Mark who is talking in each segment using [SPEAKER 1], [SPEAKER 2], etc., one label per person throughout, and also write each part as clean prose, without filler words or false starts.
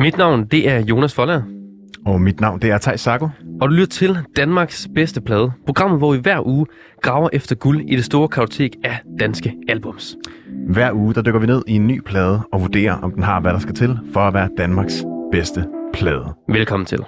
[SPEAKER 1] Mit navn, det er Jonas Folder.
[SPEAKER 2] Og mit navn, det er Theis Sago.
[SPEAKER 1] Og du lytter til Danmarks bedste plade. Programmet, hvor vi hver uge graver efter guld i det store kartotek af danske albums.
[SPEAKER 2] Hver uge, der dykker vi ned i en ny plade og vurderer, om den har, hvad der skal til for at være Danmarks bedste plade.
[SPEAKER 1] Velkommen til.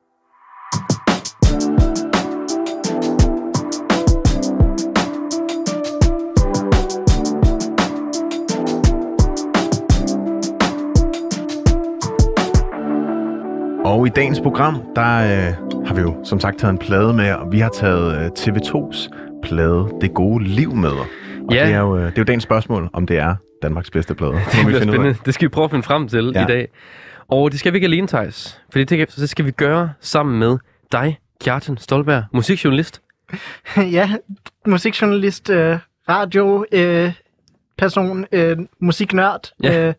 [SPEAKER 2] Og i dagens program, der har vi jo som sagt taget en plade med, og vi har taget TV2's plade Det Gode Liv med. Og det er jo dagens spørgsmål, om det er Danmarks bedste plade.
[SPEAKER 1] Det bliver spændende. Det skal vi prøve at finde frem til i dag. Og det skal vi ikke alene, Theis. For det skal vi gøre sammen med dig, Kjartan Stolberg, musikjournalist.
[SPEAKER 3] Ja, musikjournalist, radio, person, musiknørd,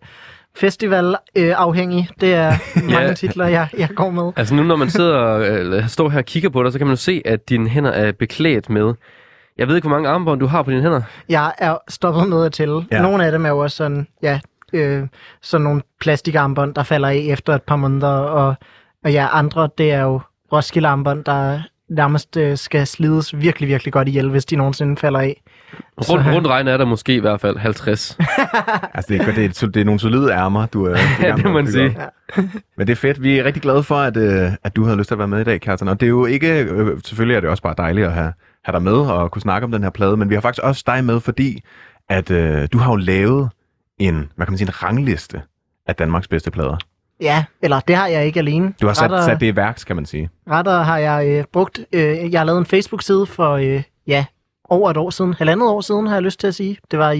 [SPEAKER 3] festivalafhængig. Det er mange titler, jeg går med.
[SPEAKER 1] Altså nu, når man står her og kigger på dig, så kan man jo se, at dine hænder er beklædt med... Jeg ved ikke, hvor mange armbånd du har på dine hænder. Jeg
[SPEAKER 3] er stoppet med at tælle. Ja. Nogle af dem er jo også sådan, sådan nogle plastikarmbånd, der falder af efter et par måneder. Og andre, det er jo Roskilde-armbånd, der nærmest skal slides virkelig, virkelig godt ihjel, hvis de nogensinde falder af.
[SPEAKER 1] Rundt regner er der måske i hvert fald 50.
[SPEAKER 2] Altså det er nogle solide ærmer, du er
[SPEAKER 1] ja, det må man sige.
[SPEAKER 2] Ja. Men det er fedt. Vi er rigtig glade for, at du havde lyst til at være med i dag, Kjartan. Og det er jo ikke... selvfølgelig er det også bare dejligt at have dig med og kunne snakke om den her plade, men vi har faktisk også dig med, fordi at du har jo lavet en rangliste af Danmarks bedste plader.
[SPEAKER 3] Ja, eller det har jeg ikke alene.
[SPEAKER 2] Du har sat det i værks, kan man sige.
[SPEAKER 3] Rettere har jeg brugt... jeg har lavet en Facebook-side for over et år siden. 1,5 år siden, har jeg lyst til at sige. Det var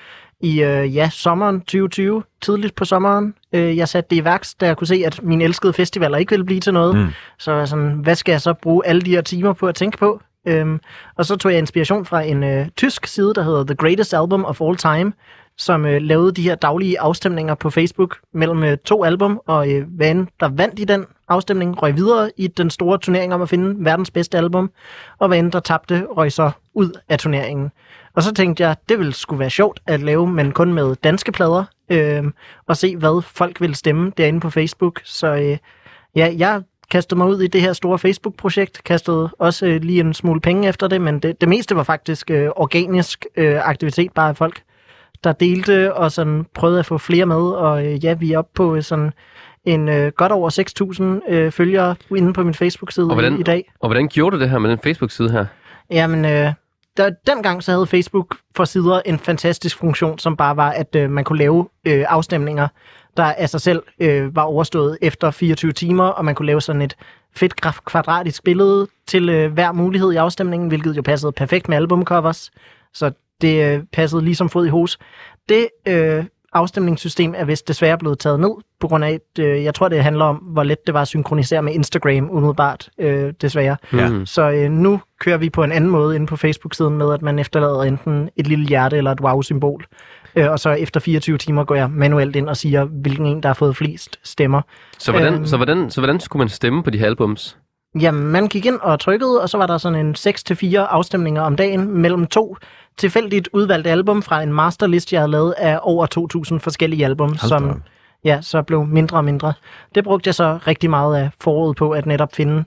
[SPEAKER 3] i sommeren 2020, tidligt på sommeren. Jeg satte det i værks, da jeg kunne se, at mine elskede festivaler ikke ville blive til noget. Så var sådan, hvad skal jeg så bruge alle de her timer på at tænke på? Og så tog jeg inspiration fra en tysk side, der hedder The Greatest Album of All Time, som lavede de her daglige afstemninger på Facebook mellem 2 album, og hvad der vandt i den afstemning, røg videre i den store turnering om at finde verdens bedste album, og hvad der tabte, røg så ud af turneringen. Og så tænkte jeg, det ville sgu være sjovt at lave, men kun med danske plader, og se, hvad folk ville stemme derinde på Facebook. Så jeg kastede mig ud i det her store Facebook-projekt, kastede også lige en smule penge efter det, men det meste var faktisk organisk aktivitet, bare af folk, der delte og sådan prøvede at få flere med, og vi er oppe på sådan en godt over 6.000 følgere inde på min Facebook-side i dag. Og
[SPEAKER 1] hvordan gjorde du det her med den Facebook-side her?
[SPEAKER 3] Jamen, dengang så havde Facebook for sider en fantastisk funktion, som bare var, at man kunne lave afstemninger, der af sig selv var overstået efter 24 timer, og man kunne lave sådan et fedt kvadratisk billede til hver mulighed i afstemningen, hvilket jo passede perfekt med albumcovers. Så det passede ligesom fod i hos. Det afstemningssystem er vist desværre blevet taget ned, på grund af, at jeg tror, det handler om, hvor let det var at synkronisere med Instagram umiddelbart, desværre. Ja. Så nu kører vi på en anden måde inde på Facebook-siden med, at man efterlader enten et lille hjerte eller et wow-symbol. Og så efter 24 timer går jeg manuelt ind og siger, hvilken en, der har fået flest stemmer.
[SPEAKER 1] Så hvordan skulle man stemme på de her albums?
[SPEAKER 3] Jamen, man gik ind og trykkede, og så var der sådan en 6-4 afstemninger om dagen mellem 2 tilfældigt udvalgte album fra en masterlist, jeg havde lavet af over 2.000 forskellige album, som så blev mindre og mindre. Det brugte jeg så rigtig meget af foråret på at netop finde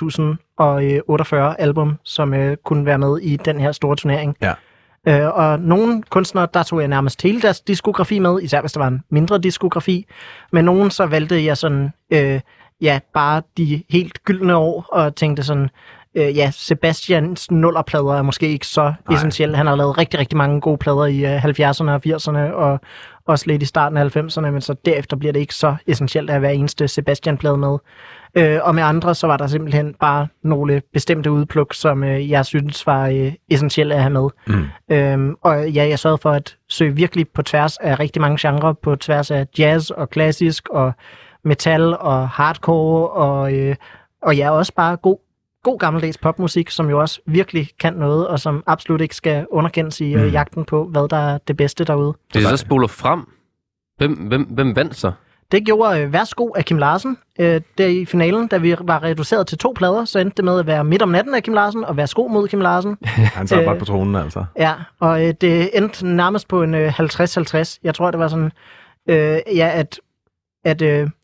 [SPEAKER 3] 2.048 album, som kunne være med i den her store turnering. Ja. Og nogle kunstnere, der tog jeg nærmest hele deres diskografi med, især hvis der var en mindre diskografi. Men nogen så valgte jeg sådan, bare de helt gyldne år, og tænkte sådan, Sebastians nullerplader er måske ikke så essentielle. Han har lavet rigtig, rigtig mange gode plader i 70'erne og 80'erne, og også lidt i starten af 90'erne, men så derefter bliver det ikke så essentielt at være eneste Sebastian-plade med. Og med andre, så var der simpelthen bare nogle bestemte udpluk, som jeg synes var essentielle at have med. Og jeg sørgede for at søge virkelig på tværs af rigtig mange genrer, på tværs af jazz og klassisk og metal og hardcore, og også bare god gammeldags popmusik, som jo også virkelig kan noget, og som absolut ikke skal underkendes i jagten på, hvad der er det bedste derude.
[SPEAKER 1] Det så spoler frem. Hvem vandt så?
[SPEAKER 3] Det gjorde Værsgo af Kim Larsen. Der i finalen, da vi var reduceret til 2 plader, så endte det med at være Midt om natten af Kim Larsen, og Værsgo mod Kim Larsen.
[SPEAKER 2] Han sad godt på tronen, altså.
[SPEAKER 3] Ja, og det endte nærmest på en 50-50. Jeg tror, det var sådan, at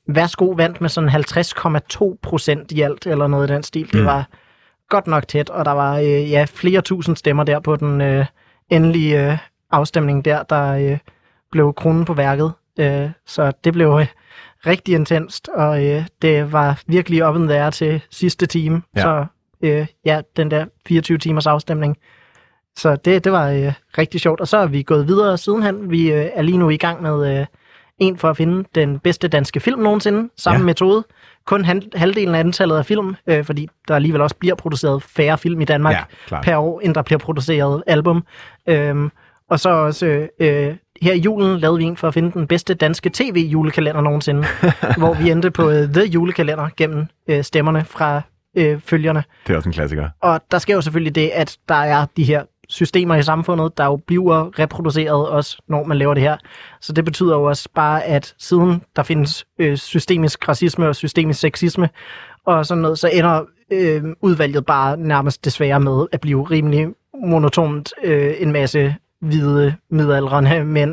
[SPEAKER 3] Værsgo vandt med sådan 50,2% i alt, eller noget i den stil. Det var godt nok tæt, og der var flere tusind stemmer der på den endelige afstemning der blev kronen på værket. Så det blev rigtig intenst, og det var virkelig op and there til sidste time. Ja. Så den der 24 timers afstemning. Så det var rigtig sjovt, og så er vi gået videre sidenhen. Vi er lige nu i gang med en for at finde den bedste danske film nogensinde, samme metode. Kun halvdelen af antallet af film, fordi der alligevel også bliver produceret færre film i Danmark per år, end der bliver produceret album. Og så også her i julen lavede vi en for at finde den bedste danske tv-julekalender nogensinde, hvor vi endte på The Julekalender gennem stemmerne fra følgerne.
[SPEAKER 2] Det er også en klassiker.
[SPEAKER 3] Og der sker jo selvfølgelig det, at der er de her systemer i samfundet, der jo bliver reproduceret også, når man laver det her. Så det betyder jo også bare, at siden der findes systemisk racisme og systemisk sexisme og sådan noget, så ender udvalget bare nærmest desværre med at blive rimelig monotont en masse hvide, midaldrende mænd.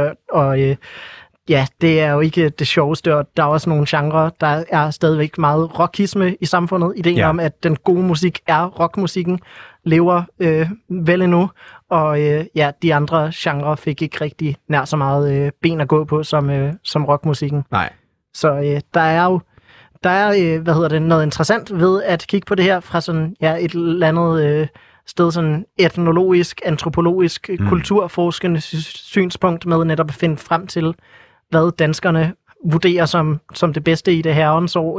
[SPEAKER 3] Det er jo ikke det sjoveste, og der er også nogle genrer, der er stadigvæk meget rockisme i samfundet. Ideen om, at den gode musik er rockmusikken, lever vel endnu, og de andre genrer fik ikke rigtig nær så meget ben at gå på som rockmusikken.
[SPEAKER 2] Nej.
[SPEAKER 3] Så der er noget interessant ved at kigge på det her fra sådan et eller andet sted, sådan etnologisk, antropologisk, kulturforskende synspunkt med netop at finde frem til, hvad danskerne vurderer som det bedste i det herrens år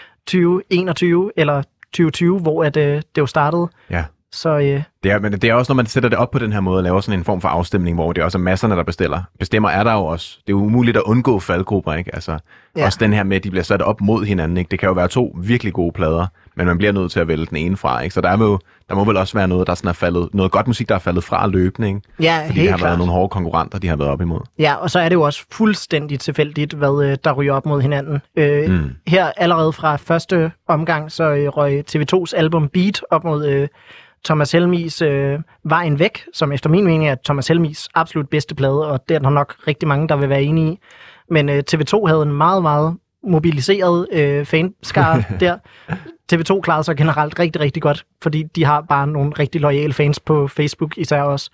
[SPEAKER 3] 2021 eller 2020, hvor det jo startede. Ja. Så,
[SPEAKER 2] det er også, når man sætter det op på den her måde og laver sådan en form for afstemning, hvor det også er masserne, der bestemmer, er der jo også. Det er jo umuligt at undgå faldgrupper, ikke? Altså, også den her med, at de bliver sat op mod hinanden, ikke? Det kan jo være to virkelig gode plader, men man bliver nødt til at vælge den ene fra, ikke? Så der må vel også være noget, der sådan er faldet, noget godt musik, der er faldet fra løbende, ikke?
[SPEAKER 3] Ja,
[SPEAKER 2] fordi det har været nogle hårde konkurrenter, de har været op imod.
[SPEAKER 3] Ja, og så er det jo også fuldstændig tilfældigt, hvad der ryger op mod hinanden. Her allerede fra første omgang, så røg TV2's album Beat op mod Thomas Helmigs Vejen Væk, som efter min mening er Thomas Helmigs absolut bedste plade, og det er der nok rigtig mange, der vil være enige i. Men TV2 havde en meget, meget mobiliseret fanskare der. TV2 klarede sig generelt rigtig, rigtig godt, fordi de har bare nogle rigtig loyale fans på Facebook især også.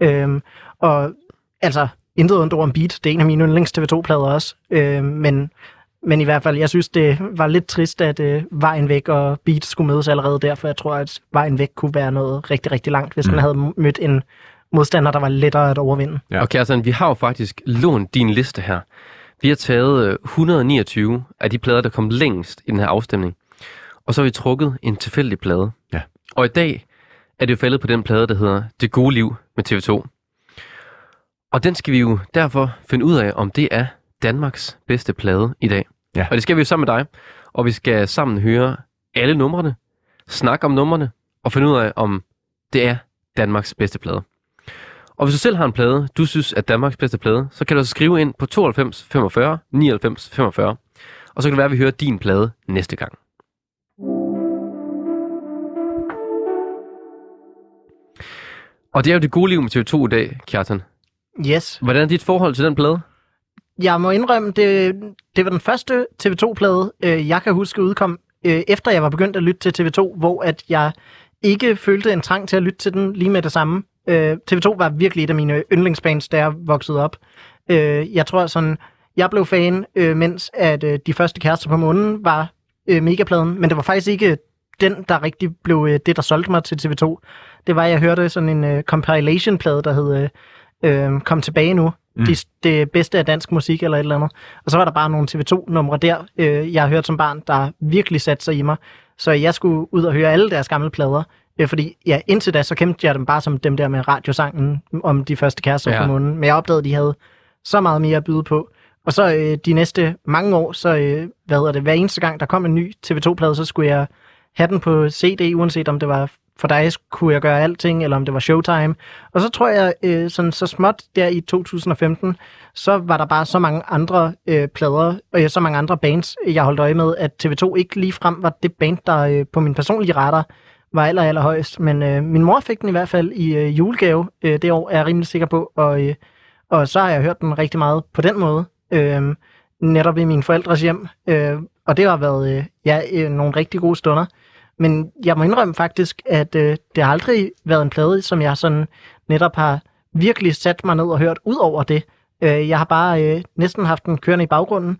[SPEAKER 3] Og altså, intet ondt ord om Beat, det er en af mine yndlings TV2-plader også, men i hvert fald, jeg synes, det var lidt trist, at Vejen Væk og Beat skulle mødes allerede der, for jeg tror, at Vejen Væk kunne være noget rigtig, rigtig langt, hvis man havde mødt en modstander, der var lettere at overvinde.
[SPEAKER 1] Ja. Og Kjartan, vi har jo faktisk lånt din liste her. Vi har taget 129 af de plader, der kom længst i den her afstemning, og så har vi trukket en tilfældig plade. Ja. Og i dag er det jo faldet på den plade, der hedder Det Gode Liv med TV2. Og den skal vi jo derfor finde ud af, om det er Danmarks bedste plade i dag. Ja. Og det skal vi jo sammen med dig. Og vi skal sammen høre alle numrene, snakke om numrene, og finde ud af, om det er Danmarks bedste plade. Og hvis du selv har en plade, du synes er Danmarks bedste plade, så kan du også skrive ind på 92 45 99 45. Og så kan det være, at vi hører din plade næste gang. Og det er jo Det Gode Liv med TV2 i dag, Kjartan.
[SPEAKER 3] Yes.
[SPEAKER 1] Hvordan er dit forhold til den plade?
[SPEAKER 3] Jeg må indrømme, det var den første TV2-plade, jeg kan huske udkom, efter jeg var begyndt at lytte til TV2, hvor at jeg ikke følte en trang til at lytte til den lige med det samme. TV2 var virkelig et af mine yndlingsbands, da jeg voksede op. Jeg tror sådan, jeg blev fan, mens at De Første Kærester på Månen var megapladen, men det var faktisk ikke den, der rigtig blev det, der solgte mig til TV2. Det var, at jeg hørte sådan en compilation-plade, der hed Kom tilbage nu. Det bedste af dansk musik eller et eller andet. Og så var der bare nogle TV2-numre der, jeg har hørt som barn, der virkelig satte sig i mig. Så jeg skulle ud og høre alle deres gamle plader. Fordi indtil da, så kendte jeg dem bare som dem der med radiosangen om De Første Kærester på Månen. Men jeg opdagede, at de havde så meget mere at byde på. Og så de næste mange år, så hver eneste gang, der kom en ny TV2-plade, så skulle jeg have den på CD, uanset om det var For Dig kunne jeg gøre alting, eller om det var Showtime. Og så tror jeg, sådan så småt der i 2015, så var der bare så mange andre plader, og så mange andre bands, jeg holdt øje med, at TV2 ikke ligefrem var det band, der på min personlige radar var allerhøjst. Men min mor fik den i hvert fald i julegave det år, er jeg rimelig sikker på, og så har jeg hørt den rigtig meget på den måde. netop i mine forældres hjem, og det har været nogle rigtig gode stunder. Men jeg må indrømme faktisk, at det har aldrig været en plade, som jeg sådan netop har virkelig sat mig ned og hørt ud over det. Jeg har bare næsten haft den kørende i baggrunden,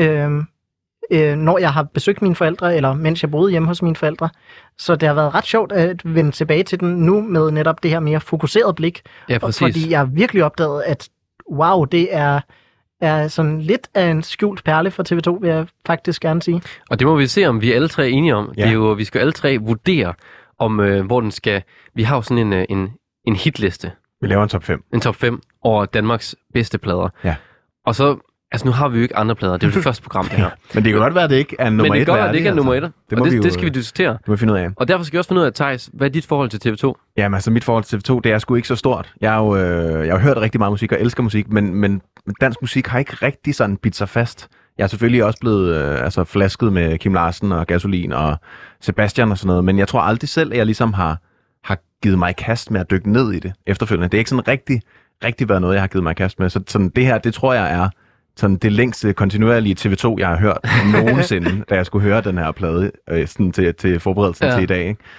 [SPEAKER 3] når jeg har besøgt mine forældre, eller mens jeg boede hjemme hos mine forældre. Så det har været ret sjovt at vende tilbage til den nu med netop det her mere fokuseret blik.
[SPEAKER 1] Ja, præcis.
[SPEAKER 3] Fordi jeg har virkelig opdaget, at wow, det er sådan lidt af en skjult perle for TV2, vil jeg faktisk gerne sige.
[SPEAKER 1] Og det må vi se, om vi alle tre er enige om. Ja. Det er jo, vi skal alle tre vurdere, om hvor den skal... Vi har jo sådan en hitliste.
[SPEAKER 2] Vi laver en top 5.
[SPEAKER 1] En top 5 over Danmarks bedste plader.
[SPEAKER 2] Ja.
[SPEAKER 1] Og så... Altså, nu har vi jo ikke andre plader. Det er jo det første program, det her.
[SPEAKER 2] Men det kan godt være, at det ikke er nummer 1.
[SPEAKER 1] Men det kan godt være, at det ikke er nummer 1. Det skal vi diskutere.
[SPEAKER 2] Det må vi finde ud af.
[SPEAKER 1] Og derfor skal vi også finde ud af, Theis, hvad er dit forhold til TV2?
[SPEAKER 2] Jamen, altså mit forhold til TV2, det er sgu ikke så stort. Jeg har jo hørt rigtig meget musik og elsker musik, men dansk musik har ikke rigtig sådan bidt sig fast. Jeg er selvfølgelig også blevet flasket med Kim Larsen og Gasolin og Sebastian og sådan noget, men jeg tror aldrig selv, at jeg ligesom har givet mig i kast med at dykke ned i det efterfølgende. Det er ikke sådan rigtig været noget, jeg har givet mig i kast med. Så sådan, det her, det tror jeg er sådan det længste kontinuerlige TV2, jeg har hørt nogensinde, da jeg skulle høre den her plade sådan til forberedelsen til i dag. Ikke?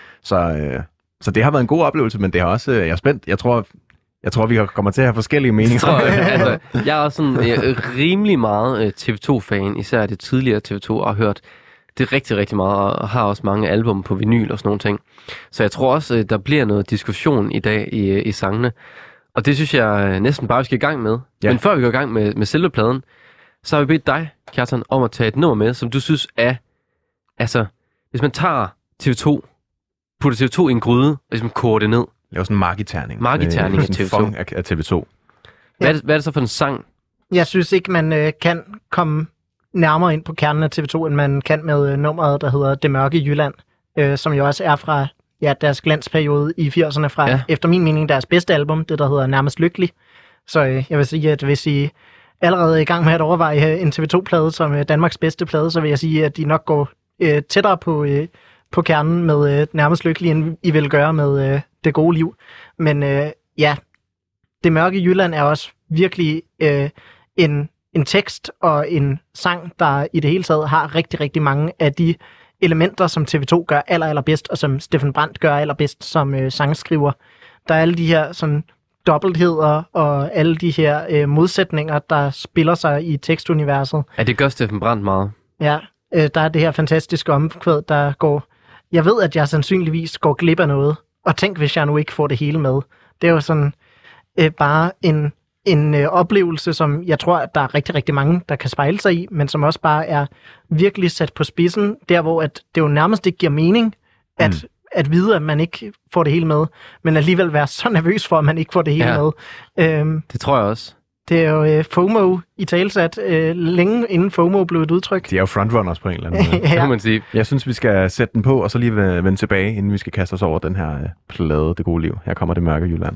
[SPEAKER 2] Så det har været en god oplevelse, men det har også, jeg er spændt. Jeg tror, vi kommer til at have forskellige meninger.
[SPEAKER 1] Jeg er også sådan rimelig meget TV2-fan, især det tidligere TV2, og har hørt det rigtig, rigtig meget, og har også mange album på vinyl og sådan nogle ting. Så jeg tror også, der bliver noget diskussion i dag i sangene. Og det synes jeg næsten bare, vi skal i gang med. Ja. Men før vi går i gang med selve pladen, så har vi bedt dig, Kjartan, om at tage et nummer med, som du synes er... Altså, hvis man tager TV2, putter TV2 i en gryde, og ligesom koger det ned.
[SPEAKER 2] Laver sådan en margiterning.
[SPEAKER 1] Margiterning af TV2.
[SPEAKER 2] Af TV2.
[SPEAKER 1] Hvad er det så for en sang?
[SPEAKER 3] Jeg synes ikke, man kan komme nærmere ind på kernen af TV2, end man kan med nummeret, der hedder Det Mørke Jylland, som jo også er fra... Ja, deres glansperiode i 80'erne fra, efter min mening, deres bedste album, det der hedder Nærmest Lykkelig. Så jeg vil sige, at hvis I allerede er i gang med at overveje en TV2-plade som Danmarks bedste plade, så vil jeg sige, at de nok går tættere på kernen med Nærmest Lykkelig, end I vil gøre med Det Gode Liv. Men Det Mørke Jylland er også virkelig en tekst og en sang, der i det hele taget har rigtig, rigtig mange af de elementer, som TV2 gør allerbedst, og som Steffen Brandt gør allerbedst som sangskriver. Der er alle de her sådan dobbeltheder, og alle de her modsætninger, der spiller sig i tekstuniverset.
[SPEAKER 1] Ja, det gør Steffen Brandt meget.
[SPEAKER 3] Ja, der er det her fantastiske omkvæd, der går... Jeg ved, at jeg sandsynligvis går glip af noget, og tænk, hvis jeg nu ikke får det hele med. Det er jo sådan bare en oplevelse, som jeg tror, at der er rigtig, rigtig mange, der kan spejle sig i, men som også bare er virkelig sat på spidsen, der hvor at det jo nærmest ikke giver mening, at vide, at man ikke får det hele med, men alligevel være så nervøs for, at man ikke får det hele med.
[SPEAKER 1] Det tror jeg også.
[SPEAKER 3] Det er jo FOMO i talesat længe inden FOMO blev et udtryk.
[SPEAKER 2] De er jo frontrunners på en eller anden måde.
[SPEAKER 1] Kan man sige.
[SPEAKER 2] Jeg synes, vi skal sætte den på, og så lige vende tilbage, inden vi skal kaste os over den her plade, Det Gode Liv. Her kommer Det Mørke Jylland.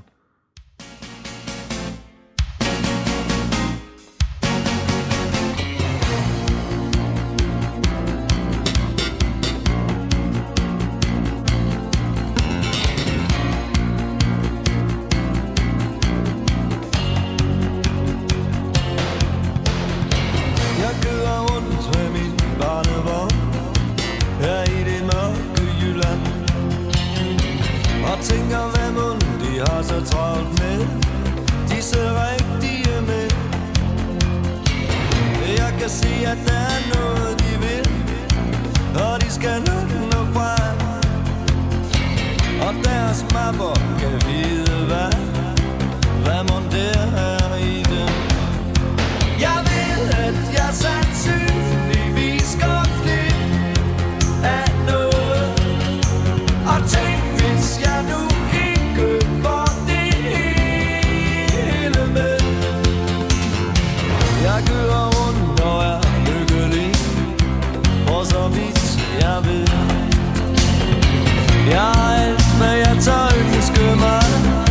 [SPEAKER 4] Jeg har alt, hvad jeg tør ønske mig.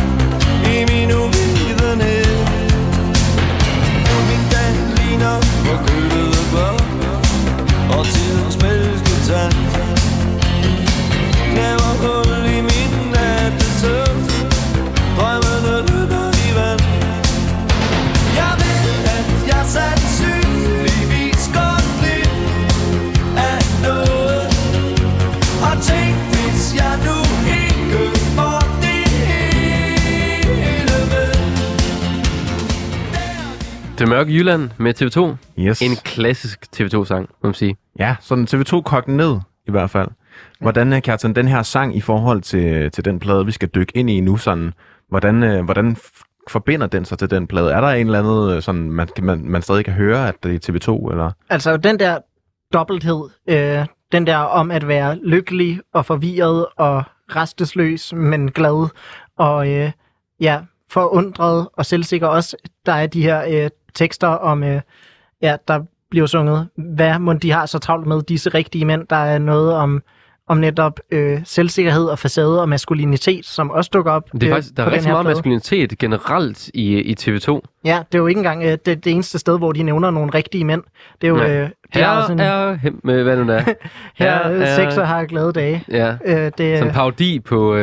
[SPEAKER 1] Det mørke Jylland med TV2.
[SPEAKER 2] Yes.
[SPEAKER 1] En klassisk TV2-sang, må man sige.
[SPEAKER 2] Ja, sådan TV2 kogte ned i hvert fald. Hvordan, Kjartan, den her sang i forhold til den plade, vi skal dykke ind i nu, sådan, hvordan forbinder den sig til den plade? Er der en eller anden, sådan, man stadig kan høre, at det er TV2? Eller?
[SPEAKER 3] Altså, den der dobbelthed, den der om at være lykkelig og forvirret og restesløs, men glad og forundret og selvsikker også. Der er de her tekster om, der bliver sunget, hvad må de har så travlt med, disse rigtige mænd. Der er noget om netop selvsikkerhed og facade og maskulinitet, som også dukker op.
[SPEAKER 1] Det er faktisk, der er rigtig meget maskulinitet generelt i TV2.
[SPEAKER 3] Ja, det er jo ikke engang det eneste sted, hvor de nævner nogle rigtige mænd. Det er jo...
[SPEAKER 1] hvad nu der?
[SPEAKER 3] Her sexer har glade dage.
[SPEAKER 1] Ja, sådan en parodi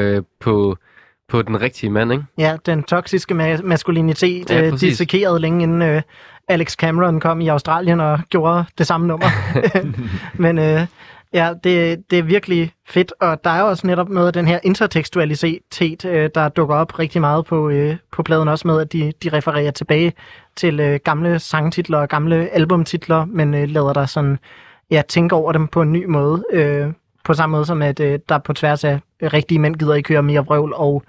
[SPEAKER 1] på den rigtige mand, ikke?
[SPEAKER 3] Ja, den toksiske maskulinitet, dissekeret længe inden Alex Cameron kom i Australien og gjorde det samme nummer. Men det er virkelig fedt, og der er også netop noget af den her intertekstualitet, der dukker op rigtig meget på pladen, også med, at de refererer tilbage til gamle sangtitler og gamle albumtitler, men lader dig sådan, tænke over dem på en ny måde. På samme måde som, at der på tværs af rigtige mænd gider ikke høre mere vrøvl, og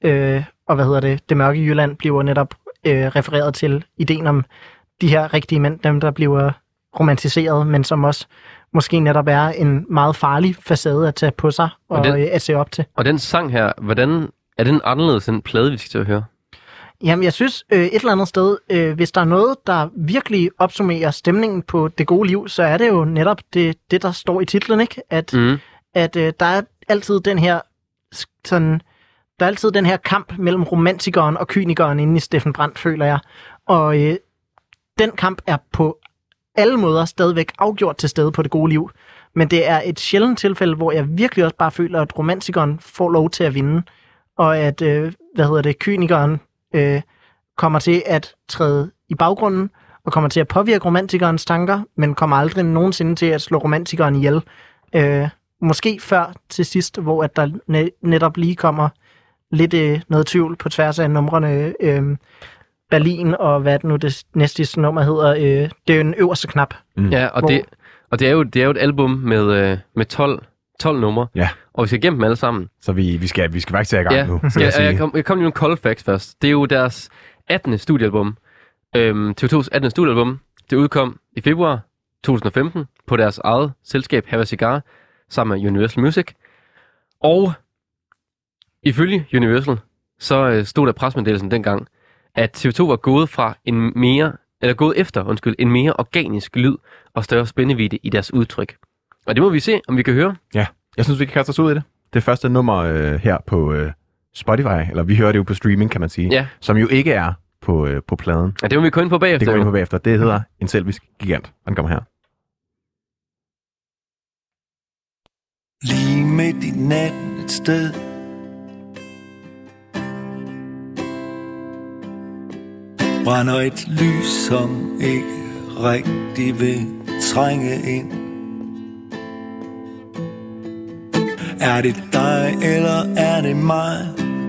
[SPEAKER 3] det mørke Jylland bliver netop refereret til ideen om de her rigtige mænd, dem der bliver romantiseret, men som også måske netop er en meget farlig facade at tage på sig og at se op til.
[SPEAKER 1] Og den sang her, hvordan er den anderledes end plade, vi skal til at høre?
[SPEAKER 3] Jamen, jeg synes et eller andet sted, hvis der er noget, der virkelig opsummerer stemningen på det gode liv, så er det jo netop det der står i titlen, ikke? At der er altid den her sådan, der er altid den her kamp mellem romantikeren og kynikeren inde i Steffen Brandt, føler jeg. Og den kamp er på alle måder stadigvæk afgjort til stede på det gode liv. Men det er et sjældent tilfælde, hvor jeg virkelig også bare føler, at romantikeren får lov til at vinde. Og at, kynikeren kommer til at træde i baggrunden, og kommer til at påvirke romantikerens tanker, men kommer aldrig nogensinde til at slå romantikeren ihjel. Måske før til sidst, hvor at der netop lige kommer lidt noget tvivl på tværs af numrene. Berlin, og hvad nu det næste nummer hedder, det er jo en øverste knap.
[SPEAKER 1] Ja, og det er jo et album med 12 numre, og vi skal igennem dem alle sammen.
[SPEAKER 2] Så vi skal faktisk til i gang nu.
[SPEAKER 1] Jeg kom lige nogle cold facts først. Det er jo deres 18. studiealbum. TV2's 18. studiealbum. Det udkom i februar 2015 på deres eget selskab Have a Cigar, sammen med Universal Music. Og ifølge Universal, så stod der pressemeddelelsen dengang, at TV2 var gået efter en mere organisk lyd og større spændevidde i deres udtryk. Og det må vi se, om vi kan høre. Ja,
[SPEAKER 2] jeg synes, vi kan kaste os ud i det. Det første nummer her på Spotify, eller vi hører det jo på streaming, kan man sige, som jo ikke er på pladen.
[SPEAKER 1] Ja, det må vi gå ind på bagefter.
[SPEAKER 2] Det hedder En Selvisk Gigant. Den kommer her.
[SPEAKER 4] Lige midt i natten et sted, brænder et lys, som ikke rigtig vil trænge ind. Er det dig, eller er det mig?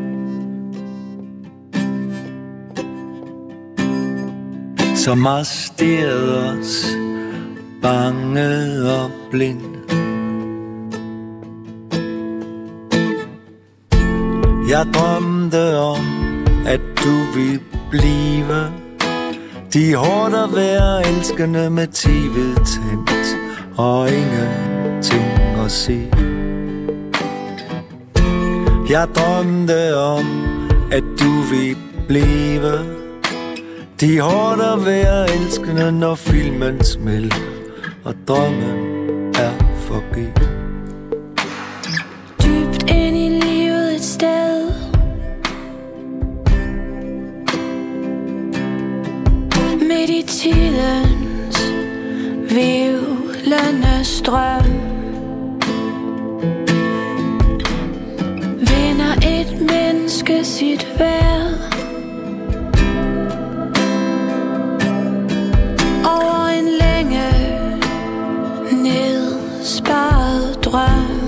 [SPEAKER 4] Som har stirret os, bange og blind. Jeg drømte om, at du ville blive de hårdt at være elskende med tv'et tændt og ingenting at se. Jeg drømte om, at du ville blive de hårdt at være elskende, når filmen smelter og drømmen er forbi.
[SPEAKER 5] Dybt ind i livet et sted, midt i tidens hvirvlende strøm, vinder et menneske sit værd over en længe nedsparet drøm.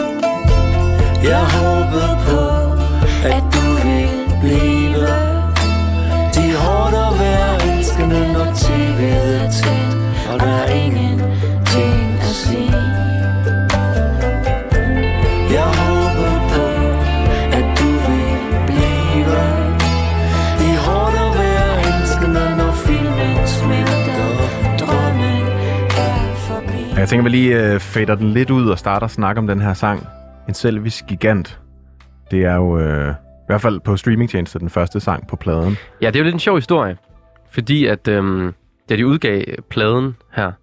[SPEAKER 4] Jeg håber på, at du vil blive
[SPEAKER 5] og der er ingenting at sige. Jeg håber på, at du vil blive i hårdt at være elskende, når filmen smelter, drømmen er forbi.
[SPEAKER 2] Jeg tænker, vi lige fader den lidt ud og starter at snakke om den her sang. En selvisk gigant. Det er jo i hvert fald på streamingtjenester den første sang på pladen.
[SPEAKER 1] Ja, det er jo lidt en sjov historie. Fordi at da de udgav pladen her,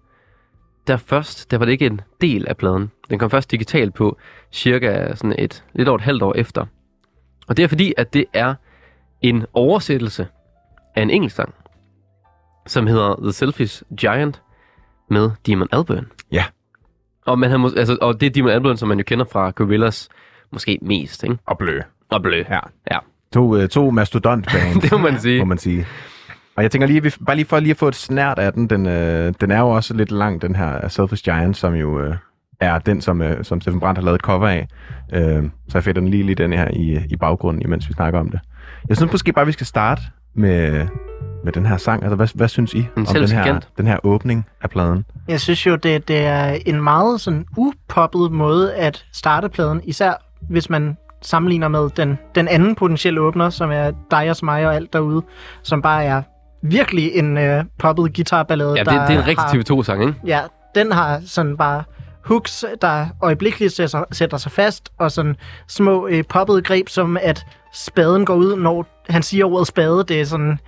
[SPEAKER 1] der var det ikke en del af pladen. Den kom først digitalt på cirka sådan lidt over et halvt år efter. Og det er fordi, at det er en oversættelse af en engelsk sang, som hedder The Selfish Giant med Damon Albarn.
[SPEAKER 2] Ja.
[SPEAKER 1] Og, og det er Damon Albarn, som man jo kender fra Gorillaz måske mest, ikke?
[SPEAKER 2] Og Blø.
[SPEAKER 1] Og Blø.
[SPEAKER 2] Ja. To mastodontbands,
[SPEAKER 1] det må man sige.
[SPEAKER 2] Og jeg tænker lige, bare lige for at få et snært af den er jo også lidt lang, den her Selfish Giant, som jo er den, som Steffen Brandt har lavet et cover af. Så jeg fætter den lige den her i baggrunden, imens vi snakker om det. Jeg synes måske bare, vi skal starte med den her sang. Altså, hvad synes I om den her åbning af pladen?
[SPEAKER 3] Jeg synes jo, det er en meget sådan upoppet måde at starte pladen, især hvis man sammenligner med den anden potentielle åbner, som er Dig og mig og alt derude, som bare er virkelig en poppet guitarballade.
[SPEAKER 1] Ja, det er en rigtig TV2-sang, ikke?
[SPEAKER 3] Ja, den har sådan bare hooks, der øjeblikkeligt sætter sig fast, og sådan små poppede greb, som at spaden går ud, når han siger ordet spade. Det er sådan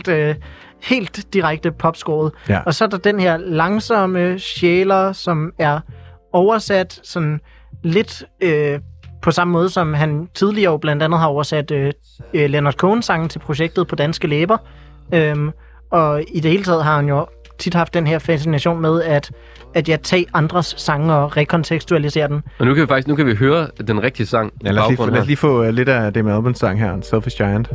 [SPEAKER 3] helt direkte popskåret.
[SPEAKER 2] Ja.
[SPEAKER 3] Og så er der den her langsomme sjæler, som er oversat sådan lidt på samme måde, som han tidligere jo blandt andet har oversat Leonard Cohen-sangen til projektet På danske læber. Og i det hele taget har han jo tit haft den her fascination med, at jeg tager andres sange og rekontekstualisere den.
[SPEAKER 1] Og nu kan vi høre den rigtige sang.
[SPEAKER 2] Ja, lad os lige få lidt af det med Albans sang her, Selfish Giant.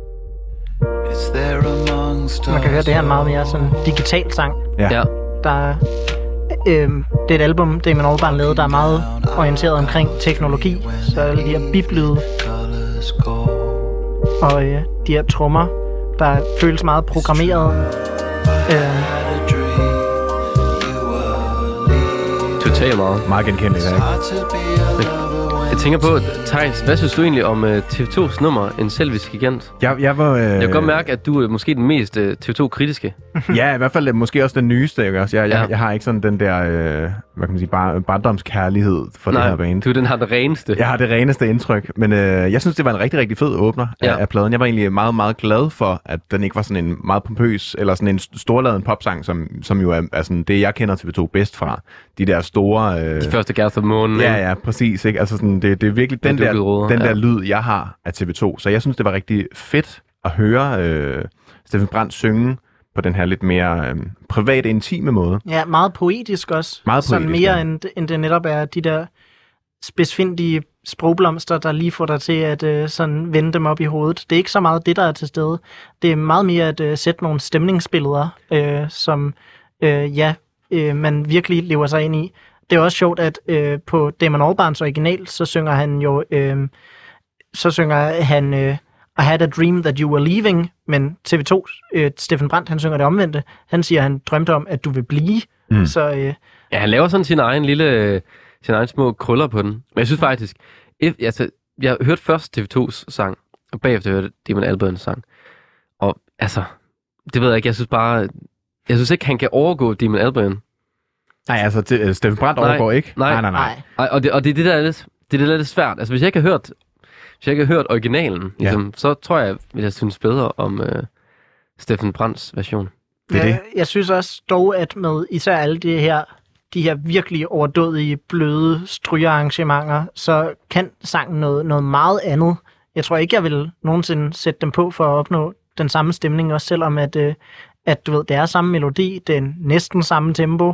[SPEAKER 3] Man kan høre, det her en meget mere sådan digital sang.
[SPEAKER 1] Ja.
[SPEAKER 3] Det er et album, Damon Albarn lavede, der er meget orienteret omkring teknologi. Så alle de her biplyde og de her trommer, der føles meget programmeret.
[SPEAKER 1] Totalt meget
[SPEAKER 2] genkendeligt, ikke?
[SPEAKER 1] Jeg tænker på, Theis, hvad synes du egentlig om TV2's nummer, En selvisk gigant?
[SPEAKER 2] Jeg kan
[SPEAKER 1] godt mærke, at du er måske den mest TV2-kritiske.
[SPEAKER 2] Ja, i hvert fald måske også den nyeste, ikke også? Jeg har ikke sådan den der, hvad kan man sige, barndomskærlighed for det her band.
[SPEAKER 1] Du har det reneste.
[SPEAKER 2] Jeg har det reneste indtryk, men jeg synes, det var en rigtig, rigtig fed åbner af pladen. Jeg var egentlig meget, meget glad for, at den ikke var sådan en meget pompøs, eller sådan en storladen popsang, som jo er sådan det, jeg kender TV2 bedst fra. De der store...
[SPEAKER 1] De første Gæster på månen.
[SPEAKER 2] Ja, præcis, ikke? Altså sådan, det er virkelig den der lyd, jeg har af TV2. Så jeg synes, det var rigtig fedt at høre Steffen Brandt synge på den her lidt mere private, intime måde.
[SPEAKER 3] Ja, meget poetisk også.
[SPEAKER 2] Meget poetisk,
[SPEAKER 3] sådan mere end det netop er de der spidsfindige sprogblomster, der lige får dig til at sådan vende dem op i hovedet. Det er ikke så meget det, der er til stede. Det er meget mere at sætte nogle stemningsbilleder, som man virkelig lever sig ind i. Det er også sjovt, at på Damon Albarns original, så synger han I had a dream that you were leaving, men TV2, Steffen Brandt, han synger det omvendte. Han siger, han drømte om, at du vil blive. Så,
[SPEAKER 1] ja, han laver sådan sin egen små krøller på den. Men jeg synes faktisk, jeg hørte først TV2's sang, og bagefter hørte Damon Albarns sang. Og altså, det ved jeg ikke, jeg synes ikke, han kan overgå Damon Albarn.
[SPEAKER 2] Nej, altså, Steffen Brandt overgår ikke?
[SPEAKER 3] Nej.
[SPEAKER 1] Og det er det, der er lidt svært. Altså, hvis jeg ikke har hørt originalen, ligesom, så tror jeg, at jeg synes bedre om Steffen Brandts version.
[SPEAKER 3] Jeg synes også dog, at med især alle de her virkelig overdådige, bløde strygearrangementer, så kan sangen noget meget andet. Jeg tror ikke, jeg vil nogensinde sætte dem på for at opnå den samme stemning, også selvom at du ved, det er samme melodi, det er næsten samme tempo.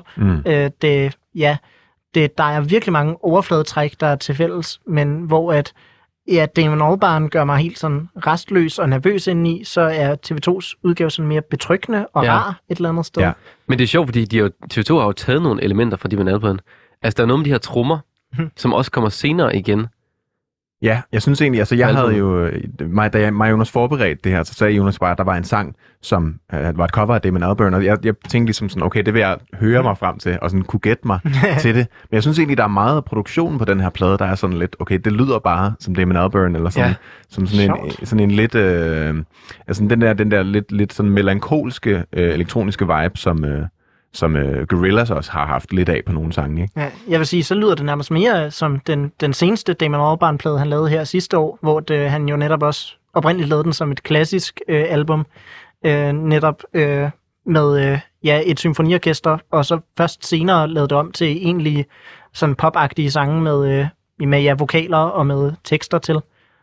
[SPEAKER 3] Der er virkelig mange overfladetræk, der er til fælles, men hvor at Damon Albarn gør mig helt sådan restløs og nervøs indeni, så er TV2's udgave sådan mere betryggende og rar et eller andet sted. Ja.
[SPEAKER 1] Men det er sjovt, fordi TV2 har jo taget nogle elementer fra Damon Albarn. Altså, der er nogle af de her trommer, som også kommer senere igen
[SPEAKER 2] Ja, jeg synes egentlig, altså jeg havde jo, da mig og Jonas forberedte det her, så sagde Jonas bare, at der var en sang, som var et cover af Damon Albarn, og jeg tænkte ligesom sådan, okay, det vil jeg høre mig frem til, og sådan kunne gætte mig til det. Men jeg synes egentlig, der er meget af produktionen på den her plade, der er sådan lidt, okay, det lyder bare som Damon Albarn, eller sådan, som sådan en lidt, altså den der lidt sådan melankolske elektroniske vibe, som Gorillaz også har haft lidt af på nogle sange, ikke?
[SPEAKER 3] Ja, jeg vil sige, så lyder det nærmest mere som den seneste Damon Albarn-plade, han lavede her sidste år, hvor han jo netop også oprindeligt lavede den som et klassisk album, netop med et symfoniorkester, og så først senere lavede det om til egentlig sådan popagtige sange med vokaler og med tekster til.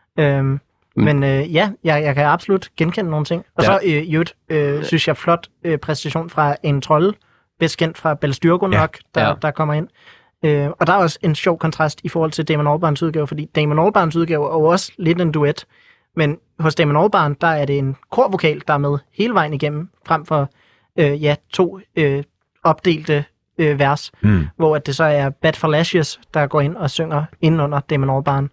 [SPEAKER 3] Men jeg kan absolut genkende nogle ting. Og så synes jeg flot præstation fra en Trolle, bedst kendt fra Balstyrko nok, der kommer ind. Og der er også en sjov kontrast i forhold til Damon Albarns udgave, fordi Damon Albarns udgave er jo også lidt en duet, men hos Damon Albarn, der er det en korvokal, der er med hele vejen igennem, frem for 2 opdelte vers, hvor det så er Bad for Lashes, der går ind og synger indenunder Damon Albarn.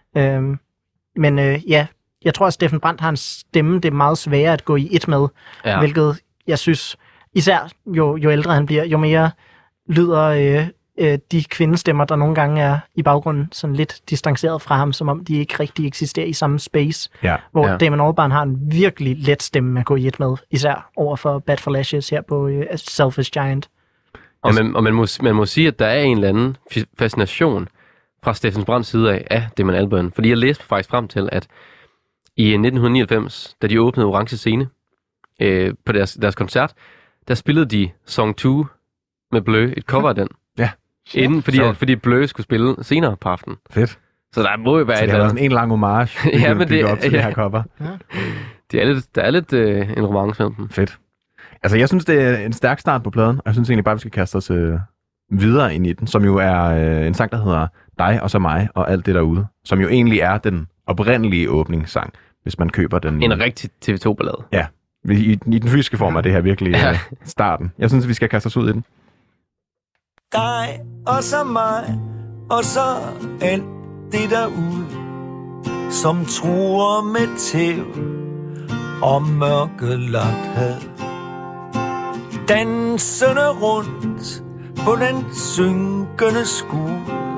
[SPEAKER 3] Men jeg tror, at Steffen Brandt har en stemme, det er meget sværere at gå i et med, hvilket jeg synes, især jo ældre han bliver, jo mere lyder de kvindestemmer, der nogle gange er i baggrunden, sådan lidt distanceret fra ham, som om de ikke rigtig eksisterer i samme space, hvor Damon Albarn har en virkelig let stemme at gå i et med, især over for Bad for Lashes her på Selfish Giant.
[SPEAKER 1] Og man må sige, at der er en eller anden fascination fra Steffen Brandts side af Damon Albarn, fordi jeg læste faktisk frem til, at i 1999, da de åbnede Orange Scene på deres koncert, der spillede de Song 2 med Bleu, et cover af den.
[SPEAKER 2] Ja.
[SPEAKER 1] Inden, fordi Bleu skulle spille senere på aftenen.
[SPEAKER 2] Fedt.
[SPEAKER 1] Så der må jo være
[SPEAKER 2] så det er sådan en lang homage,
[SPEAKER 1] ja, men det
[SPEAKER 2] op til det her cover.
[SPEAKER 1] Ja. Der er lidt en romance med dem.
[SPEAKER 2] Fedt. Altså, jeg synes, det er en stærk start på pladen, og jeg synes egentlig bare, vi skal kaste os videre ind i den, som jo er en sang, der hedder Dig og så mig og alt det derude, som jo egentlig er den oprindelige åbningssang, hvis man køber den.
[SPEAKER 1] En rigtig TV2-ballade.
[SPEAKER 2] Ja, i den fysiske form er det her virkelig starten. Jeg synes, vi skal kaste os ud i den.
[SPEAKER 4] Dig og så mig, og så alt det derude, som truer med tæv og mørkelagt had. Dansende rundt på den synkende skue,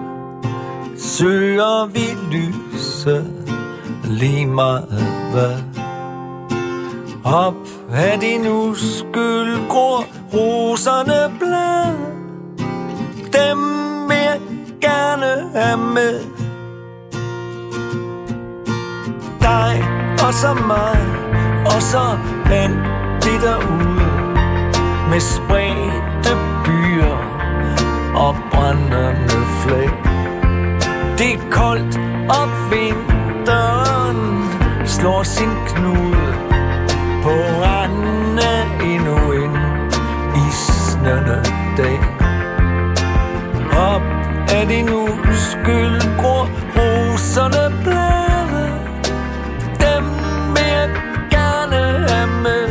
[SPEAKER 4] søger vi lyset lige meget hvad. Op af din uskyld gror roserne blad, dem vil jeg gerne have med. Dig og så mig, og så alt det derude, med spredte byer og brændende flag. Det er koldt, og vinteren slår sin knude på randen af endnu en isnende dag. Op af din uskyld gror roserne blade, dem vil jeg gerne have med.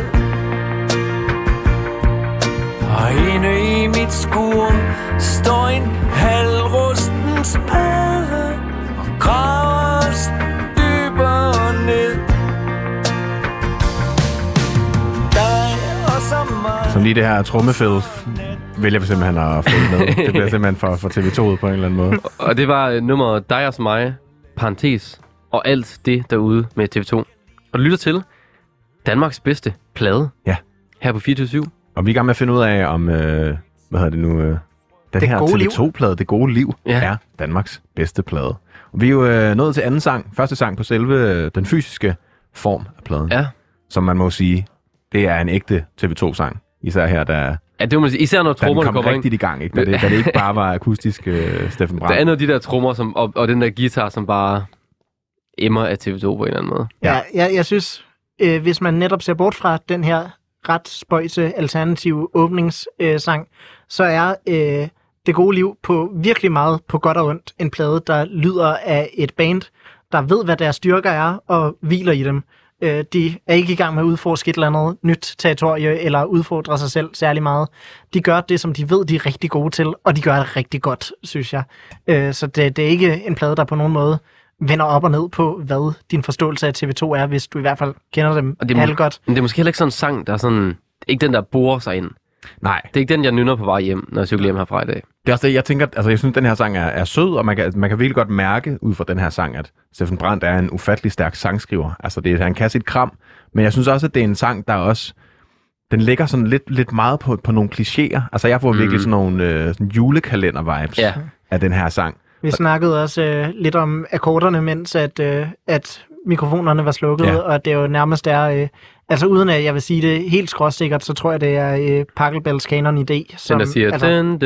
[SPEAKER 4] Og inde i mit skur står en halvrusten spade og graver os dybere ned. Dig og så mig.
[SPEAKER 2] Som lige det her trommefælde vælger vi simpelthen at følge med. Det bliver simpelthen for TV2'et på en eller anden måde.
[SPEAKER 1] Og det var nummeret Dig og så mig, parentes, og alt det derude med TV2. Og du lytter til Danmarks bedste plade her på 24/7.
[SPEAKER 2] Og vi er i gang med at finde ud af, om den her TV2-plade, Det Gode Liv, er Danmarks bedste plade. Og vi er jo nået til anden sang, første sang på selve den fysiske form af pladen. Ja. Som man må sige, det er en ægte TV2-sang. Især her, der
[SPEAKER 1] det må man sige. Især når trommerne kommer
[SPEAKER 2] rigtigt i gang, ikke? Da det ikke bare var akustisk Steffen Brandt.
[SPEAKER 1] Der er noget af de der trommer og den der guitar, som bare emmer af TV2 på en eller anden måde.
[SPEAKER 3] Ja, jeg synes, hvis man netop ser bort fra den her ret spøjse alternative åbningssang, så er Det Gode Liv på virkelig meget på godt og ondt en plade, der lyder af et band, der ved, hvad deres styrker er, og hviler i dem. De er ikke i gang med at udforske et eller andet nyt territorie, eller udfordre sig selv særlig meget. De gør det, som de ved, de er rigtig gode til, og de gør det rigtig godt, synes jeg. Så det er ikke en plade, der på nogen måde vender op og ned på, hvad din forståelse af TV2 er, hvis du i hvert fald kender dem alt godt.
[SPEAKER 1] Men det er måske heller ikke sådan en sang, der er sådan... Ikke den, der borer sig ind.
[SPEAKER 2] Nej.
[SPEAKER 1] Det er ikke den, jeg nynner på vej hjem, når jeg cykler hjem herfra i dag.
[SPEAKER 2] Det er også det, jeg tænker, altså jeg synes, den her sang er sød, og man kan virkelig godt mærke ud fra den her sang, at Steffen Brandt er en ufattelig stærk sangskriver. Altså han kan sit kram, men jeg synes også, at det er en sang, der også... Den ligger sådan lidt meget på nogle klichéer. Altså jeg får virkelig sådan nogle sådan julekalender-vibes af den her sang.
[SPEAKER 3] Vi snakkede også lidt om akkorderne, mens at mikrofonerne var slukket, og det jo nærmest er... altså uden at jeg vil sige det helt skråsikkert, så tror jeg, det er Pachelbels Kanon idé.
[SPEAKER 1] Den, der siger...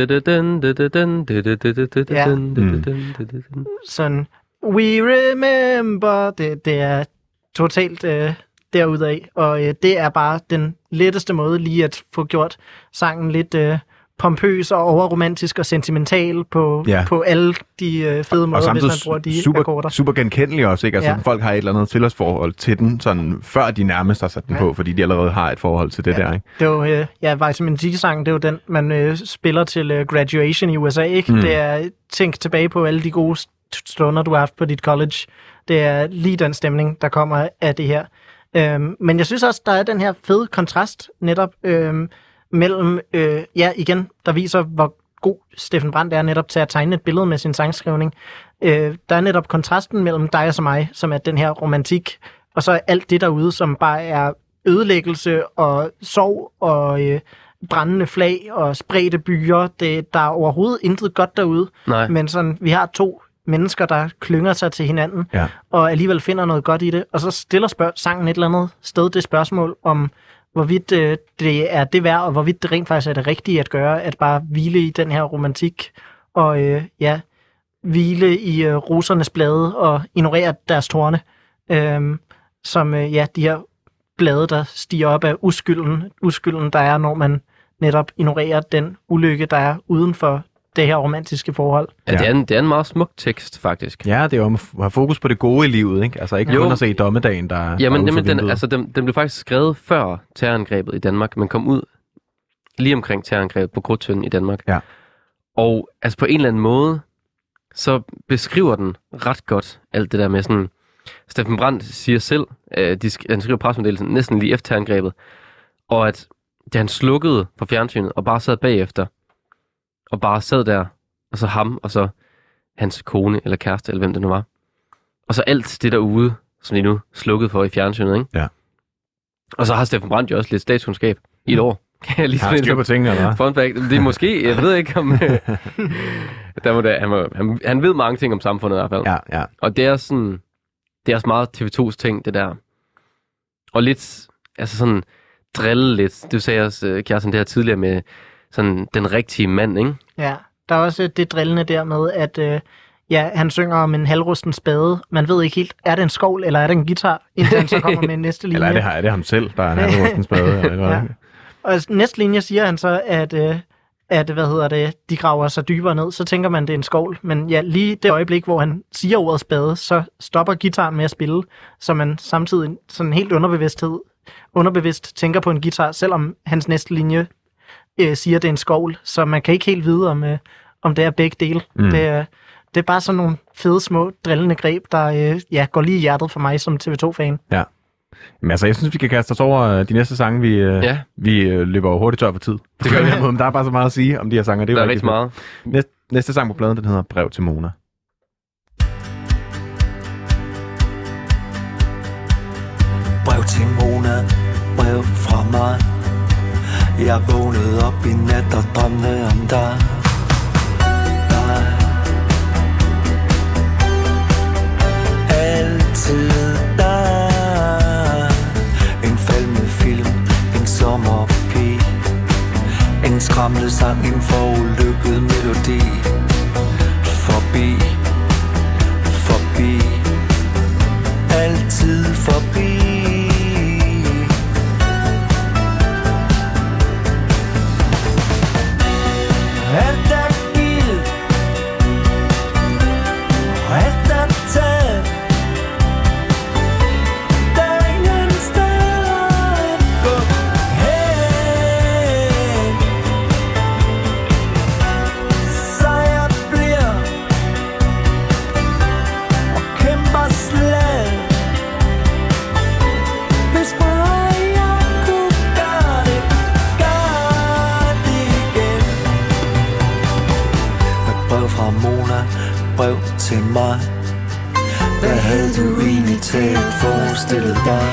[SPEAKER 3] Sådan... We remember... Det er totalt... derudad, og det er bare den letteste måde lige at få gjort sangen lidt pompøs og overromantisk og sentimental på alle de fede måder, hvis man bruger de akkorder.
[SPEAKER 2] Super genkendelig også, ikke? Altså folk har et eller andet tilhørsforhold til den, sådan før de nærmest har sat den på, fordi de allerede har et forhold til det der, ikke?
[SPEAKER 3] Det er jo, Vitamin D-sang, det er jo den, man spiller til graduation i USA, ikke? Det er, tænk tilbage på alle de gode stunder, du har haft på dit college. Det er lige den stemning, der kommer af det her. Men jeg synes også, der er den her fede kontrast netop mellem, igen, der viser, hvor god Steffen Brandt er netop til at tegne et billede med sin sangskrivning. Der er netop kontrasten mellem dig og mig, som er den her romantik, og så alt det derude, som bare er ødelæggelse og sorg og brændende flag og spredte byer. Der er overhovedet intet godt derude. Nej. Men sådan, vi har to mennesker, der klynger sig til hinanden, og alligevel finder noget godt i det. Og så stiller sangen et eller andet sted det spørgsmål om, hvorvidt det er det værd, og hvorvidt det rent faktisk er det rigtige at gøre, at bare hvile i den her romantik, og hvile i rosernes blade, og ignorere deres torne, som de her blade, der stiger op af uskylden, der er, når man netop ignorerer den ulykke, der er uden for det her romantiske forhold.
[SPEAKER 1] Ja, det er en meget smuk tekst, faktisk.
[SPEAKER 2] Ja, det er jo at have fokus på det gode i livet, ikke? Altså ikke kun at se dommedagen, der
[SPEAKER 1] den blev faktisk skrevet før terrorangrebet i Danmark, men kom ud lige omkring terrorangrebet på Krudttønden i Danmark. Ja. Og altså på en eller anden måde, så beskriver den ret godt alt det der med sådan... Steffen Brandt siger selv, han skriver pressemeddelelsen næsten lige efter terrorangrebet, og at da han slukkede for fjernsynet og bare sad bagefter, og bare sad der, og så ham, og så hans kone, eller kæreste, eller hvem det nu var. Og så alt det derude, som de nu slukkede for i fjernsynet, ikke? Ja. Og så har Steffen Brandt jo også lidt statskundskab i et år. Kan jeg lige
[SPEAKER 2] styr på tingene, eller hvad?
[SPEAKER 1] Fun fact. Det er måske, jeg ved ikke om... han ved mange ting om samfundet i hvert fald. Ja. Og det er sådan... Det er også meget TV2's ting, det der. Og lidt, altså sådan, drille lidt. Du sagde også, Kjærsen, det her tidligere med sådan den rigtige mand, ikke?
[SPEAKER 3] Ja, der er også det drillende der med, at han synger om en halvrusten spade. Man ved ikke helt, er det en skovl, eller er det en guitar, indtil han så kommer med næste linje.
[SPEAKER 2] Eller er det ham selv, der er en halvrusten spade? Eller
[SPEAKER 3] Og næste linje siger han så, at de graver sig dybere ned, så tænker man, det er en skovl. Men ja, lige det øjeblik, hvor han siger ordet spade, så stopper guitaren med at spille, så man samtidig sådan helt underbevidst tænker på en guitar, selvom hans næste linje siger, det er en skovl. Så man kan ikke helt vide, om det er begge dele. Det er bare sådan nogle fede, små, drillende greb, der går lige i hjertet for mig som TV2-fan. Ja.
[SPEAKER 2] Men altså, jeg synes, vi kan kaste os over de næste sange. Vi løber hurtigt tør for tid. Det gør vi. Men der er bare så meget at sige om de her sange.
[SPEAKER 1] Det er rigtig meget.
[SPEAKER 2] Næste sang på pladen, den hedder Brev til Mona.
[SPEAKER 4] Brev til Mona, brev fra mig. Jeg vågnede op i nat og drømte om dig. Altid dig. En faldende film, en sommerpige. En skræmmende sang, en forulykket melodi. Forbi, altid forbi. Alt er gild, alt er taget. Der er ingen sted at gå hen. Så jeg til mig. Hvad havde du egentlig til at forestille dig?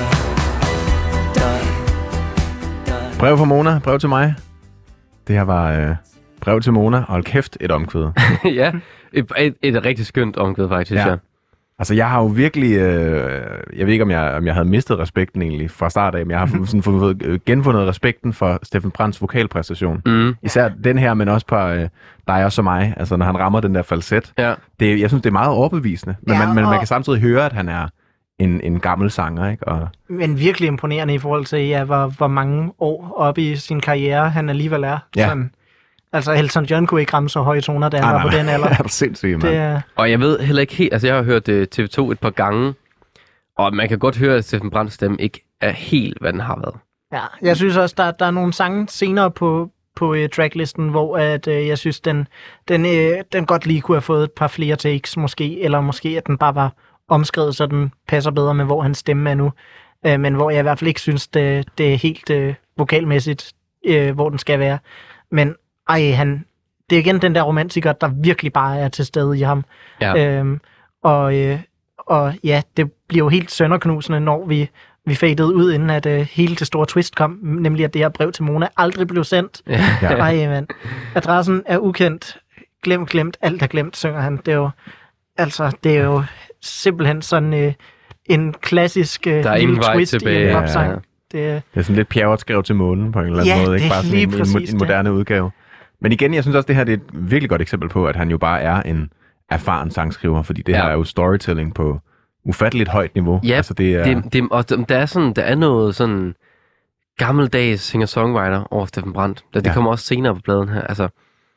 [SPEAKER 2] Brev fra Mona, brev til mig. Det her var brev til Mona. Hold kæft, et omkvæd.
[SPEAKER 1] Ja, et rigtig skønt omkvæd faktisk, ja.
[SPEAKER 2] Altså, jeg har jo virkelig... jeg ved ikke, om jeg havde mistet respekten egentlig fra start af, men jeg har sådan fået genfundet respekten for Steffen Brandts vokalpræstation. Især den her, men også på dig og så mig. Altså, når han rammer den der falset. Ja. Jeg synes, det er meget overbevisende. Men, man kan samtidig høre, at han er en gammel sanger, ikke?
[SPEAKER 3] Men virkelig imponerende i forhold til, hvor mange år oppe i sin karriere han alligevel er.
[SPEAKER 2] Ja.
[SPEAKER 3] Sådan, altså, Elton John kunne ikke ramme så høje toner, da han var på den alder.
[SPEAKER 2] Det er sindssygt, mand.
[SPEAKER 1] Og jeg ved heller ikke helt... Altså, jeg har hørt TV2 et par gange, og man kan godt høre, at Steffen Brandts stemme ikke er helt, hvad den har været.
[SPEAKER 3] Ja, jeg synes også, der er nogle sange senere på tracklisten, hvor at, jeg synes, den godt lige kunne have fået et par flere takes, måske, eller måske, at den bare var omskrevet, så den passer bedre med, hvor hans stemme er nu. Men hvor jeg i hvert fald ikke synes, det er helt vokalmæssigt, hvor den skal være. Men det er igen den der romantiker, der virkelig bare er til stede i ham. Ja. Og ja, det bliver jo helt sønderknusende, når vi fadede ud, inden at hele det store twist kom, nemlig at det her brev til Mona aldrig blev sendt. Ja. Mand. Adressen er ukendt. Glemt, alt er glemt, synger han. Det er jo simpelthen sådan en klassisk lille twist i en popsang. Ja.
[SPEAKER 2] Det er sådan lidt Pjerrot skrev til månen på en eller anden måde. Ikke bare sådan en moderne udgave. Men igen, jeg synes også, det her det er et virkelig godt eksempel på, at han jo bare er en erfaren sangskriver, fordi det her er jo storytelling på ufatteligt højt niveau. Ja, altså,
[SPEAKER 1] der er noget sådan gammeldags singer-songwriter over Steffen Brandt. Det kommer også senere på pladen her. Altså,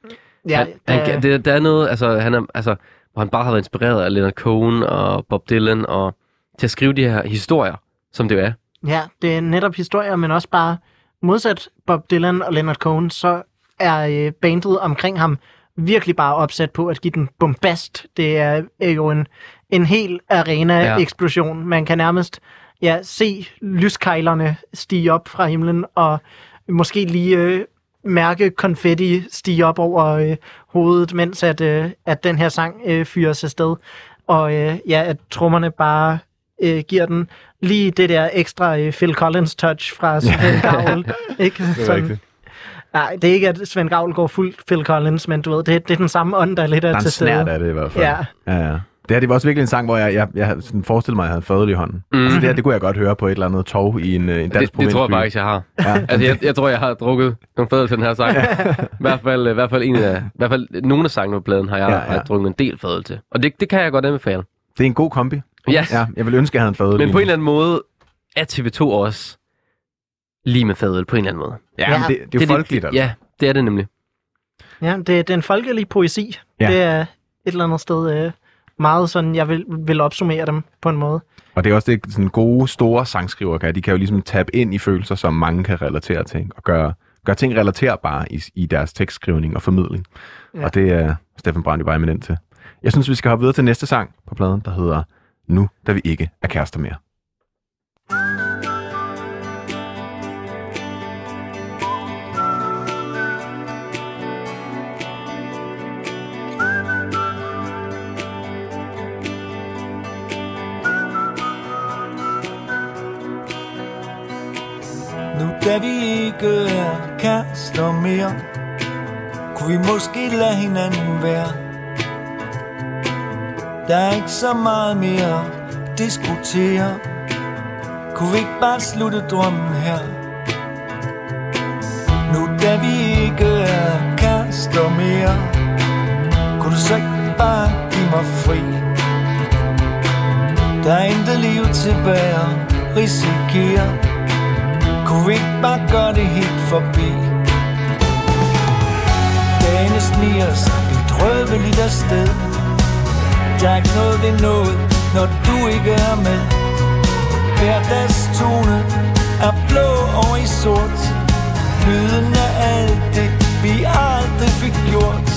[SPEAKER 1] der er noget, hvor han bare har været inspireret af Leonard Cohen og Bob Dylan og til at skrive de her historier, som det jo er.
[SPEAKER 3] Ja, det er netop historier, men også bare modsat Bob Dylan og Leonard Cohen, så er bandet omkring ham virkelig bare opsat på at give den bombast. Det er jo en hel arena-eksplosion. Man kan nærmest se lyskejlerne stige op fra himlen, og måske lige mærke konfetti stige op over hovedet, mens at den her sang fyres afsted. Og at trommerne bare giver den lige det der ekstra Phil Collins touch fra Svend Gavl. Ikke? Sådan. Nej, det er ikke, at Svend Gavl går fuldt Phil Collins, men du ved, det er den samme ånd, der lidt er til stede. Der er en snært af
[SPEAKER 2] det i hvert fald. Ja. Det var også virkelig en sang, hvor jeg sådan forestillede mig, at jeg havde fadøl i hånden. Altså det kunne jeg godt høre på et eller andet torv i en dansk provinsby.
[SPEAKER 1] Det tror jeg faktisk, jeg har. Ja. Altså jeg tror, jeg har drukket nogle fadøl til den her sang. I hvert fald nogle af sangene på pladen har jeg drukket en del fadøl til. Og det kan jeg godt anbefale.
[SPEAKER 2] Det er en god kombi.
[SPEAKER 1] Ja.
[SPEAKER 2] Jeg vil ønske, at jeg havde en fadøl.
[SPEAKER 1] Men på en eller anden måde er TV2 også lige med fadøl på en eller anden måde.
[SPEAKER 2] Ja, det er jo folkeligt. Altså.
[SPEAKER 1] Ja, det er det nemlig.
[SPEAKER 3] Ja, det er en folkelig poesi. Ja. Det er et eller andet sted meget sådan, jeg vil opsummere dem på en måde.
[SPEAKER 2] Og det er også det, sådan gode, store sangskrivere kan. De kan jo ligesom tabe ind i følelser, som mange kan relatere til, og gøre ting relaterbare i deres tekstskrivning og formidling. Ja. Og det er Steffen Brandt jo bare eminent til. Jeg synes, vi skal hoppe videre til næste sang på pladen, der hedder Nu, da vi ikke er kærester mere.
[SPEAKER 4] Da vi ikke er kærester mere, kunne vi måske lade hinanden være. Der er ikke så meget mere at diskutere. Kunne vi ikke bare slutte drømmen her? Nu da vi ikke er kærester mere, kunne du så ikke bare give mig fri? Der er intet liv tilbage at risikere. Kunne vi ikke bare gøre det helt forbi? Dagene sniger sig et røveligt afsted. Der er ikke noget ved noget, når du ikke er med. Hverdagstone er blå og i sort. Lyden af alt det, vi aldrig fik gjort.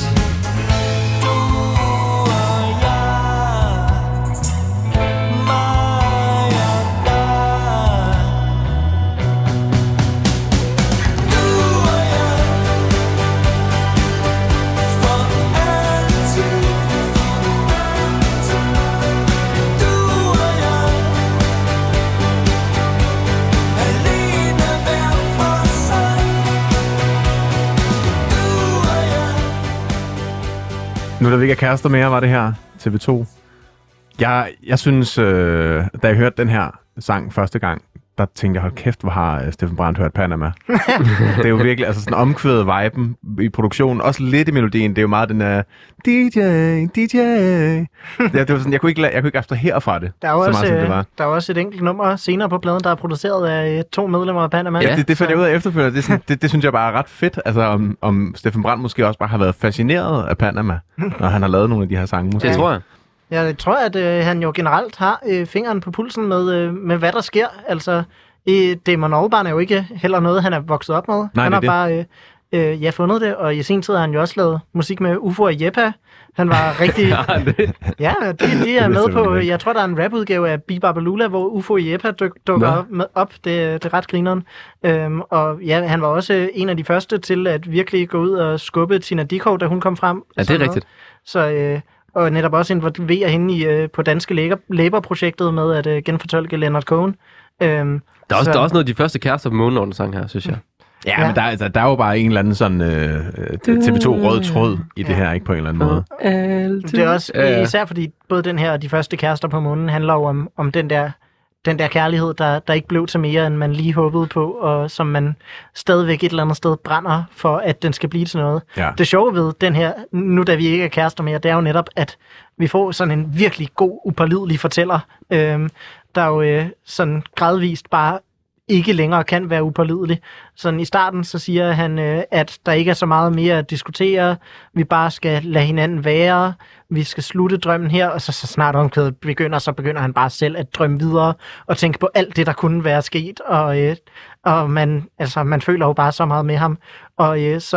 [SPEAKER 2] ved, vi ikke er kærester mere, var det her TV2. Jeg synes, da jeg hørte den her sang første gang, der tænkte jeg, hold kæft, hvor har Steffen Brandt hørt Panama. Det er jo virkelig altså sådan omkvædet viben i produktionen. Også lidt i melodien. Det er jo meget den der DJ. Det var sådan, jeg kunne ikke abstrahere fra det.
[SPEAKER 3] Der er også et enkelt nummer senere på pladen, der er produceret af 2 medlemmer af Panama.
[SPEAKER 2] Ja, det fandt jeg ud af efterfølgende. Det synes jeg bare er ret fedt. Altså om Steffen Brandt måske også bare har været fascineret af Panama, når han har lavet nogle af de her sange. Måske.
[SPEAKER 1] Det tror jeg.
[SPEAKER 3] Jeg tror, at han jo generelt har fingeren på pulsen med hvad der sker. Altså, Damon Albarn er jo ikke heller noget, han er vokset op med.
[SPEAKER 2] Nej,
[SPEAKER 3] han har bare fundet det, og i sin tid har han jo også lavet musik med Ufo og Jeppe. Han var rigtig... Ja, de er med på... Jeg tror, der er en rapudgave af Bibabalula, hvor Ufo og Jeppe dukker op. Det er ret grineren. Og ja, han var også en af de første til at virkelig gå ud og skubbe Tina Dickow, da hun kom frem.
[SPEAKER 1] Ja, det er rigtigt.
[SPEAKER 3] Så... og netop også involverer hende på Danske Læber-projektet med at genfortolke Leonard Cohen.
[SPEAKER 1] Der er også noget af de første kærester på måneorden-sang her, synes jeg.
[SPEAKER 2] Ja, men der er jo bare en eller anden sådan TV2 rød tråd i det her, ikke på en eller anden måde.
[SPEAKER 3] Det er også især fordi både den her og de første kærester på månen handler jo om den der kærlighed, der ikke blev til mere, end man lige håbede på, og som man stadigvæk et eller andet sted brænder for, at den skal blive til noget.
[SPEAKER 2] Ja.
[SPEAKER 3] Det sjove ved den her, nu da vi ikke er kærester mere, det er jo netop, at vi får sådan en virkelig god, upålidelig fortæller, der jo sådan gradvist bare ikke længere kan være upålidelig. Sådan i starten, så siger han, at der ikke er så meget mere at diskutere. Vi bare skal lade hinanden være. Vi skal slutte drømmen her, og så snart omkvædet begynder han bare selv at drømme videre og tænke på alt det, der kunne være sket. Og man føler jo bare så meget med ham. Og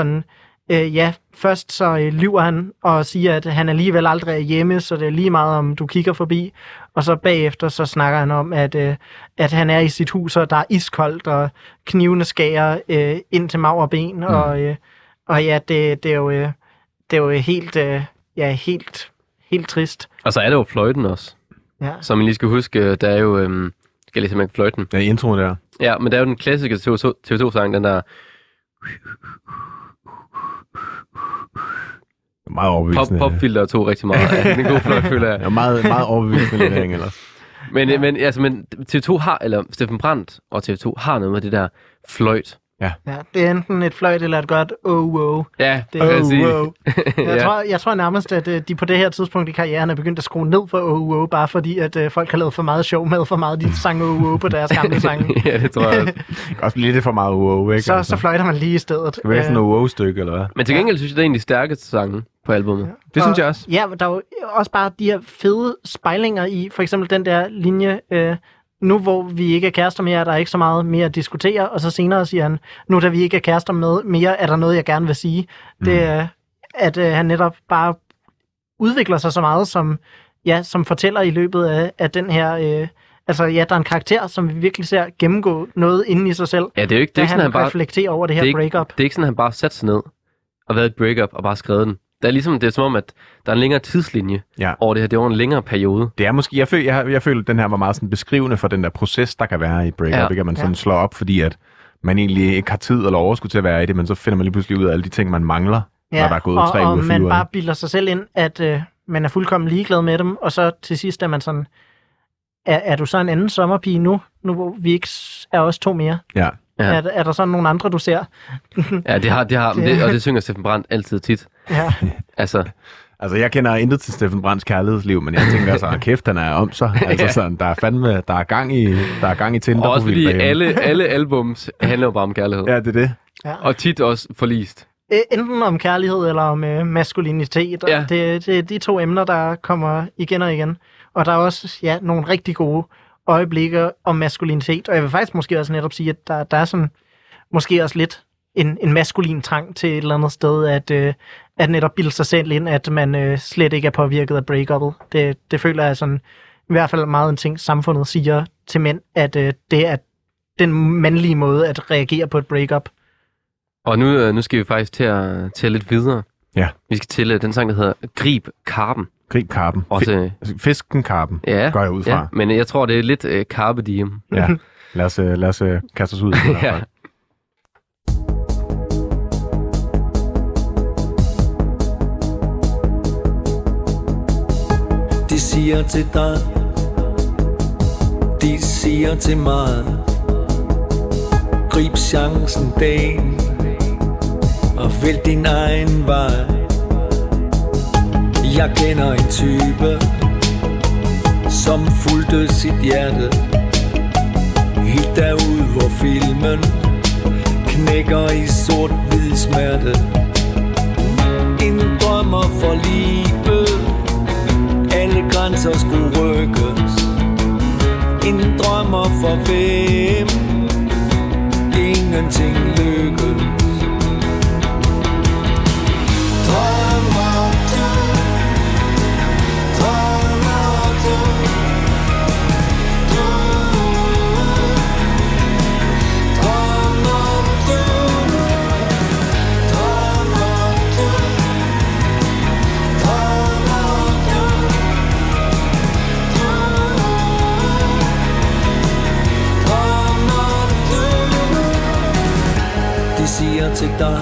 [SPEAKER 3] først så lyver han og siger, at han alligevel aldrig er hjemme, så det er lige meget, om du kigger forbi. Og så bagefter så snakker han om, at han er i sit hus, og der er iskoldt, og knivene skærer ind til mag og ben. Og ja, det er jo helt trist. Og
[SPEAKER 1] så er det jo fløjten også. Ja. Som I lige skal huske, der er jo... skal jeg lige simpelthen fløjten?
[SPEAKER 2] Ja, introen der.
[SPEAKER 1] Ja, men der er jo den klassiske TV2-sang, den der...
[SPEAKER 2] Meget overbevisende.
[SPEAKER 1] Popfilter tog rigtig meget af den gode fløjt, føler jeg.
[SPEAKER 2] Ja, meget overbevisende levering ellers.
[SPEAKER 1] Men TV2 har, eller Steffen Brandt og TV2 har noget med det der fløjt.
[SPEAKER 3] Ja, det er enten et fløjt eller et godt oh-wow.
[SPEAKER 1] Ja, det kan jeg sige.
[SPEAKER 3] Jeg tror nærmest, at de på det her tidspunkt i karrieren er begyndt at skrue ned for oh-wow, bare fordi at folk har lavet for meget show med for meget de sang oh-wow på deres gamle sange.
[SPEAKER 1] Ja, det tror jeg også.
[SPEAKER 2] Også lidt for meget oh-wow, ikke?
[SPEAKER 3] Så fløjter man lige i stedet.
[SPEAKER 2] Skal vi have sådan en oh-wow-stykke, eller hvad?
[SPEAKER 1] Men til gengæld synes jeg, det er en af de stærkeste sange på albumet. Ja.
[SPEAKER 2] Det synes jeg også.
[SPEAKER 3] Ja, der er jo også bare de her fede spejlinger i, for eksempel den der linje... nu hvor vi ikke er kærester mere, er der ikke så meget mere at diskutere, og så senere siger han, nu da vi ikke er kærester med mere, er der noget, jeg gerne vil sige. Det er, at han netop bare udvikler sig så meget, som fortæller i løbet af den her... der er en karakter, som vi virkelig ser gennemgå noget inden i sig selv.
[SPEAKER 1] Ja, det er jo ikke, det er ikke sådan, han bare
[SPEAKER 3] reflekterer over det her breakup.
[SPEAKER 1] Det er ikke sådan, han bare satte sig ned og været et breakup og bare skrevet den. Det er som om, at der er en længere tidslinje over det her. Det er over en længere periode.
[SPEAKER 2] Det er måske, jeg føler, at den her var meget sådan beskrivende for den der proces, der kan være i et breakup. Ikke? At man sådan slår op, fordi at man egentlig ikke har tid eller overskud til at være i det, men så finder man lige pludselig ud af alle de ting, man mangler, når der er gået 3 uger, 4 uger.
[SPEAKER 3] Og man bare bilder sig selv ind, at man er fuldkommen ligeglad med dem, og så til sidst er man sådan, er du så en anden sommerpige nu hvor vi ikke er os 2 mere?
[SPEAKER 2] Ja.
[SPEAKER 3] Ja. Er der sådan nogle andre, du ser?
[SPEAKER 1] Ja, det har og det synger Steffen Brandt altid tit.
[SPEAKER 3] Ja.
[SPEAKER 2] Altså, jeg kender intet til Steffen Brandts kærlighedsliv, men jeg tænker altså, kæft, han er om sig. Altså sådan, der er gang i Tinder.
[SPEAKER 1] Og også fordi alle albums handler jo bare om kærlighed.
[SPEAKER 2] Ja, det er det.
[SPEAKER 1] Ja. Og tit også forlist.
[SPEAKER 3] Enten om kærlighed eller om maskulinitet. Ja. Det er de 2 emner, der kommer igen og igen. Og der er også nogle rigtig gode øjeblikke om maskulinitet. Og jeg vil faktisk måske også netop sige, at der er sådan måske også lidt en maskulin trang til et eller andet sted, at netop bilde sig selv ind, at man slet ikke er påvirket af break-up'et. Det føler jeg sådan, i hvert fald meget en ting, samfundet siger til mænd, at det er den mandlige måde at reagere på et break-up.
[SPEAKER 1] Og nu skal vi faktisk til lidt videre.
[SPEAKER 2] Ja.
[SPEAKER 1] Vi skal til den sang, der hedder Grib Karpen.
[SPEAKER 2] Grib Karpen.
[SPEAKER 1] Også,
[SPEAKER 2] fisken Karpen, går jeg ud fra.
[SPEAKER 1] Ja, men jeg tror, det er lidt Carpe Diem.
[SPEAKER 2] Ja, lad os kaste os ud. Ja.
[SPEAKER 4] De siger til dig, de siger til mig, grib chancen dagen og vælg din egen vej. Jeg kender en type, som fulgte sit hjerte helt derud, hvor filmen knækker i sort-hvid smerte. En drømmer for livet, alle grænser skulle rykkes. En drømmer for hvem ingenting lykkes. Drømmer du, drømmer du, du, drømmer du, drømmer du, drømmer du, drømmer du. De siger til dig,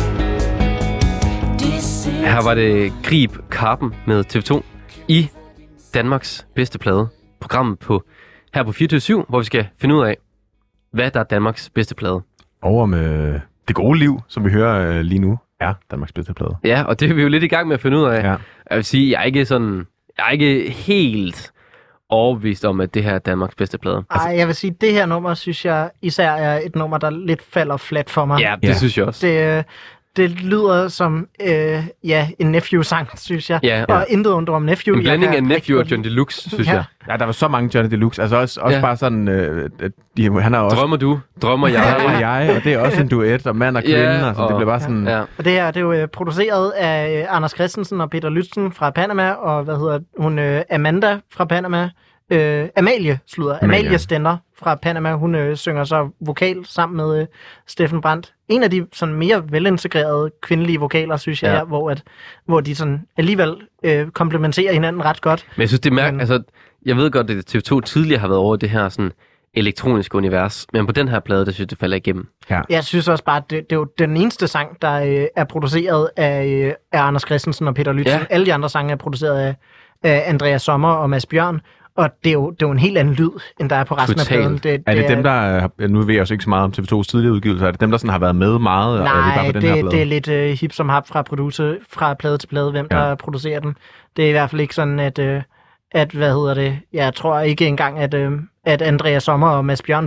[SPEAKER 1] Her var det Grib Karpen med TV2 i Danmarks bedste plade. Programmet her på 24/7, hvor vi skal finde ud af, hvad der er Danmarks bedste plade.
[SPEAKER 2] Over med Det Gode Liv, som vi hører lige nu, er Danmarks bedste plade.
[SPEAKER 1] Ja, og det er vi jo lidt i gang med at finde ud af.
[SPEAKER 2] Ja.
[SPEAKER 1] Jeg vil sige, jeg er ikke helt overbevist om, at det her er Danmarks bedste plade.
[SPEAKER 3] Ej, jeg vil sige, det her nummer, synes jeg især er et nummer, der lidt falder flat for mig.
[SPEAKER 1] Ja, det synes jeg også.
[SPEAKER 3] Det lyder som en Nephew-sang, synes jeg.
[SPEAKER 1] Ja.
[SPEAKER 3] Og intet under om Nephew.
[SPEAKER 1] En blanding af Nephew og John Deluxe, synes jeg.
[SPEAKER 2] Ja, der var så mange Johnny Deluxe. Altså også bare sådan... han er også...
[SPEAKER 1] Drømmer du? Drømmer jeg?
[SPEAKER 2] Drømmer jeg, og det er også en duet, og mand og kvinde, og det bliver bare sådan...
[SPEAKER 1] Ja.
[SPEAKER 3] Og det her, det er jo produceret af Anders Christensen og Peter Lützen fra Panama, og Amanda fra Panama. Amalie Stender fra Panama, hun synger så vokal sammen med Steffen Brandt. En af de sådan mere velintegrerede kvindelige vokaler, synes jeg, hvor de sådan alligevel komplementerer hinanden ret godt.
[SPEAKER 1] Men jeg synes, det er altså, jeg ved godt, at TV2 tidligere har været over det her sådan elektroniske univers, men på den her plade, der synes jeg, det falder igennem.
[SPEAKER 3] Ja. Jeg synes også bare, at det er jo den eneste sang, der er produceret af Anders Christensen og Peter Lützen. Ja. Alle de andre sange er produceret af Andreas Sommer og Mads Bjørn. Og det er jo en helt anden lyd, end der er på resten af pladen.
[SPEAKER 2] Er det dem, der... Nu ved jeg også ikke så meget om TV2's tidligere udgivelser. Er det dem, der sådan har været med meget?
[SPEAKER 3] Nej, det er lidt hip som hap fra plade til plade, hvem der producerer den. Det er i hvert fald ikke sådan, at jeg tror ikke engang, at Andreas Sommer og Mads Bjørn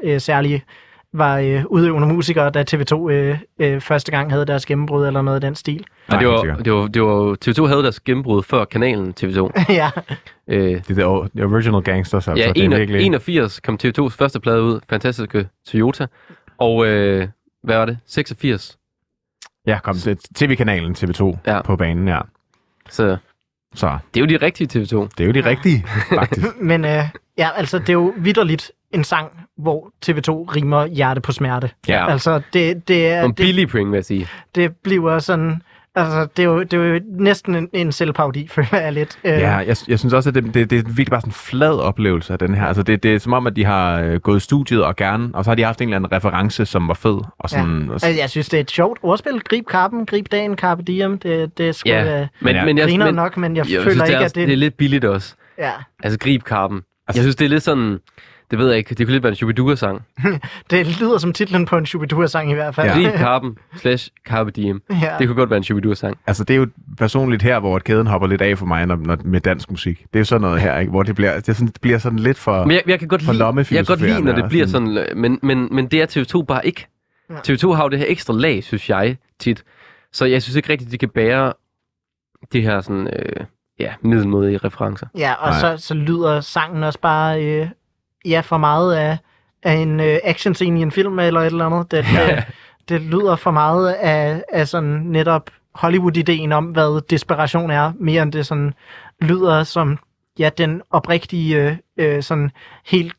[SPEAKER 3] var udøvende musikere, da TV2 første gang havde deres gennembrud eller noget af den stil.
[SPEAKER 1] Nej, det var TV2 havde deres gennembrud før kanalen TV2.
[SPEAKER 3] Ja.
[SPEAKER 2] Det er The Original Gangsters. Altså.
[SPEAKER 1] Ja, 81 kom TV2's første plade ud, Fantastiske Toyota. Og hvad var det? 86?
[SPEAKER 2] Ja, kom TV-kanalen TV2 på banen, ja.
[SPEAKER 1] Så det er jo de rigtige TV2.
[SPEAKER 2] Det er jo de rigtige, faktisk.
[SPEAKER 3] Men altså, det er jo vitterligt en sang, hvor TV2 rimer hjerte på smerte.
[SPEAKER 1] Ja.
[SPEAKER 3] Altså, det er...
[SPEAKER 1] En billig point, vil jeg sige.
[SPEAKER 3] Det bliver sådan... Altså, det er jo næsten en selvparodi, føler jeg lidt.
[SPEAKER 2] Ja, jeg synes også, at det er virkelig bare sådan en flad oplevelse af den her. Altså, det er som om, at de har gået i studiet og så har de haft en eller anden reference, som var fed. Og sådan,
[SPEAKER 3] Altså, jeg synes, det er et sjovt ordspil. Grib karpen, grib dagen, carpe diem. Det er sgu griner nok, men jeg føler ikke, at det...
[SPEAKER 1] Det er lidt billigt også.
[SPEAKER 3] Ja.
[SPEAKER 1] Altså, grib karpen. Altså, jeg synes, det er lidt sådan... Det ved jeg ikke. Det kunne lidt være en Shubidua-sang.
[SPEAKER 3] Det lyder som titlen på en Shubidua-sang i hvert fald.
[SPEAKER 1] Grib karpen / Carpe Diem. Ja. Det kunne godt være en Shubidua-sang.
[SPEAKER 2] Altså, det er jo personligt her, hvor kæden hopper lidt af for mig med dansk musik. Det er jo sådan noget her, ikke? Hvor det bliver sådan lidt for
[SPEAKER 1] men jeg kan godt lide, når det bliver sådan... Men det er TV2 bare ikke. Ja. TV2 har jo det her ekstra lag, synes jeg, tit. Så jeg synes ikke rigtigt, de kan bære det her sådan... middelmådige referencer.
[SPEAKER 3] Ja, og så lyder sangen også bare... for meget af en actionscene i en film eller et eller andet. Det lyder for meget af sådan netop Hollywood-ideen om, hvad desperation er, mere end det sådan lyder som den oprigtige sådan helt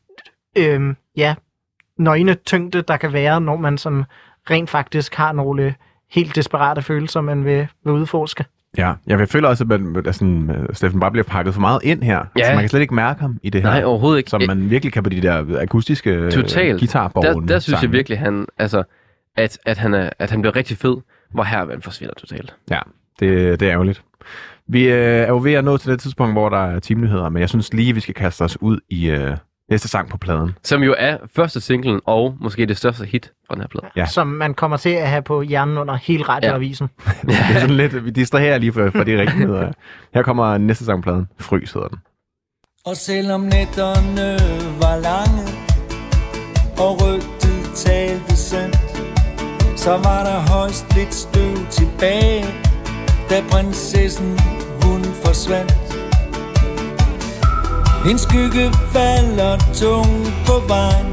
[SPEAKER 3] nøgne tyngde, der kan være, når man sådan rent faktisk har nogle helt desperate følelser, man vil udforske.
[SPEAKER 2] Ja, jeg føler også, at Steffen bare bliver pakket for meget ind her. Ja. Altså, man kan slet ikke mærke ham i det her.
[SPEAKER 1] Nej, overhovedet ikke.
[SPEAKER 2] Som man virkelig kan på de der akustiske guitarborgen.
[SPEAKER 1] Der synes jeg virkelig, at han bliver rigtig fed, hvor her forsvinder totalt.
[SPEAKER 2] Ja, Det er ærgerligt. Vi er jo ved at nå til det tidspunkt, hvor der er teamnyheder, men jeg synes lige, vi skal kaste os ud i næste sang på pladen.
[SPEAKER 1] Som jo er første singlen og måske det største hit fra den her plade.
[SPEAKER 3] Ja. Som man kommer til at have på hjernen under hele radioavisen.
[SPEAKER 2] Ja. Det er sådan lidt, vi distraherer lige for de rigtige nyheder. Her kommer næste sang på pladen. Frys hedder den.
[SPEAKER 4] Og selvom nætterne var lange, og rygtet talte sandt, så var der højst lidt støv tilbage, da prinsessen hun forsvandt. En skygge falder tung på vejen.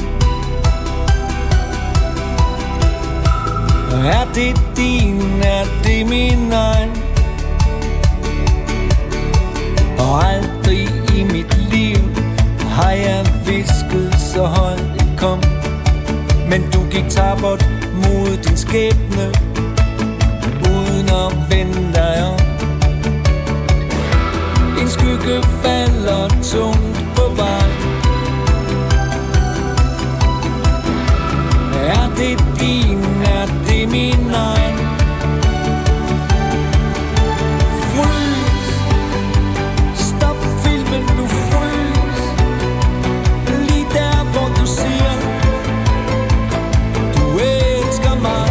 [SPEAKER 4] Er det din, er det min egen? Og aldrig i mit liv har jeg visket så højt et kom. Men du gik tappert mod din skæbne, uden at vende dig om. En skygge falder tungt på vejen. Er det din, er det min egen? Frys, stop filmen nu, frys. Lige der hvor du siger, du elsker mig.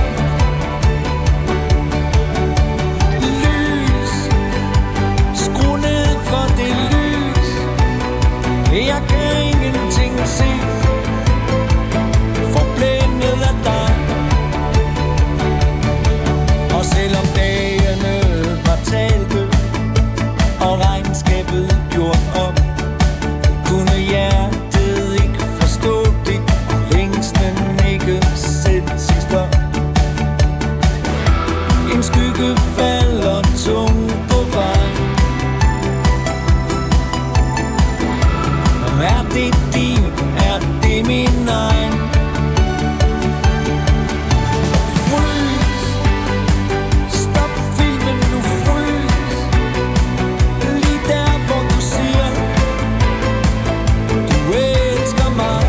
[SPEAKER 4] Lys, skru ned for det lys. Jeg kan ingenting se, forblændet af dig. Og selvom dagene var talte, og regnskabet gjort op, kunne hjertet ikke forstå det, og længslen ikke sætte sig stop. En skygge falder tung på vejen. Er det din, er det min egen? Frys, stop filmen nu, frys. Lige der hvor du siger, du elsker mig.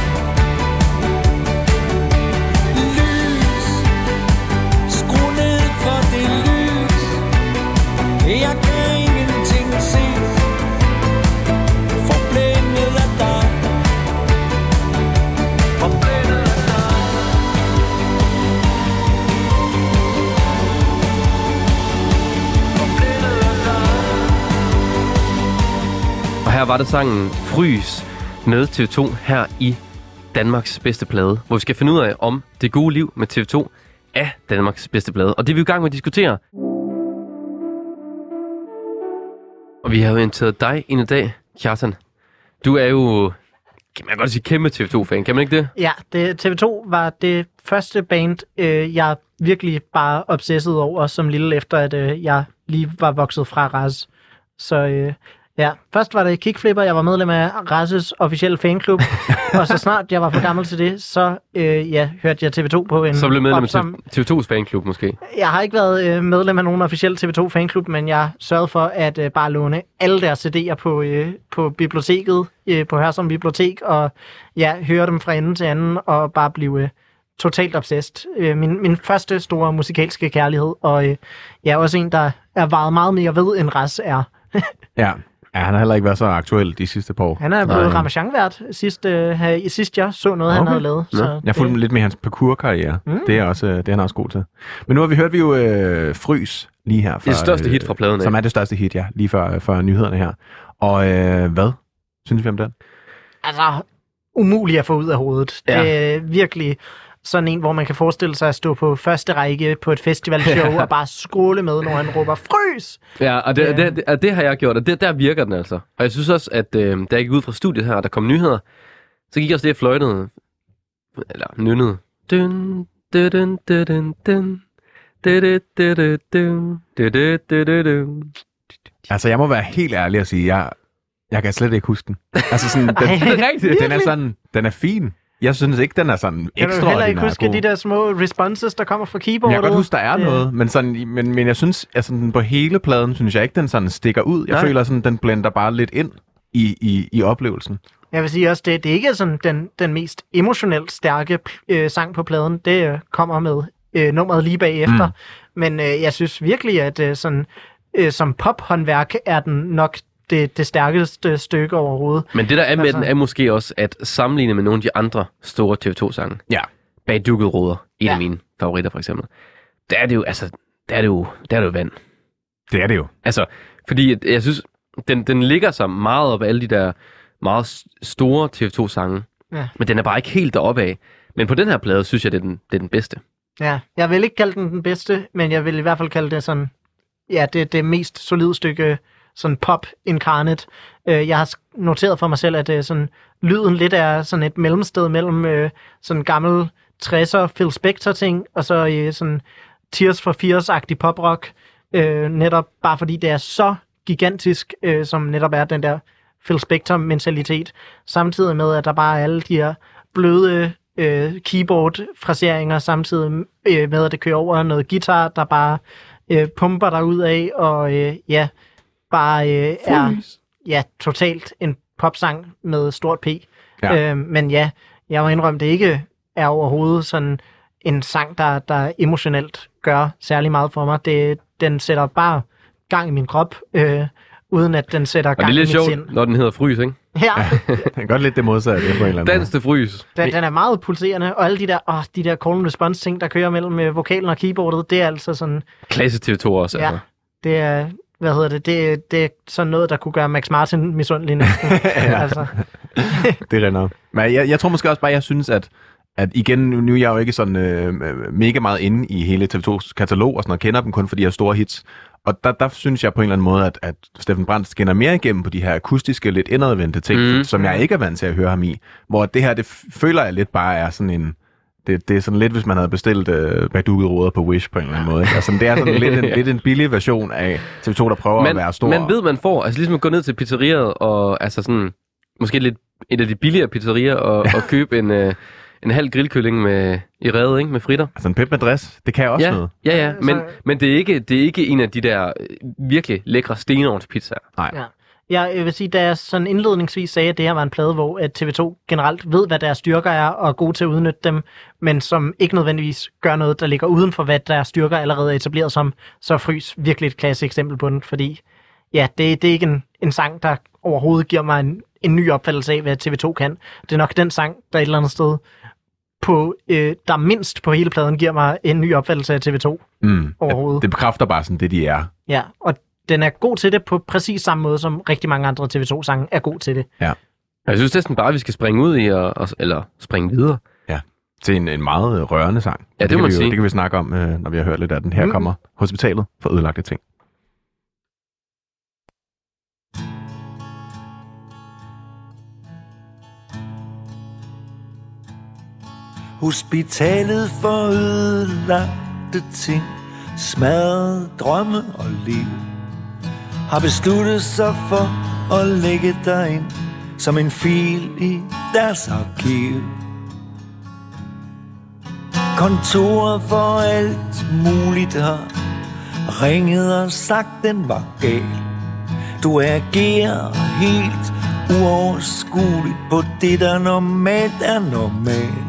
[SPEAKER 4] Lys, skru ned for det lys. Jeg kan ingenting se, forblændet af dig. Forblændet af dig. Forblændet af dig.
[SPEAKER 1] Og her var det sangen Frys med TV2 her i Danmarks bedste plade, hvor vi skal finde ud af, om det gode liv med TV2 er Danmarks bedste plade. Og det er vi i gang med at diskutere. Og vi har jo inviteret dig ind i dag, Kjartan. Du er jo, kan man godt sige, kæmpe TV2-fan, kan man ikke det?
[SPEAKER 3] Ja, TV2 var det første band, jeg virkelig bare obsessede over som lille, efter at jeg lige var vokset fra Raz. Så ja, først var det Kickflipper, jeg var medlem af Razes officielle fanklub, og så snart jeg var for gammel til det, så hørte jeg TV2 på en...
[SPEAKER 1] Så blev medlem af TV2's fanklub måske?
[SPEAKER 3] Jeg har ikke været medlem af nogen officiel TV2 fanklub, men jeg sørgede for at bare låne alle deres CD'er på biblioteket, på Hørsholm Bibliotek, og høre dem fra ende til anden, og bare blive totalt obsessed. Min første store musikalske kærlighed, og også en, der er varet meget mere ved, end Raz er.
[SPEAKER 2] Ja, han har heller ikke været så aktuel de sidste par år.
[SPEAKER 3] Han er blevet Ramachan-vært sidst jeg så noget, han havde lavet. Så
[SPEAKER 2] jeg fulgte lidt med hans parkour-karriere. Det er han også god til. Men nu har vi hørt jo Frys lige her.
[SPEAKER 1] Det største hit fra pladen.
[SPEAKER 2] Som er det største hit, ja. Lige for nyhederne her. Og hvad synes vi om den?
[SPEAKER 3] Altså, umuligt at få ud af hovedet. Ja. Det er virkelig sådan en, hvor man kan forestille sig at stå på første række på et festivalshow og bare skråle med, når han råber frys!
[SPEAKER 1] Ja, og det har jeg gjort, og der virker den altså. Og jeg synes også, at da jeg gik ud fra studiet her, og der kom nyheder, så gik jeg også det, jeg fløjtede, eller nynnede. Dun, dun, dun, dun, dun.
[SPEAKER 2] Altså, jeg må være helt ærlig at sige, jeg kan slet ikke huske den. Altså sådan, den er sådan, den er fin. Jeg synes ikke, den er sådan ekstraordinær god. Kan du heller ikke
[SPEAKER 3] huske de der små responses, der kommer fra keyboardet?
[SPEAKER 2] Jeg kan godt huske, der er noget, men jeg synes, altså på hele pladen, synes jeg ikke, den sådan stikker ud. Jeg føler sådan, den blender bare lidt ind i oplevelsen.
[SPEAKER 3] Jeg vil sige også, det er ikke sådan den mest emotionelt stærke sang på pladen. Det kommer med nummeret lige bagefter. Men jeg synes virkelig, at som pophåndværk er den nok det stærkeste stykke overhovedet.
[SPEAKER 1] Men det der er med den er måske også at sammenligne med nogle af de andre store TV2-sange.
[SPEAKER 2] Ja.
[SPEAKER 1] Bag dukket ruder, en af mine favoritter for eksempel. Der er det jo, der er det jo vand.
[SPEAKER 2] Det er det jo.
[SPEAKER 1] Altså, fordi jeg synes, den ligger sig meget op af alle de der meget store TV2-sange. Ja. Men den er bare ikke helt deroppe af. Men på den her plade, synes jeg, det er den bedste.
[SPEAKER 3] Ja, jeg vil ikke kalde den bedste, men jeg vil i hvert fald kalde det sådan, ja, det mest solide stykke sådan pop incarnate. Jeg har noteret for mig selv, at sådan, lyden lidt er sådan et mellemsted mellem sådan gammel 60'er Phil Spector-ting, og så sådan Tears for Fears-agtig poprock, netop bare fordi det er så gigantisk, som netop er den der Phil Spector-mentalitet, samtidig med, at der bare er alle de her bløde keyboard-fraseringer, samtidig med, at det kører over noget guitar, der bare pumper der ud af, og bare er totalt en popsang med stort P. Ja. Men ja, jeg må indrømme, det ikke er overhovedet sådan en sang, der emotionelt gør særlig meget for mig. Den sætter bare gang i min krop, uden at den sætter gang i mit sind.
[SPEAKER 1] Og det er lidt sjovt, når den hedder Frys, ikke?
[SPEAKER 3] Ja.
[SPEAKER 2] Det er godt lidt det modsatte på en eller anden måde.
[SPEAKER 1] Dans til Frys.
[SPEAKER 3] Den er meget pulserende, og alle de der call and response ting, der kører mellem vokalen og keyboardet, det er altså sådan...
[SPEAKER 1] Klasse TV2 også,
[SPEAKER 3] ja, altså. Det er... Det er sådan noget, der kunne gøre Max Martin misundelig næsten. Altså.
[SPEAKER 2] Det er nok. Men jeg tror måske også bare, jeg synes, at igen, nu er jeg jo ikke sådan mega meget inde i hele TV2's katalog og sådan noget, kender dem kun for de her store hits. Og der synes jeg på en eller anden måde, at Steffen Brandt skinner mere igennem på de her akustiske, lidt indadvendte ting, som jeg ikke er vant til at høre ham i. Hvor det her, det føler jeg lidt bare er sådan en... Det er sådan lidt, hvis man havde bestilt bagdukket ruder på Wish på en eller anden måde. Altså, det er sådan lidt en billig version af TV2, der prøver at være stor.
[SPEAKER 1] Man ved, man får. Altså ligesom at gå ned til pizzeriet og altså sådan... Måske lidt et af de billigere pizzerier og købe en halv grillkylling i rede, ikke? Med fritter.
[SPEAKER 2] Altså en pep med dress, det kan også noget.
[SPEAKER 1] Ja. Men det er ikke en af de der virkelig lækre stenovnspizzaer.
[SPEAKER 2] Nej.
[SPEAKER 3] Ja. Jeg vil sige, da jeg sådan indledningsvis sagde, at det her var en plade, hvor TV2 generelt ved, hvad deres styrker er, og er gode til at udnytte dem, men som ikke nødvendigvis gør noget, der ligger uden for, hvad deres styrker allerede er etableret som, så er Frys virkelig et klasse eksempel på den, fordi ja, det er ikke en sang, der overhovedet giver mig en ny opfattelse af, hvad TV2 kan. Det er nok den sang, der et eller andet sted, der mindst på hele pladen, giver mig en ny opfattelse af TV2 overhovedet.
[SPEAKER 2] Det bekræfter bare sådan det, de er.
[SPEAKER 3] Ja, og den er god til det på præcis samme måde, som rigtig mange andre TV2-sange er god til det.
[SPEAKER 2] Ja.
[SPEAKER 1] Jeg synes næsten bare, at vi skal springe ud i, eller springe videre.
[SPEAKER 2] Ja, til en meget rørende sang.
[SPEAKER 1] Ja, det må man sige.
[SPEAKER 2] Det kan vi snakke om, når vi har hørt lidt af den. Her kommer Hospitalet for ødelagte ting.
[SPEAKER 4] Hospitalet for ødelagte ting, smadrede drømme og liv, har besluttet sig for at lægge dig ind som en fil i deres arkiv. Kontoret for alt muligt har ringet og sagt, den var gal. Du agerer helt uoverskueligt på det, der normalt er normalt.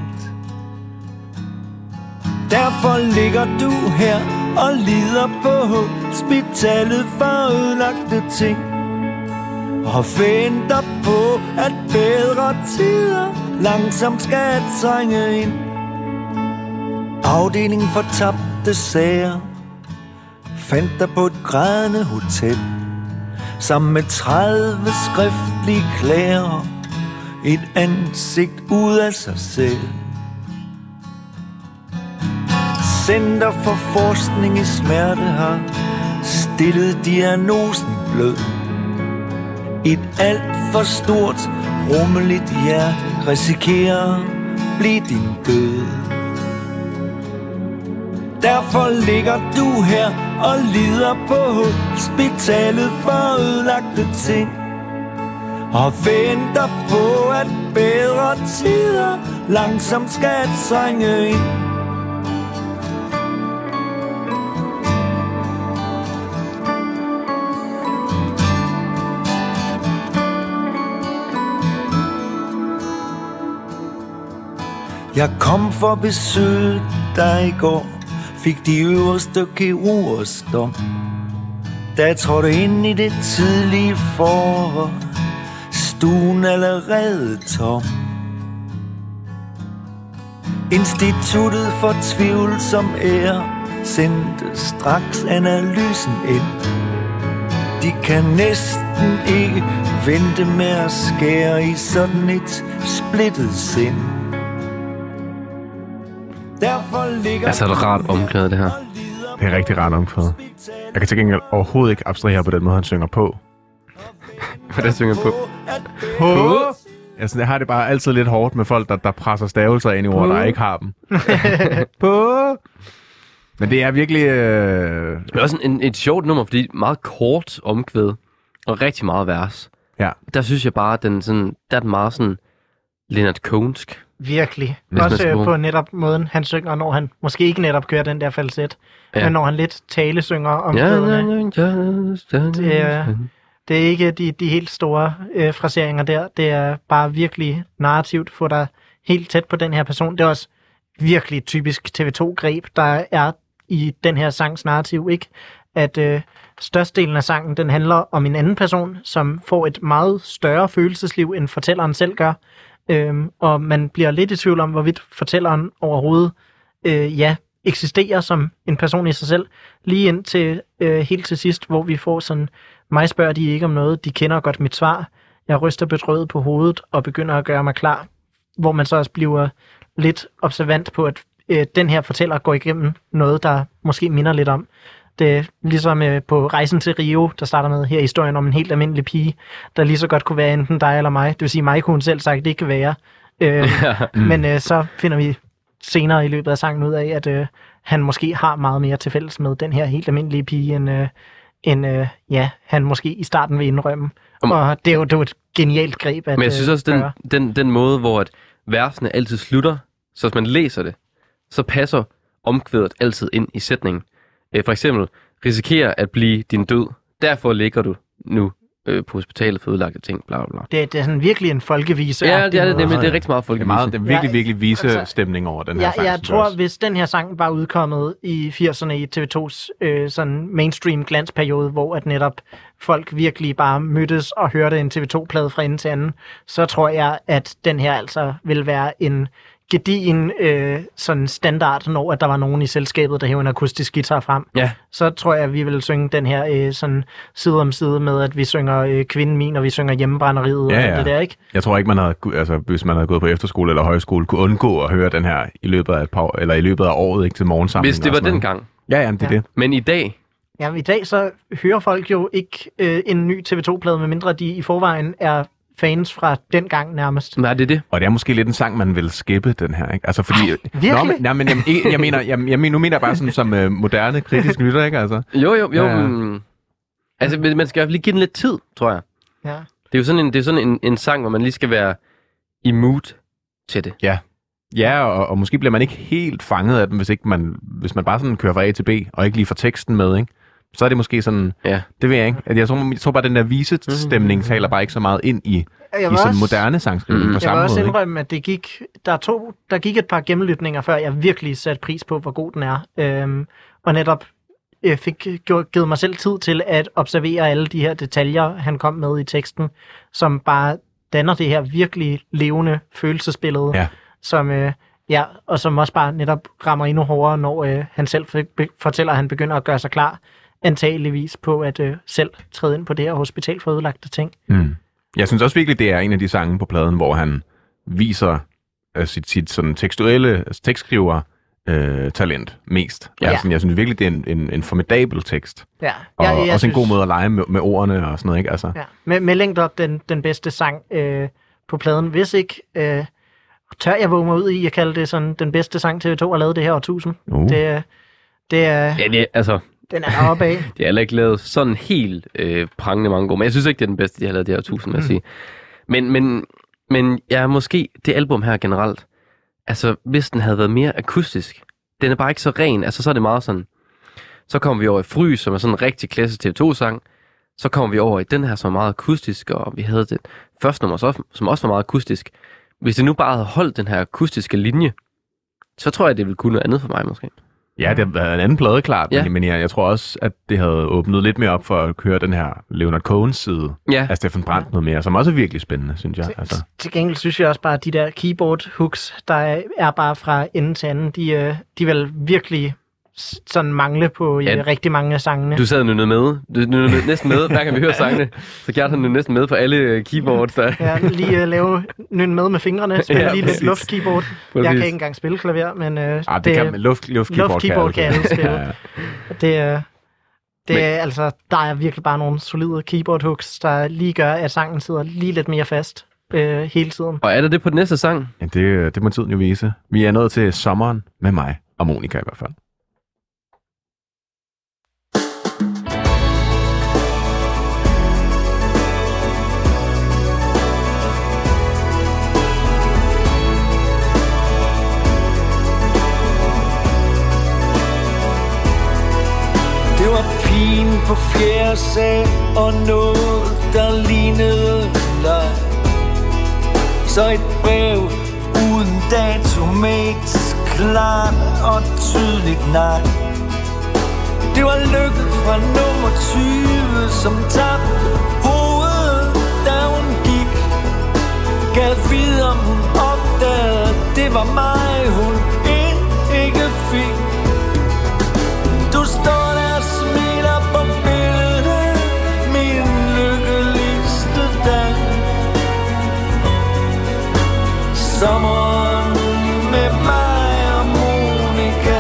[SPEAKER 4] Derfor ligger du her og lider på hospitalet for ødelagte ting, og venter på, at bedre tider langsomt skal trænge ind. Afdelingen for tabte sager fandt dig på et grædende hotel, sammen med 30 skriftlige klager, et ansigt ud af sig selv. Center for forskning i smerte har stillet diagnosen blød. Et alt for stort, rummeligt hjerte risikerer at blive din død. Derfor ligger du her og lider på hospitalet for ødelagte ting, og venter på, at bedre tider langsomt skal trænge ind. Jeg kom for at besøge dig i går, fik de øverste kirurgers dom. Da jeg trådte ind i det tidlige forår, stuen allerede tom. Instituttet for tvivlsom ære sendte straks analysen ind. De kan næsten ikke vente med at skære i sådan et splittet sind. Derfor ligger
[SPEAKER 1] Altså, det er rart omklæde, det her.
[SPEAKER 2] Det er rigtig rart omkvædet. Jeg kan til gengæld overhovedet ikke abstrahere på den måde, han synger på.
[SPEAKER 1] Hvordan synger han på?
[SPEAKER 2] På? Altså, jeg har det bare altid lidt hårdt med folk, der presser stavelser ind i ord, der ikke har dem. På? Men det er virkelig...
[SPEAKER 1] Det er også et sjovt nummer, fordi meget kort omkvæd og rigtig meget vers.
[SPEAKER 2] Ja.
[SPEAKER 1] Der synes jeg bare, at der er den meget sådan Leonard Cohensk.
[SPEAKER 3] Virkelig.
[SPEAKER 1] Hvis
[SPEAKER 3] Også på netop måden, han synger, når han måske ikke netop kører den der falset, men når han lidt talesynger om det er ikke de helt store fraseringer der. Det er bare virkelig narrativt, få dig helt tæt på den her person. Det er også virkelig typisk TV2-greb, der er i den her sangs narrativ, ikke? At størstedelen af sangen, den handler om en anden person, som får et meget større følelsesliv, end fortælleren selv gør. Og man bliver lidt i tvivl om, hvorvidt fortælleren overhovedet eksisterer som en person i sig selv. Lige indtil helt til sidst, hvor vi får sådan, mig spørger de ikke om noget, de kender godt mit svar. Jeg ryster bedrøvet på hovedet og begynder at gøre mig klar. Hvor man så også bliver lidt observant på, at den her fortæller går igennem noget, der måske minder lidt om. Det er ligesom på Rejsen til Rio, der starter med her historien om en helt almindelig pige, der lige så godt kunne være enten dig eller mig. Det vil sige, mig kunne hun selv sagt, det ikke kan være. Men så finder vi senere i løbet af sangen ud af, at han måske har meget mere til fælles med den her helt almindelige pige, end han måske i starten vil indrømme. Og det er jo et genialt greb.
[SPEAKER 1] Men jeg synes også, den måde, hvor at versene altid slutter, så hvis man læser det, så passer omkvædet altid ind i sætningen. For eksempel, risikerer at blive din død. Derfor ligger du nu på hospitalet for ødelagte ting, bla bla bla.
[SPEAKER 3] Det er sådan virkelig en folkevise.
[SPEAKER 1] Ja, det er det, men det er rigtig meget folkevise.
[SPEAKER 2] Det er virkelig vise stemning over den her sang.
[SPEAKER 3] Jeg tror, hvis den her sang var udkommet i 80'erne i TV2's sådan mainstream glansperiode, hvor at netop folk virkelig bare mødtes og hørte en TV2-plade fra ende til anden, så tror jeg, at den her altså vil være en gedigen sådan standard, når at der var nogen i selskabet, der hævde en akustisk guitar frem.
[SPEAKER 1] Ja.
[SPEAKER 3] Så tror jeg, at vi vil synge den her sådan side om side med, at vi synger Kvinden Min, og vi synger Hjemmebrænderiet og det der, ikke?
[SPEAKER 2] Jeg tror ikke, man havde, hvis man havde gået på efterskole eller højskole, kunne undgå at høre den her i løbet af året, ikke, til morgensamling.
[SPEAKER 1] Hvis det var dengang.
[SPEAKER 2] Ja, det er det.
[SPEAKER 1] Men i dag?
[SPEAKER 3] Ja, i dag så hører folk jo ikke en ny TV2-plade, medmindre de i forvejen er fans fra den gang nærmest.
[SPEAKER 1] Nej, det er det.
[SPEAKER 2] Og det er måske lidt en sang, man vil skippe, den her, ikke? Altså, fordi...
[SPEAKER 3] Virkelig?
[SPEAKER 2] Nu mener jeg bare sådan som moderne kritisk lytter, ikke? Altså.
[SPEAKER 1] Jo. Ja. Altså, man skal i hvert fald lige give den lidt tid, tror jeg.
[SPEAKER 3] Ja.
[SPEAKER 1] Det er jo sådan en sang, hvor man lige skal være i mood til det.
[SPEAKER 2] Ja. Ja, og måske bliver man ikke helt fanget af den, hvis man bare sådan kører fra A til B, og ikke lige får teksten med, ikke? Så er det måske sådan, det ved jeg ikke. Jeg tror bare, den der visestemning taler bare ikke så meget ind i sådan moderne sangskrivning på samme måde.
[SPEAKER 3] Jeg vil også indrømme, at der gik et par gennemlytninger, før jeg virkelig satte pris på, hvor god den er. Og netop fik givet mig selv tid til at observere alle de her detaljer, han kom med i teksten, som bare danner det her virkelig levende følelsesbillede, og som også bare netop rammer endnu hårdere, når han selv fortæller, at han begynder at gøre sig klar, antageligvis på at selv træde ind på det her hospital for ødelagte ting.
[SPEAKER 2] Mm. Jeg synes også virkelig, det er en af de sange på pladen, hvor han viser sit sådan tekstuelle tekstskriver talent mest. Ja. Altså, jeg synes virkelig, det er en formidabel tekst.
[SPEAKER 3] Ja.
[SPEAKER 2] Og også en god måde at lege med ordene og sådan noget, ikke? Altså.
[SPEAKER 3] Ja. Med længder den bedste sang på pladen. Hvis ikke tør jeg våge mig ud i at kalde det sådan den bedste sang TV2 har lavet det her årtusind. Det er...
[SPEAKER 1] Ja, altså...
[SPEAKER 3] Den er deroppe af.
[SPEAKER 1] Det er heller ikke lavet sådan helt prangende mange gode, men jeg synes ikke, det er den bedste, de har lavet det her årtusind, vil jeg sige. Men ja, måske det album her generelt, altså hvis den havde været mere akustisk, den er bare ikke så ren, altså så er det meget sådan, så kommer vi over i Frys, som er sådan en rigtig klassisk TV2-sang, så kommer vi over i den her, som er meget akustisk, og vi havde det første nummer, som også var meget akustisk. Hvis det nu bare havde holdt den her akustiske linje, så tror jeg, det ville kunne noget andet for mig måske.
[SPEAKER 2] Ja, det har været en anden plade, klart,
[SPEAKER 1] Ja.
[SPEAKER 2] men jeg tror også, at det havde åbnet lidt mere op for at køre den her Leonard Cohens side af Steffen Brandt noget mere, som også er virkelig spændende, synes jeg. Altså.
[SPEAKER 3] Til gengæld synes jeg også bare, at de der keyboard hooks, der er bare fra ende til anden, de vil virkelig sådan mangle på rigtig mange af sangene.
[SPEAKER 1] Du sad nu med. Du er næsten med, hver gang vi hører sangene. Så Gert han nu næsten med på alle keyboards. Der.
[SPEAKER 3] Ja, lige lave nynne med med spille lige lidt luftkeyboard. Jeg kan ikke engang spille klaver, men
[SPEAKER 2] det kan luftkeyboard
[SPEAKER 3] kan alle spille. Det er altså, der er virkelig bare nogle solide keyboard hooks, der lige gør, at sangen sidder lige lidt mere fast hele tiden.
[SPEAKER 1] Og er der det på den næste sang?
[SPEAKER 2] Ja, det må tiden jo vise. Vi er nået til Sommeren med mig og Monica i hvert fald.
[SPEAKER 4] Det var pigen på fjerde sal og noget, der lignede leg. Så et brev uden dato med et klart og tydeligt nej. Det var Lykke fra nummer 20, som tabte hovedet, da hun gik. Gad vide, om hun opdagede, det var mig, hun ikke fik. Du står der og smiler på billedet, min lykkeligste dag. Sommeren med mig og Monica.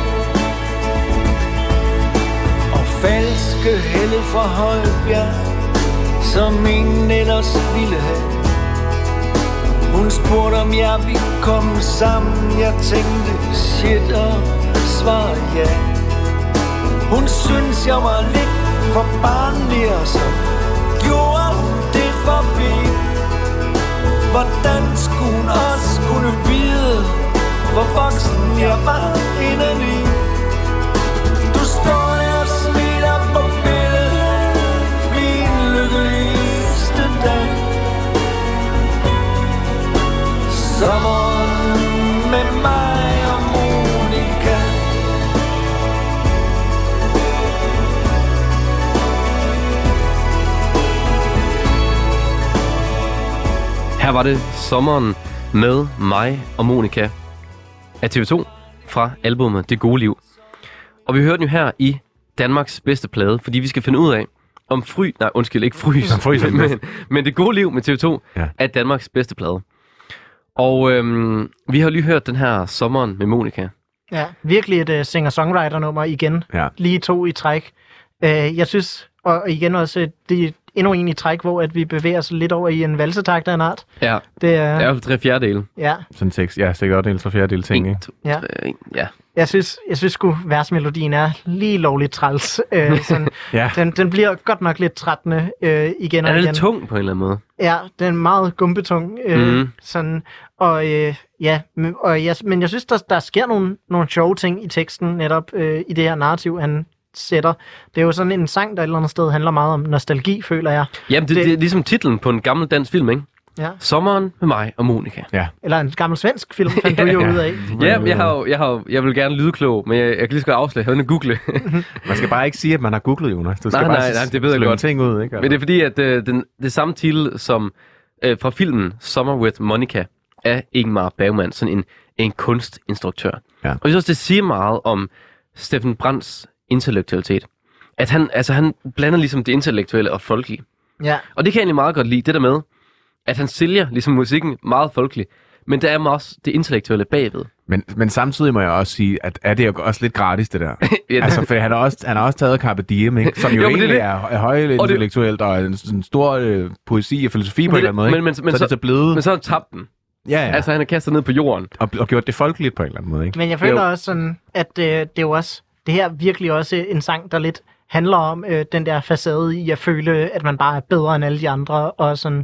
[SPEAKER 4] Og falske Helle fra Højbjerg, som ingen ellers ville have. Hun spurgte, om jeg ville komme sammen. Jeg tænkte, shit, og svarede ja. Hun synes, jeg var lidt for barnlig, og så gjorde hun det forbi. Hvordan skulle hun også kunne vide, hvor voksen jeg var indeni? Du står der og smiler på billedet, min lykkeligste dag. Sommeren med mig og Monica.
[SPEAKER 1] Her var det Sommeren med mig og Monica af TV2 fra albumet Det Gode Liv. Og vi hører den jo her i Danmarks bedste plade, fordi vi skal finde ud af, om men Det Gode Liv med TV2 er Danmarks bedste plade. Og vi har lige hørt den her Sommeren med Monica.
[SPEAKER 3] Ja, virkelig et singer-songwriter-nummer igen. Ja. Lige 2 i træk. Jeg synes, og igen også, det er endnu en i træk, hvor at vi bevæger os lidt over i en valsetakt af en art.
[SPEAKER 1] Ja, det er jo 3/4.
[SPEAKER 3] Ja.
[SPEAKER 2] Sådan 6, ja, 3/4 ting, ikke?
[SPEAKER 1] 1, 2, 3, ja.
[SPEAKER 3] Jeg synes sgu, versmelodien er lige lovligt træls. Sådan, den bliver godt nok lidt trættende igen og igen.
[SPEAKER 1] Er det lidt tung på en eller anden måde?
[SPEAKER 3] Ja, den er meget gumpetung. Sådan, men jeg synes, der sker nogle sjove ting i teksten, netop i det her narrativ, han sætter. Det er jo sådan en sang, der et eller andet sted handler meget om nostalgi, føler jeg. Jamen,
[SPEAKER 1] det er ligesom titlen på en gammel dansk film, ikke?
[SPEAKER 3] Ja.
[SPEAKER 1] Sommeren med mig og Monica.
[SPEAKER 3] Ja. Eller en gammel svensk film, fandt du jo ud af.
[SPEAKER 1] Ja, jeg vil gerne lyde klog, men jeg kan lige så godt afsløre, jeg vil google.
[SPEAKER 2] Man skal bare ikke sige, at man har googlet, Jonas. Du skal
[SPEAKER 1] nej, det ved jeg godt.
[SPEAKER 2] Ting ud, ikke?
[SPEAKER 1] Men det er fordi, at det samme titel som fra filmen Summer with Monica af Ingmar Bergman, sådan en kunstinstruktør. Ja. Og jeg synes også, det siger meget om Steffen Brandts intellektualitet. At han blander ligesom det intellektuelle og folkelige. Ja. Og det kan jeg egentlig meget godt lide, det der med, at han sælger ligesom musikken meget folkelig, men der er også det intellektuelle bagved.
[SPEAKER 2] Men samtidig må jeg også sige, at er det jo også lidt gratis, det der. Altså, for han har også taget Carpe Diem, ikke? Som jo egentlig er højintellektuelt og en stor poesi og filosofi på en eller anden måde, ikke? Men så er det så blevet...
[SPEAKER 1] Men så har han tabt den.
[SPEAKER 2] Ja.
[SPEAKER 1] Altså, han er kastet ned på jorden.
[SPEAKER 2] Og gjort det folkeligt på en eller anden måde, ikke?
[SPEAKER 3] Men jeg føler også sådan, at det er jo også... Det her er virkelig også en sang, der lidt handler om den der facade i at føle, at man bare er bedre end alle de andre, og sådan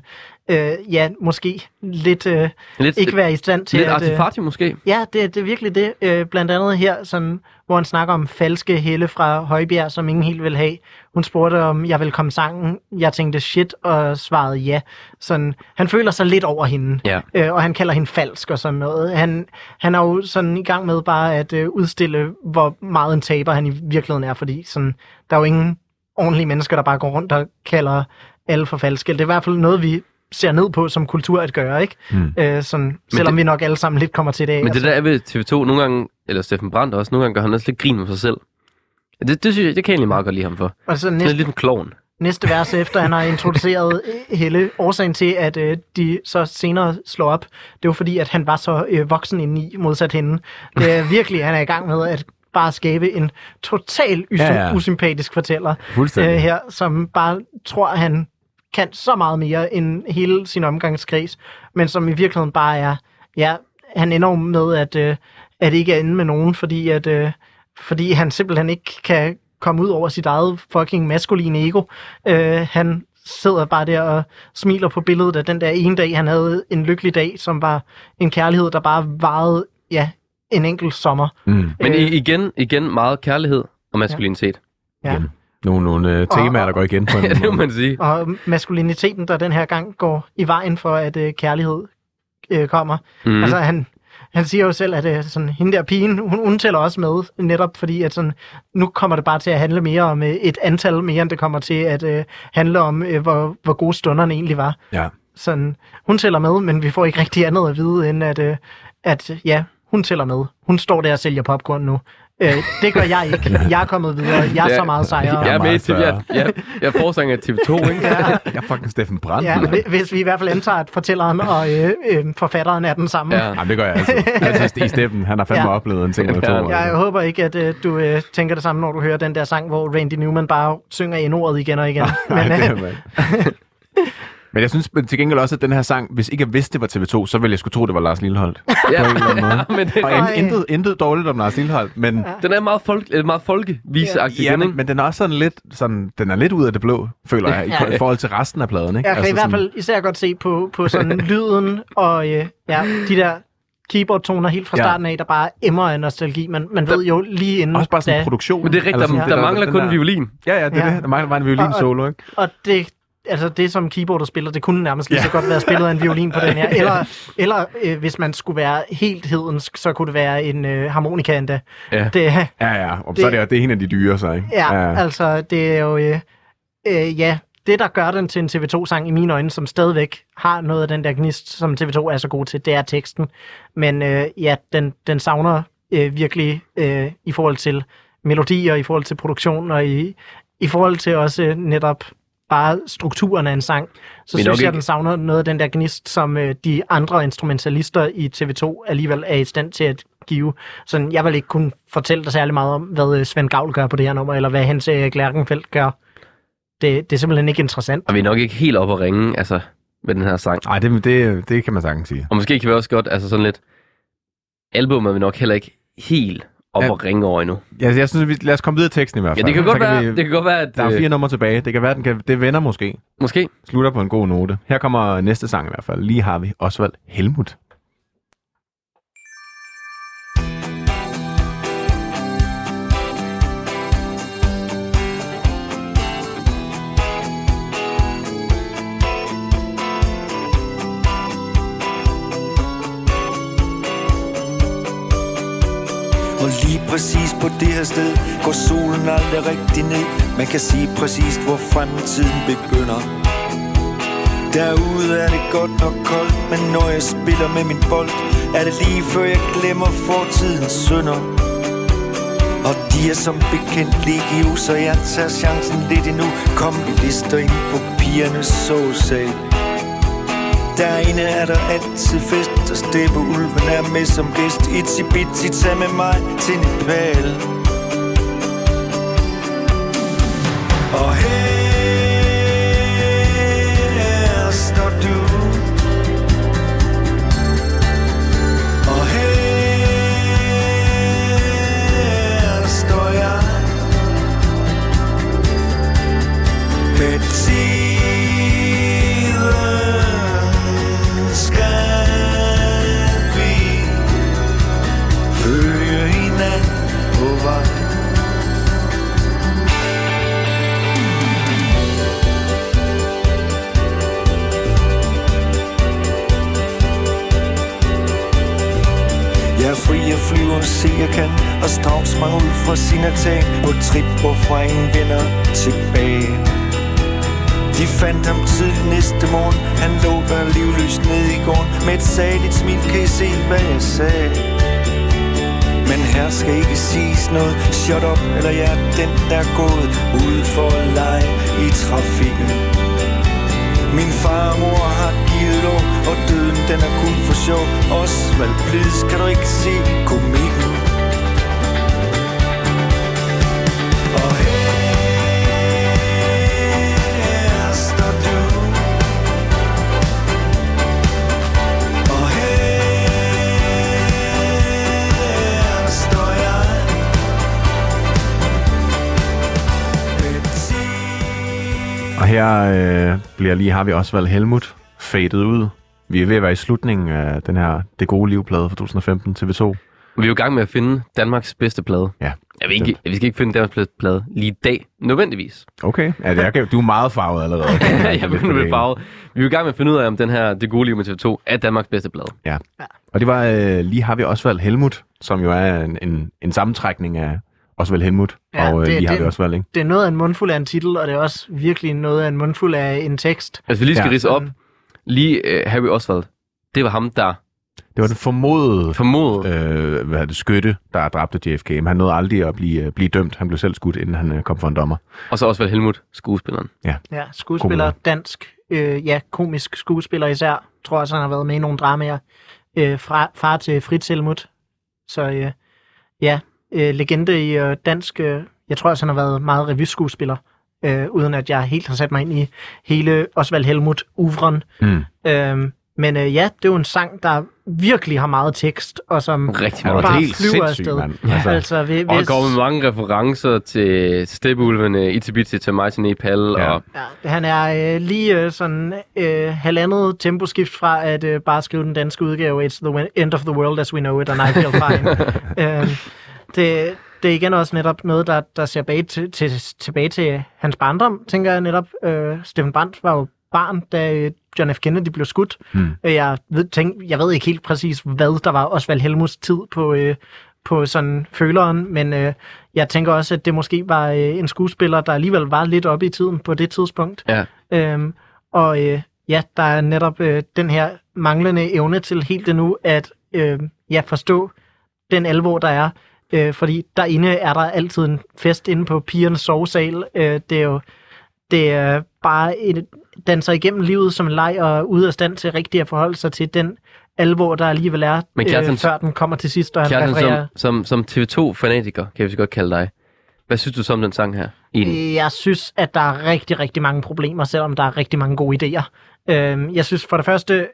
[SPEAKER 3] ja, måske lidt ikke være i stand til
[SPEAKER 1] lidt artifati måske?
[SPEAKER 3] Ja, det er virkelig det. Blandt andet her, sådan, hvor han snakker om falske Helle fra Højbjerg, som ingen helt vil have. Hun spurgte, om jeg ville komme sangen. Jeg tænkte shit, og svarede ja. Sådan, han føler sig lidt over hende, og han kalder hende falsk og sådan noget. Han er jo sådan i gang med bare at udstille, hvor meget en taber han i virkeligheden er, fordi sådan, der er jo ingen ordentlige mennesker, der bare går rundt og kalder alle for falske. Det er i hvert fald noget, vi ser ned på som kultur at gøre, ikke? Sådan, selvom vi nok alle sammen lidt kommer til det af.
[SPEAKER 1] Men det der er ved TV2 nogle gange, eller Steffen Brandt også, nogle gange gør han også lidt grin med sig selv. Det synes jeg, det kan jeg egentlig meget godt lide ham for.
[SPEAKER 3] Og så
[SPEAKER 1] det er lidt en klovn.
[SPEAKER 3] Næste vers efter, han har introduceret Helle, årsagen til, at de så senere slår op, det var fordi, at han var så voksen indeni, modsat hende. Det er virkelig, han er i gang med at bare skabe en total usympatisk fortæller her, som bare tror, at han kan så meget mere end hele sin omgangskreds, men som i virkeligheden bare er, han ender med at ikke ende med nogen, fordi han simpelthen ikke kan komme ud over sit eget fucking maskuline ego. Han sidder bare der og smiler på billedet af den der ene dag, han havde en lykkelig dag, som var en kærlighed, der bare varede, en enkelt sommer.
[SPEAKER 1] Men igen meget kærlighed og maskulinitet.
[SPEAKER 3] Ja.
[SPEAKER 2] Nogle temaer, der går igen på en måde.
[SPEAKER 1] Det må man sige.
[SPEAKER 3] Og maskuliniteten, der den her gang går i vejen for, at kærlighed kommer. Altså, han siger jo selv, at sådan, hende der pigen, hun tæller også med, netop fordi, at sådan, nu kommer det bare til at handle mere om et antal, mere end det kommer til at handle om, hvor gode stunderne egentlig var.
[SPEAKER 2] Ja.
[SPEAKER 3] Sådan, hun tæller med, men vi får ikke rigtig andet at vide, end at hun tæller med. Hun står der og sælger popcorn nu. Det gør jeg ikke. Jeg er kommet videre. Jeg er så meget sejere.
[SPEAKER 1] Jeg er med til, jeg er forsanger af TV2, ikke?
[SPEAKER 2] Jeg er fucking Steffen Brandt.
[SPEAKER 3] Ja, hvis vi i hvert fald antager, at fortælleren og forfatteren er den samme.
[SPEAKER 2] Ja. Jamen, det gør jeg altså. I Steffen, han har fandme oplevet en ting eller to.
[SPEAKER 3] Jeg håber ikke, at du tænker det samme, når du hører den der sang, hvor Randy Newman bare synger N-ordet igen og igen.
[SPEAKER 2] Men jeg synes til gengæld også, at den her sang, hvis ikke jeg vidste, det var TV2, så ville jeg skulle tro, det var Lars Lilholt. Ja. På en eller anden måde. Og intet dårligt om Lars Lilholt, men...
[SPEAKER 1] Den er meget folkeviseagtig.
[SPEAKER 2] Ja, men den er også den er lidt ud af det blå, føler jeg, i forhold til resten af pladen, ikke?
[SPEAKER 3] Jeg kan i hvert fald især godt se på sådan lyden og de der keyboard-toner helt fra starten af, der bare emmer af nostalgi. Man ved jo lige inden...
[SPEAKER 2] Også bare sådan en produktion.
[SPEAKER 1] Men det er rigtigt, der mangler kun en violin.
[SPEAKER 2] Ja, det er det. Der mangler bare en violin-solo, ikke?
[SPEAKER 3] Og det som keyboarder spiller, det kunne nærmest lige så godt være spillet af en violin på den her. Eller hvis man skulle være helt hedensk, så kunne det være en harmonika endda.
[SPEAKER 2] Ja, og så er det en af de dyre, så, ikke?
[SPEAKER 3] Ja, altså det er jo... det der gør den til en TV2-sang i mine øjne, som stadigvæk har noget af den der gnist, som TV2 er så god til, det er teksten. Men den savner virkelig i forhold til melodier, i forhold til produktion, og i forhold til også netop bare strukturen af en sang, så synes jeg, den savner noget af den der gnist, som de andre instrumentalister i TV2 alligevel er i stand til at give. Så jeg vil ikke kunne fortælle dig særlig meget om, hvad Svend Gavl gør på det her nummer, eller hvad Hans Erik Lerchenfeldt gør. Det er simpelthen ikke interessant.
[SPEAKER 1] Og vi er nok ikke helt oppe at ringe, altså, med den her sang.
[SPEAKER 2] Nej, det kan man sagtens sige.
[SPEAKER 1] Og måske kan vi også godt, altså sådan lidt, albumet er vi nok heller ikke helt op at ringe over endnu. Ja,
[SPEAKER 2] jeg synes, lad os komme videre i teksten i hvert fald.
[SPEAKER 1] Ja, det kan godt være, at...
[SPEAKER 2] Der er 4 numre tilbage. Det kan være, det vender måske.
[SPEAKER 1] Måske.
[SPEAKER 2] Slutter på en god note. Her kommer næste sang i hvert fald. Lige har vi Osvald Helmuth.
[SPEAKER 4] Og lige præcis på det her sted går solen aldrig rigtig ned. Man kan sige præcis, hvor fremtiden begynder. Derude er det godt nok koldt, men når jeg spiller med min bold, er det lige før jeg glemmer fortidens synder. Og de er som bekendt legio, så jeg tager chancen lidt endnu. Kom, vi lister ind på pigernes sovesal. Derinde er der altid fest, og Steppeulven er med som gæst. Itsy bitsy, tag med mig til Nepal. Og her står du, og her står jeg. Med tiden se jeg kan. Og straks sprang ud fra sine ting på trip, hvorfra ingen vender tilbage. De fandt ham tidligt næste morgen. Han lå der livløs ned i gården. Med et saligt smil, kan I se hvad jeg sagde. Men her skal ikke siges noget. Shut up, eller jeg er den der er gået ud for at lege i trafikken. Min far og mor har givet lov, og døden den er kun for sjov. Osvald, please, kan du ikke se komikken? Og her står du, og her står jeg.
[SPEAKER 2] Og her har vi Osvald Helmuth fadet ud. Vi er ved at være i slutningen af den her Det Gode Liv-plade fra 2015 TV2.
[SPEAKER 1] Vi er jo i gang med at finde Danmarks bedste plade.
[SPEAKER 2] Ja.
[SPEAKER 1] Vi skal ikke finde Danmarks bedste plade lige i dag, nødvendigvis.
[SPEAKER 2] Okay, du er meget farvet allerede.
[SPEAKER 1] Jeg begynder at blive farvet. Vi er i gang med at finde ud af, om den her Det Gode Liv med TV2 er Danmarks bedste plade.
[SPEAKER 2] Ja. Og det var lige har vi Osvald Helmuth, som jo er en sammentrækning af Osvald Helmuth, ja, og lige har vi Osvald, ikke?
[SPEAKER 3] Det er noget af en mundfuld af en titel, og det er også virkelig noget af en mundfuld af en tekst.
[SPEAKER 1] Altså, vi lige skal ridse op. Lige Harry Oswald, det var ham, der...
[SPEAKER 2] Det var den formodede skytte, der dræbte JFK, men han nåede aldrig at blive dømt. Han blev selv skudt, inden han kom for en dommer.
[SPEAKER 1] Og så Osvald Helmuth, skuespilleren.
[SPEAKER 3] Ja, skuespiller, dansk, komisk skuespiller især. Tror også, han har været med i nogle dramaer. Far til Fritz Helmuth. Så legende i dansk... jeg tror også, han har været meget revyskuespiller. Uden at jeg helt har sat mig ind i hele Osvald Helmuth-oeuvren. Men det er jo en sang, der virkelig har meget tekst, og som bare flyver afsted.
[SPEAKER 1] Altså, og går med mange referencer til Steppeulvene, Itsy-Bitsy, til mig til Nepal.
[SPEAKER 2] Ja.
[SPEAKER 1] Og...
[SPEAKER 3] Ja, han er lige sådan halvandet temposkift fra at bare skrive den danske udgave, It's the end of the world as we know it, and I feel fine. Det er igen også netop noget, der ser tilbage til hans barndom, tænker jeg netop. Steffen Brandt var jo barn, da John F. Kennedy blev skudt. Jeg ved ikke helt præcis, hvad der var Osvald Helmuths tid på sådan føleren, men jeg tænker også, at det måske var en skuespiller, der alligevel var lidt oppe i tiden på det tidspunkt.
[SPEAKER 1] Ja.
[SPEAKER 3] Der er netop den her manglende evne til helt endnu at forstå den alvor, der er. Fordi derinde er der altid en fest inde på pigernes sovesal. Det er bare danser igennem livet som en leg og ude af stand til rigtig at forholde sig til den alvor, der alligevel er, før den kommer til sidst. Og han refererer...
[SPEAKER 1] som TV2-fanatiker, kan vi så godt kalde dig. Hvad synes du så om den sang her?
[SPEAKER 3] Jeg synes, at der er rigtig, rigtig mange problemer, selvom der er rigtig mange gode idéer. Jeg synes for det første,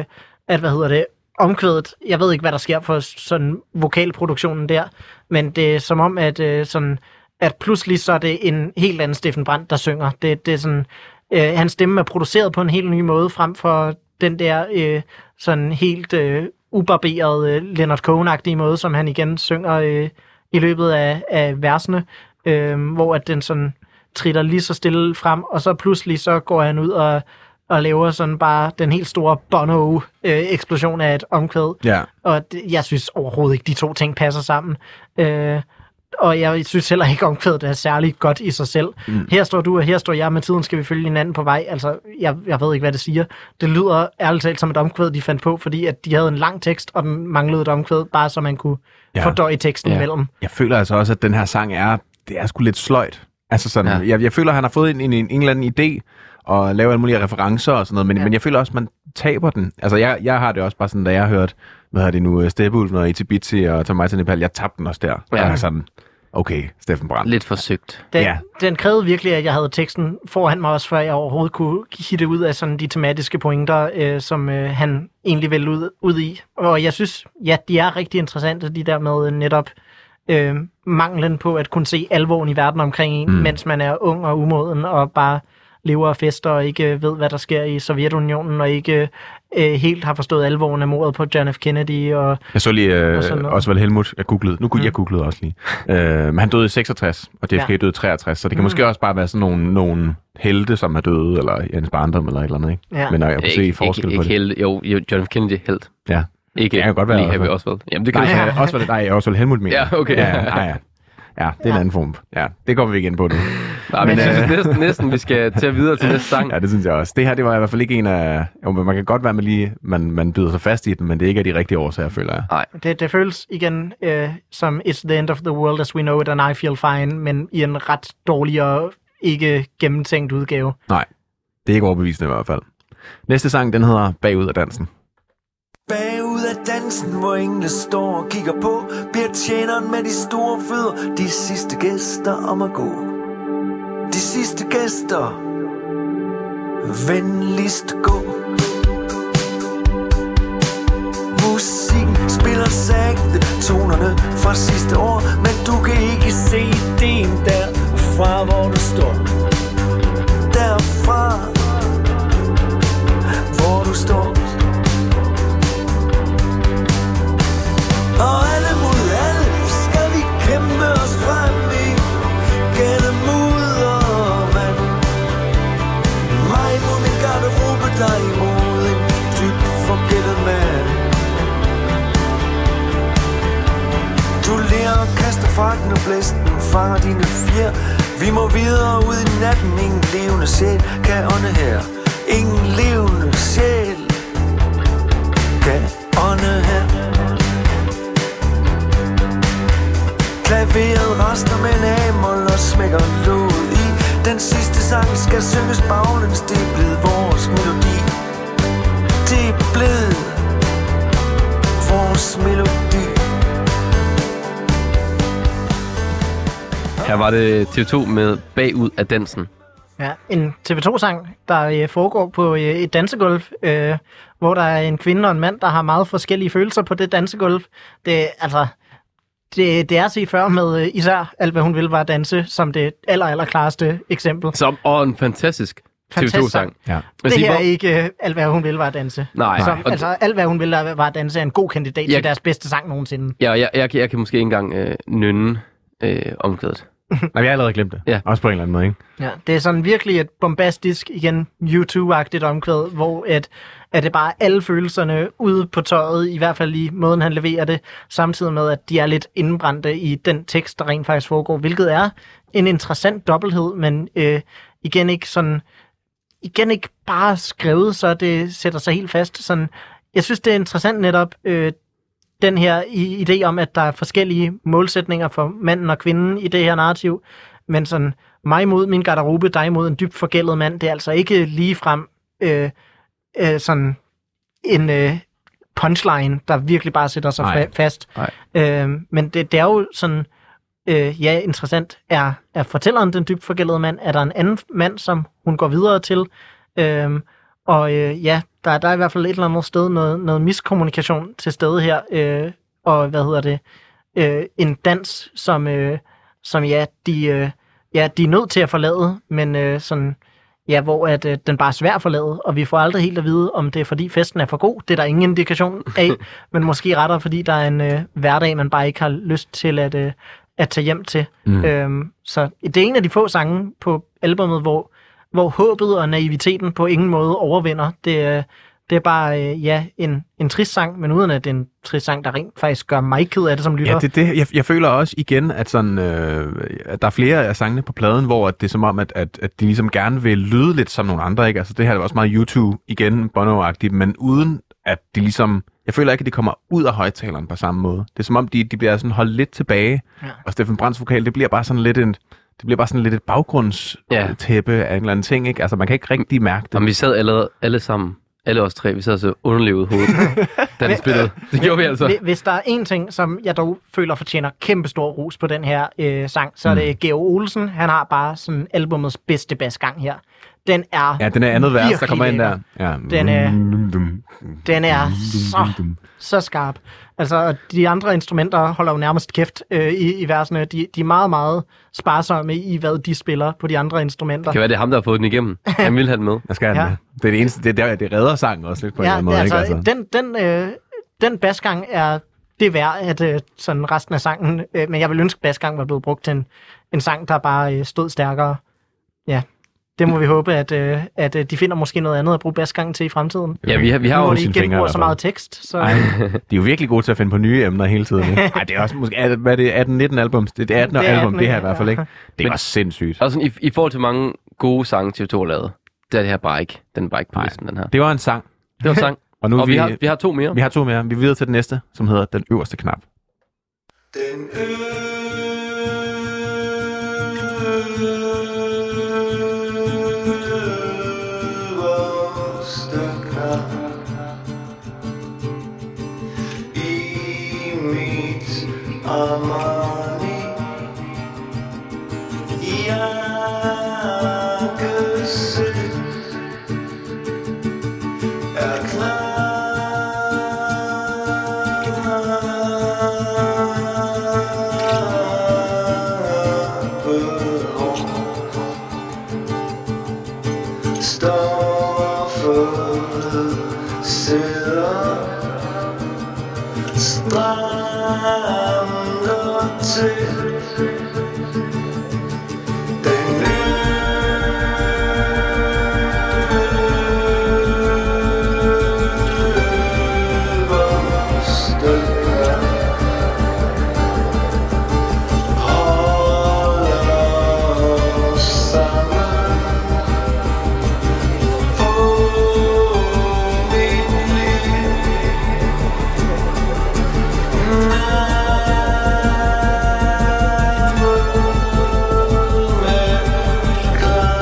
[SPEAKER 3] at omkvædet, jeg ved ikke, hvad der sker for sådan vokalproduktionen der, men det er som om, at pludselig så er det en helt anden Steffen Brandt, der synger. Det er sådan, hans stemme er produceret på en helt ny måde, frem for den der sådan helt ubarberede Leonard Cohen-agtige måde, som han igen synger i løbet af versene, hvor at den sådan tritter lige så stille frem, og så pludselig så går han ud og laver sådan bare den helt store Bono-eksplosion af et omkvæd.
[SPEAKER 2] Ja.
[SPEAKER 3] Og jeg synes overhovedet ikke, de to ting passer sammen. Og jeg synes heller ikke, omkvædet er særlig godt i sig selv. Her står du, og her står jeg, med tiden skal vi følge hinanden på vej. Altså, jeg ved ikke, hvad det siger. Det lyder ærligt talt som et omkvæd, de fandt på, fordi at de havde en lang tekst, og den manglede et omkvæd, bare så man kunne fordøje teksten imellem. Jeg
[SPEAKER 2] føler altså også, at den her sang er sgu lidt sløjt. Altså sådan, jeg føler, at han har fået en eller anden idé, og lave alle mulige referencer og sådan noget, men jeg føler også, at man taber den. Altså, jeg har det også bare sådan, da jeg har hørt, Steppeulven og Itsy-Bitsy og Tom Mice Nepal, jeg tabte den også der. Ja. Og sådan, okay, Steffen Brandt.
[SPEAKER 1] Lidt forsøgt.
[SPEAKER 3] Den krævede virkelig, at jeg havde teksten foran mig også, før jeg overhovedet kunne hitte ud af sådan de tematiske pointer, som han egentlig ville ud i. Og jeg synes, de er rigtig interessante, de der med netop manglen på at kunne se alvoren i verden omkring en, mens man er ung og umoden og bare lever og fester og ikke ved, hvad der sker i Sovjetunionen, og ikke helt har forstået alvoren af mordet på John F. Kennedy. Og
[SPEAKER 2] jeg så lige Osvald Helmuth, jeg googlede. Jeg googlede også lige. Men han døde i 66, og JFK døde i 63, så det kan måske også bare være sådan nogle helte, som er døde, eller i hans barndom, eller et eller andet, ikke?
[SPEAKER 3] Ja.
[SPEAKER 2] Men jeg kunne se forskel på det.
[SPEAKER 1] Jo, John F. Kennedy helt.
[SPEAKER 2] Ja.
[SPEAKER 1] Ikke
[SPEAKER 2] det kan godt være
[SPEAKER 1] lige Harry Oswald. Jamen, det kan
[SPEAKER 2] Nej, Oswald Helmut mener.
[SPEAKER 1] Ja, okay.
[SPEAKER 2] Ja, det er en anden form. Ja, det kommer vi ikke ind på nu.
[SPEAKER 1] Nej, men jeg synes næsten, vi skal til videre til næste sang.
[SPEAKER 2] Ja, det synes jeg også. Det her, det var i hvert fald ikke en af... Jo, man kan godt være med lige... Man byder sig fast i den, men det er ikke af de rigtige årsager, føler jeg.
[SPEAKER 1] Nej.
[SPEAKER 3] Det føles igen som It's the end of the world as we know it, and I feel fine, men i en ret dårlig og ikke gennemtænkt udgave.
[SPEAKER 2] Nej, det er ikke overbevisende i hvert fald. Næste sang, den hedder Bagud af dansen.
[SPEAKER 4] Bagud af dansen, hvor engle står og kigger på, bliver tjeneren med de store fødder de sidste gæster om at gå. De sidste gæster, venligst gå. Musikken spiller sagte tonerne fra sidste år, men du kan ikke se ideen derfra, hvor du står. Derfra, hvor du står. Og alle mod alle skal vi kæmpe os frem i gennem mudder og vand. Mig mod min garderobe, dig imod en dyb forgældet mand. Du lærer og kaster frakken og blæsten fra dine fjer. Vi må videre ud i natten, ingen levende sjæl kan ånde her. Ingen levende sjæl kan ånde her. Klaveret rester med en A-mol og smækker låget i. Den sidste sang skal synges baglæns, det er blevet vores melodi. Det er blevet vores melodi.
[SPEAKER 1] Her var det TV2 med Bagud af dansen.
[SPEAKER 3] Ja, en TV2-sang, der foregår på et dansegulv, hvor der er en kvinde og en mand, der har meget forskellige følelser på det dansegulv. Det er at se før med især alt, hvad hun vil, var at danse, som det allerklareste eksempel.
[SPEAKER 1] Og en fantastisk TV2-sang.
[SPEAKER 2] Ja.
[SPEAKER 3] Det her er ikke alt, hvad hun vil, var at danse.
[SPEAKER 1] Nej.
[SPEAKER 3] Alt, hvad hun vil, var at danse, er en god kandidat til deres bedste sang nogensinde.
[SPEAKER 1] Ja, jeg kan måske ikke engang nynne omkvædet.
[SPEAKER 2] Nej, vi har allerede glemt det.
[SPEAKER 1] Ja.
[SPEAKER 2] Også på en eller anden måde, ikke?
[SPEAKER 3] Ja, det er sådan virkelig et bombastisk, igen, U2-agtigt omkvæd, hvor at det bare alle følelserne ude på tøjet, i hvert fald i måden, han leverer det, samtidig med, at de er lidt indbrændte i den tekst, der rent faktisk foregår, hvilket er en interessant dobbelthed, men igen ikke bare skrevet, så det sætter sig helt fast. Sådan, jeg synes, det er interessant netop, den her idé om, at der er forskellige målsætninger for manden og kvinden i det her narrativ, men sådan mig mod min garderobe, dig mod en dybt forgældet mand, det er altså ikke ligefrem sådan en punchline, der virkelig bare sætter sig fast. Men det er jo sådan, interessant. Er fortælleren den dybt forgældede mand? Er der en anden mand, som hun går videre til? Der er i hvert fald et eller andet sted noget miskommunikation til stede her, en dans, som de er nødt til at forlade, men hvor den bare er svær at forlade, og vi får aldrig helt at vide, om det er fordi festen er for god. Det er der ingen indikation af, men måske rettere fordi der er en hverdag, man bare ikke har lyst til at tage hjem til. Så det er en af de få sange på albumet, hvor håbet og naiviteten på ingen måde overvinder. Det er bare, en trist sang, men uden at det er en trist sang, der rent faktisk gør mig ked af det som lytter.
[SPEAKER 2] Ja, det er det. Jeg føler også igen, at sådan, at der er flere af sangene på pladen, hvor det er som om, at de ligesom gerne vil lyde lidt som nogle andre, ikke? Altså det her er også meget YouTube igen, Bono-agtigt, men uden at de ligesom... Jeg føler ikke, at de kommer ud af højtaleren på samme måde. Det er som om, de bliver sådan holdt lidt tilbage. Ja. Og Steffen Brandts vokal, det bliver bare sådan lidt et baggrundstæppe af en eller anden ting, ikke? Altså man kan ikke rigtig mærke det.
[SPEAKER 1] Jamen, vi sad alle sammen. Alle os tre, vi sad så underlevet hovedet, da den spillede. Det gjorde vi altså.
[SPEAKER 3] Hvis der er en ting, som jeg dog føler fortjener kæmpe stor ros på den her sang, så er det Georg Olsen. Han har bare sådan albumets bedste basgang her. Den er
[SPEAKER 2] andet vers, der kommer ind der. Ja.
[SPEAKER 3] Den er så skarp. Altså, de andre instrumenter holder jo nærmest kæft i versene. De er meget, meget sparsomme i, hvad de spiller på de andre instrumenter.
[SPEAKER 1] Det kan være, det er ham, der har fået den igennem. Han vil have den med.
[SPEAKER 2] Jeg skal have den med. Det er det eneste, det redder sangen også lidt på en eller anden måde.
[SPEAKER 3] Altså. Den basgang er det værd, at sådan resten af sangen, men jeg vil ønske, at basgang var blevet brugt til en sang, der bare stod stærkere. Ja. det må vi håbe, at de finder måske noget andet at bruge basgangen til i fremtiden.
[SPEAKER 1] Ja, vi har
[SPEAKER 3] Nu
[SPEAKER 1] jo
[SPEAKER 3] hvor de
[SPEAKER 2] sine
[SPEAKER 3] ikke
[SPEAKER 2] fingre,
[SPEAKER 3] genbruger
[SPEAKER 2] i
[SPEAKER 3] så
[SPEAKER 2] hvert fald.
[SPEAKER 3] meget tekst. Så...
[SPEAKER 2] Ej, de er jo virkelig gode til at finde på nye emner hele tiden. Ikke? Ej, det er også måske, hvad er det, 18-19 albums? Det er 18
[SPEAKER 3] Det er
[SPEAKER 2] album,
[SPEAKER 3] 18,
[SPEAKER 2] det her i
[SPEAKER 3] ja.
[SPEAKER 2] hvert fald ikke. Det er
[SPEAKER 1] Men-
[SPEAKER 2] også sindssygt.
[SPEAKER 1] Og sådan, i forhold til mange gode sange, TV2 har lavet, det er det her bare ikke. Den er bare ikke på
[SPEAKER 2] Nej.
[SPEAKER 1] listen, den her.
[SPEAKER 2] Det var en sang,
[SPEAKER 1] Det var sang.
[SPEAKER 2] og nu
[SPEAKER 1] Og vi har 2 mere.
[SPEAKER 2] vi har 2 mere. Vi er videre til den næste, som hedder Den Øverste Knap.
[SPEAKER 4] Den øverste knap i mit Armani jakkesæt er Stoffet sidder stramt og tæt. Den øverste holder sammen på mit liv. Med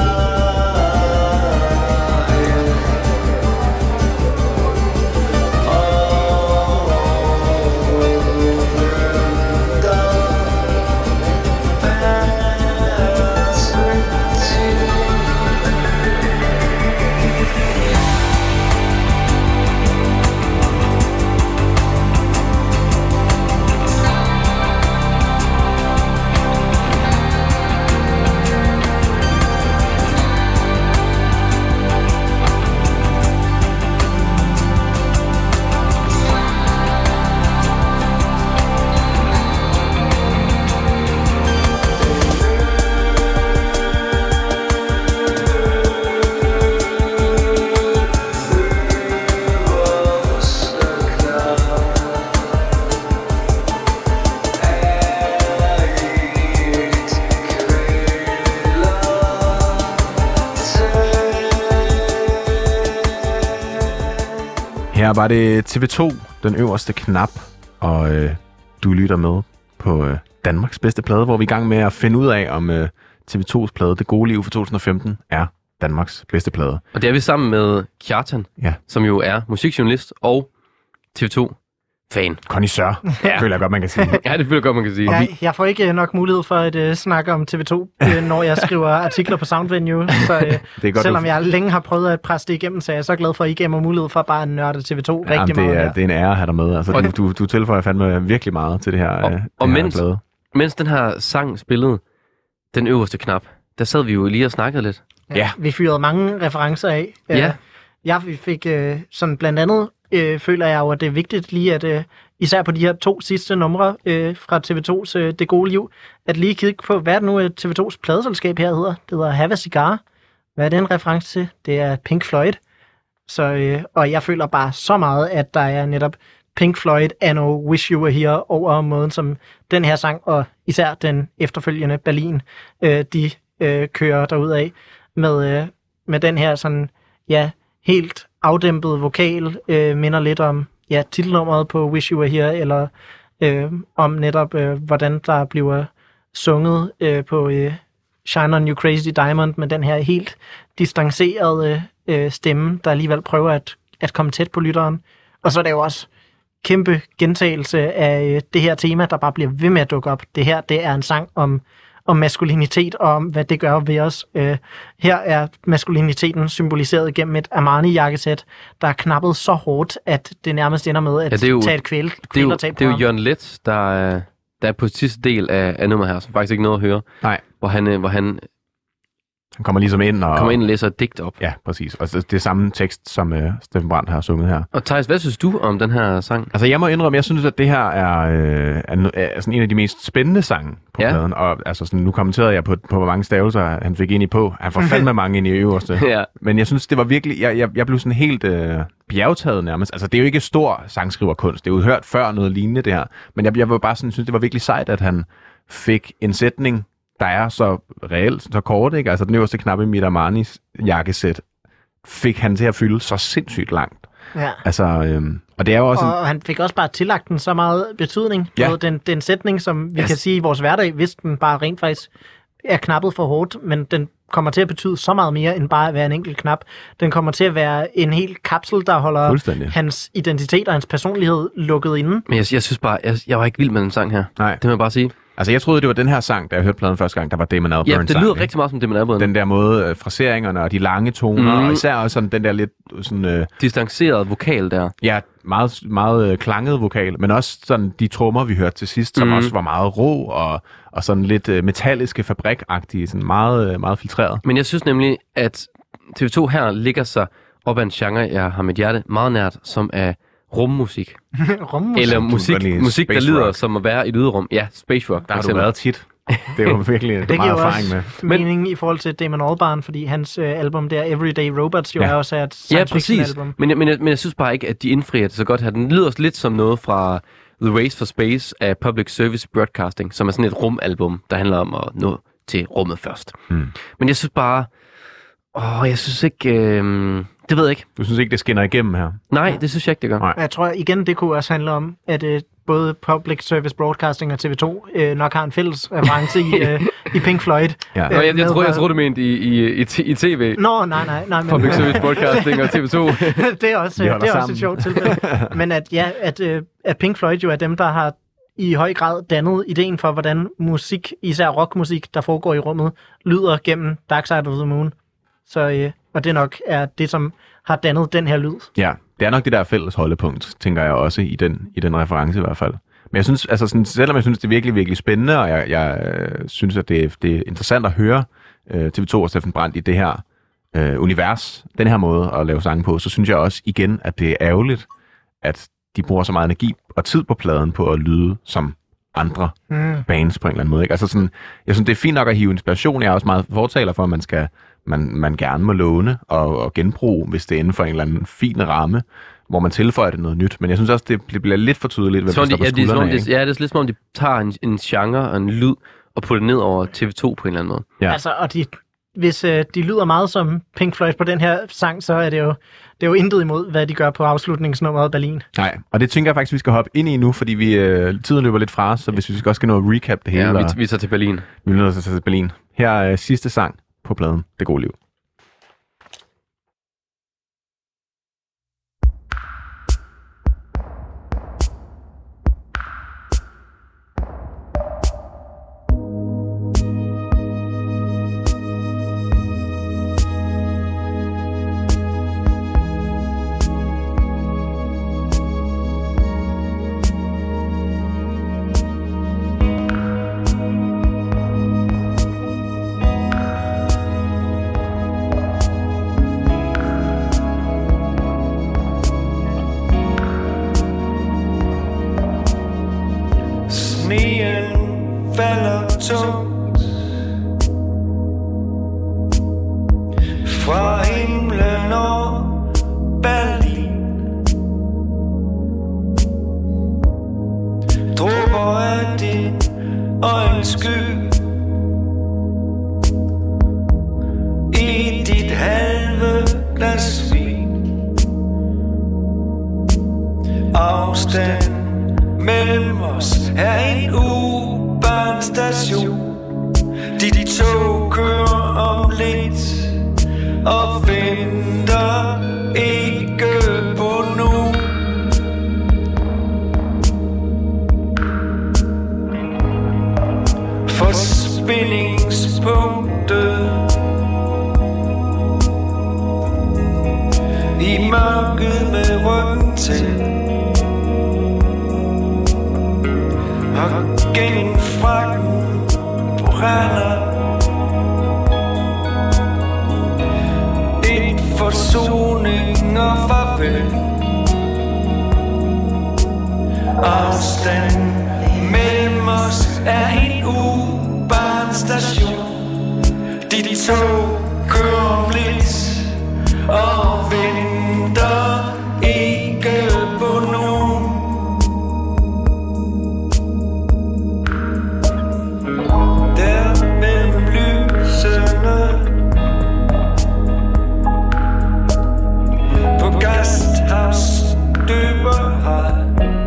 [SPEAKER 4] klarhed
[SPEAKER 2] Her var det TV2, Den Øverste Knap, og du lytter med på Danmarks bedste plade, hvor vi er i gang med at finde ud af, om TV2's plade Det Gode Liv for 2015 er Danmarks bedste plade.
[SPEAKER 1] Og det er vi sammen med Kjartan,
[SPEAKER 2] Ja.
[SPEAKER 1] som jo er musikjournalist og TV2-fan.
[SPEAKER 2] Connoisseur, føler jeg godt, man kan sige.
[SPEAKER 1] Ja, det føler jeg godt, man kan sige.
[SPEAKER 3] Jeg får ikke nok mulighed for at snakke om TV2, når jeg skriver artikler på Soundvenue. Så
[SPEAKER 2] Det er godt,
[SPEAKER 3] selvom jeg længe har prøvet at presse det igennem, så er jeg så glad for, at I gav mig mulighed for bare at nørde TV2 rigtig
[SPEAKER 2] det
[SPEAKER 3] meget.
[SPEAKER 2] er en ære at have dig med. Altså, du tilføjer fandme virkelig meget til det her,
[SPEAKER 1] Og
[SPEAKER 2] det her
[SPEAKER 1] mens-
[SPEAKER 2] plade.
[SPEAKER 1] Mens den her sang spillede Den Øverste Knap, der sad vi jo lige og snakkede lidt.
[SPEAKER 2] Ja.
[SPEAKER 3] Vi fyrede mange referencer af.
[SPEAKER 1] Ja.
[SPEAKER 3] Jeg fik sådan blandt andet, føler jeg jo, at det er vigtigt lige at, især på de her 2 sidste numre fra TV2's Det Gode Liv, at lige kigge på, hvad er det nu TV2's pladeselskab her hedder? Det hedder Have a Cigar. Hvad er det en reference til? Det er Pink Floyd. Så, og jeg føler bare så meget, at der er netop Pink Floyd Anno Wish You Were Here over måden, som den her sang, og især den efterfølgende Berlin, de kører derudad med den her sådan, ja, helt afdæmpet vokal, minder lidt om titelnummeret på Wish You Were Here, eller om netop, hvordan der bliver sunget på Shine On You Crazy Diamond, med den her helt distancerede stemme, der alligevel prøver at komme tæt på lytteren. Og så er der jo også kæmpe gentagelse af det her tema, der bare bliver ved med at dukke op. Det her, det er en sang om maskulinitet og om, hvad det gør ved os. Her er maskuliniteten symboliseret gennem et Armani-jakkesæt, der er knappet så hårdt, at det nærmest ender med at tage et kvælertab
[SPEAKER 1] Det er jo Jørgen Let, der er på sidste del af nummeret her, som faktisk ikke nåede at høre.
[SPEAKER 2] Nej.
[SPEAKER 1] Hvor han
[SPEAKER 2] Han kommer ligesom ind og...
[SPEAKER 1] Kommer ind og læser et digt op.
[SPEAKER 2] Ja, præcis. Og det er samme tekst, som Steffen Brandt har sunget her.
[SPEAKER 1] Og Theis, hvad synes du om den her sang?
[SPEAKER 2] Altså, jeg må indrømme, jeg synes, at det her er sådan en af de mest spændende sange på pladen. Og altså, sådan, nu kommenterede jeg på, hvor mange stavelser han fik ind i på. Han får fandme mange ind i øverste.
[SPEAKER 1] Ja.
[SPEAKER 2] Men jeg synes, det var virkelig... Jeg blev sådan helt bjergtaget nærmest. Altså, det er jo ikke stor sangskriverkunst. Det er jo hørt før noget lignende, det her. Men jeg var bare sådan, synes, det var virkelig sejt, at han fik en sætning, der er så reelt, så kort, ikke? Altså, den øverste knap i mit Armanis jakkesæt fik han til at fylde så sindssygt langt.
[SPEAKER 3] Ja.
[SPEAKER 2] Altså, og det er jo også...
[SPEAKER 3] Og han fik også bare tillagt den så meget betydning.
[SPEAKER 2] Ja.
[SPEAKER 3] Den sætning, som vi kan sige i vores hverdag, hvis den bare rent faktisk er knappet for hårdt, men den kommer til at betyde så meget mere, end bare at være en enkelt knap. Den kommer til at være en hel kapsel, der holder hans identitet og hans personlighed lukket inde.
[SPEAKER 1] Men jeg synes bare, jeg var ikke vild med den sang her.
[SPEAKER 2] Nej.
[SPEAKER 1] Det må jeg bare sige.
[SPEAKER 2] Altså, jeg troede, det var den her sang, da jeg hørte pladen første gang, der var Damon Albarn.
[SPEAKER 1] Ja, det lyder rigtig meget som Damon Albarn.
[SPEAKER 2] Den der måde, fraseringerne og de lange toner, og især også sådan den der lidt sådan...
[SPEAKER 1] distanceret vokal der.
[SPEAKER 2] Ja, meget, meget klanget vokal, men også sådan de trommer, vi hørte til sidst, som også var meget rå og sådan lidt metalliske, fabrikagtige, sådan meget, meget filtreret.
[SPEAKER 1] Men jeg synes nemlig, at TV2 her ligger sig op ad en genre, jeg har mit hjerte meget nært, som er rummusik.
[SPEAKER 3] Rummusik?
[SPEAKER 1] Eller musik der lyder som at være i et yderum. Ja, space rock.
[SPEAKER 2] Der har du været tit. Det er jo virkelig
[SPEAKER 3] det
[SPEAKER 2] meget erfaring med.
[SPEAKER 3] Det giver mening i forhold til Damon Albarn, fordi hans album der, Everyday Robots, jo er også et science fiction album.
[SPEAKER 1] Men jeg synes bare ikke, at de indfrier det så godt her. Den lyder lidt som noget fra The Race for Space af Public Service Broadcasting, som er sådan et rumalbum, der handler om at nå til rummet først. Men jeg synes bare... jeg synes ikke... det ved jeg ikke.
[SPEAKER 2] Du synes ikke, det skinner igennem her?
[SPEAKER 1] Nej, det synes jeg ikke, det gør.
[SPEAKER 2] Nej.
[SPEAKER 3] Jeg tror igen, det kunne også handle om, at både Public Service Broadcasting og TV2 nok har en fælles reference i Pink Floyd.
[SPEAKER 1] Ja. Jeg tror du mente i tv.
[SPEAKER 3] Nå, nej. Men,
[SPEAKER 1] Public Service Broadcasting og TV2.
[SPEAKER 3] det er også et sjovt tilfælde. Men at Pink Floyd jo er dem, der har i høj grad dannet ideen for, hvordan musik, især rockmusik, der foregår i rummet, lyder gennem Dark Side of the Moon. Så, og det nok er det, som har dannet den her lyd.
[SPEAKER 2] Ja, det er nok det der fælles holdepunkt, tænker jeg også i den reference i hvert fald. Men jeg synes, altså sådan, selvom jeg synes, det er virkelig, virkelig spændende, og jeg synes, at det er interessant at høre TV2 og Steffen Brandt i det her univers, den her måde at lave sange på, så synes jeg også igen, at det er ærgerligt, at de bruger så meget energi og tid på pladen på at lyde som andre bands på en eller anden måde. Ikke? Altså sådan, jeg synes, det er fint nok at hive inspiration. Jeg er også meget fortaler for, at man gerne må låne og genbruge, hvis det er inden for en eller anden fin ramme, hvor man tilføjer det noget nyt. Men jeg synes også, det bliver lidt for tydeligt, hvad der står på skuldrene af.
[SPEAKER 1] Ja, det er lidt som om, de tager en genre og en lyd og putter ned over TV2 på en eller anden måde.
[SPEAKER 3] Ja. Altså, og hvis de lyder meget som Pink Floyd på den her sang, så er det jo intet imod, hvad de gør på afslutningsnummeret Berlin.
[SPEAKER 2] Nej, og det tænker jeg faktisk, vi skal hoppe ind i nu, fordi tiden løber lidt fra os, så hvis vi også skal nå at recap det hele.
[SPEAKER 1] Ja, vi tager til Berlin.
[SPEAKER 2] Vi bliver nødt til at tage til Berlin. Her er sidste sang på pladen, Det gode liv.
[SPEAKER 4] Fra himlen og Berlin, dråber af din øjensky i dit halve glas vin. Afstand mellem os er en U-bahn-station. Dit tog kører om lidt og venter ikke på nu. For spændingspunktet i mørket med ryggen til og gennem frakken brænder station. Dit tog kører blidt og venter ikke på nogen. Der mellem lysene på Gasthaus Døberhej.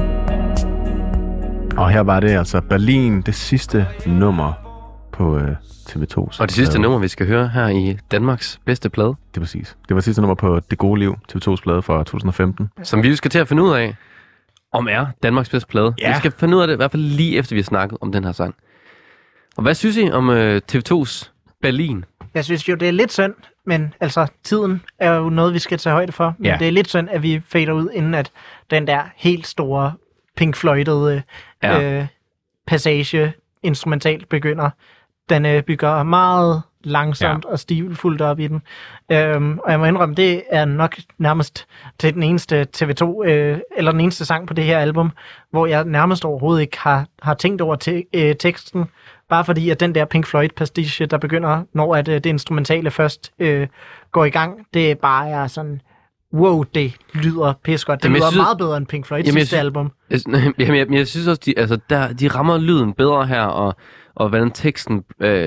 [SPEAKER 2] Og her var det altså Berlin, det sidste nummer på TV2.
[SPEAKER 1] Og det sidste nummer, vi skal høre her i Danmarks bedste plade.
[SPEAKER 2] Det er præcis. Det var sidste nummer på Det Gode Liv, TV2's plade fra 2015.
[SPEAKER 1] Som vi skal til at finde ud af, om er Danmarks bedste plade.
[SPEAKER 2] Ja.
[SPEAKER 1] Vi skal finde ud af det, i hvert fald lige efter vi har snakket om den her sang. Og hvad synes I om TV2's Berlin?
[SPEAKER 3] Jeg synes jo, det er lidt synd, men altså, tiden er jo noget, vi skal tage højde for. Men
[SPEAKER 2] Ja.
[SPEAKER 3] det er lidt synd, at vi fader ud, inden at den der helt store Pink Floydede passage instrumentalt begynder. Den bygger meget langsomt og stilfuldt op i den. Og jeg må indrømme, det er nok nærmest til den eneste TV2, eller den eneste sang på det her album, hvor jeg nærmest overhovedet ikke har tænkt over teksten. Bare fordi, at den der Pink Floyd-pastiche, der begynder, når at det instrumentale først går i gang, det bare er sådan, wow, det lyder pissegodt. Det lyder meget bedre end Pink Floyds sidste album.
[SPEAKER 1] Jeg synes også, de rammer lyden bedre her, og hvordan teksten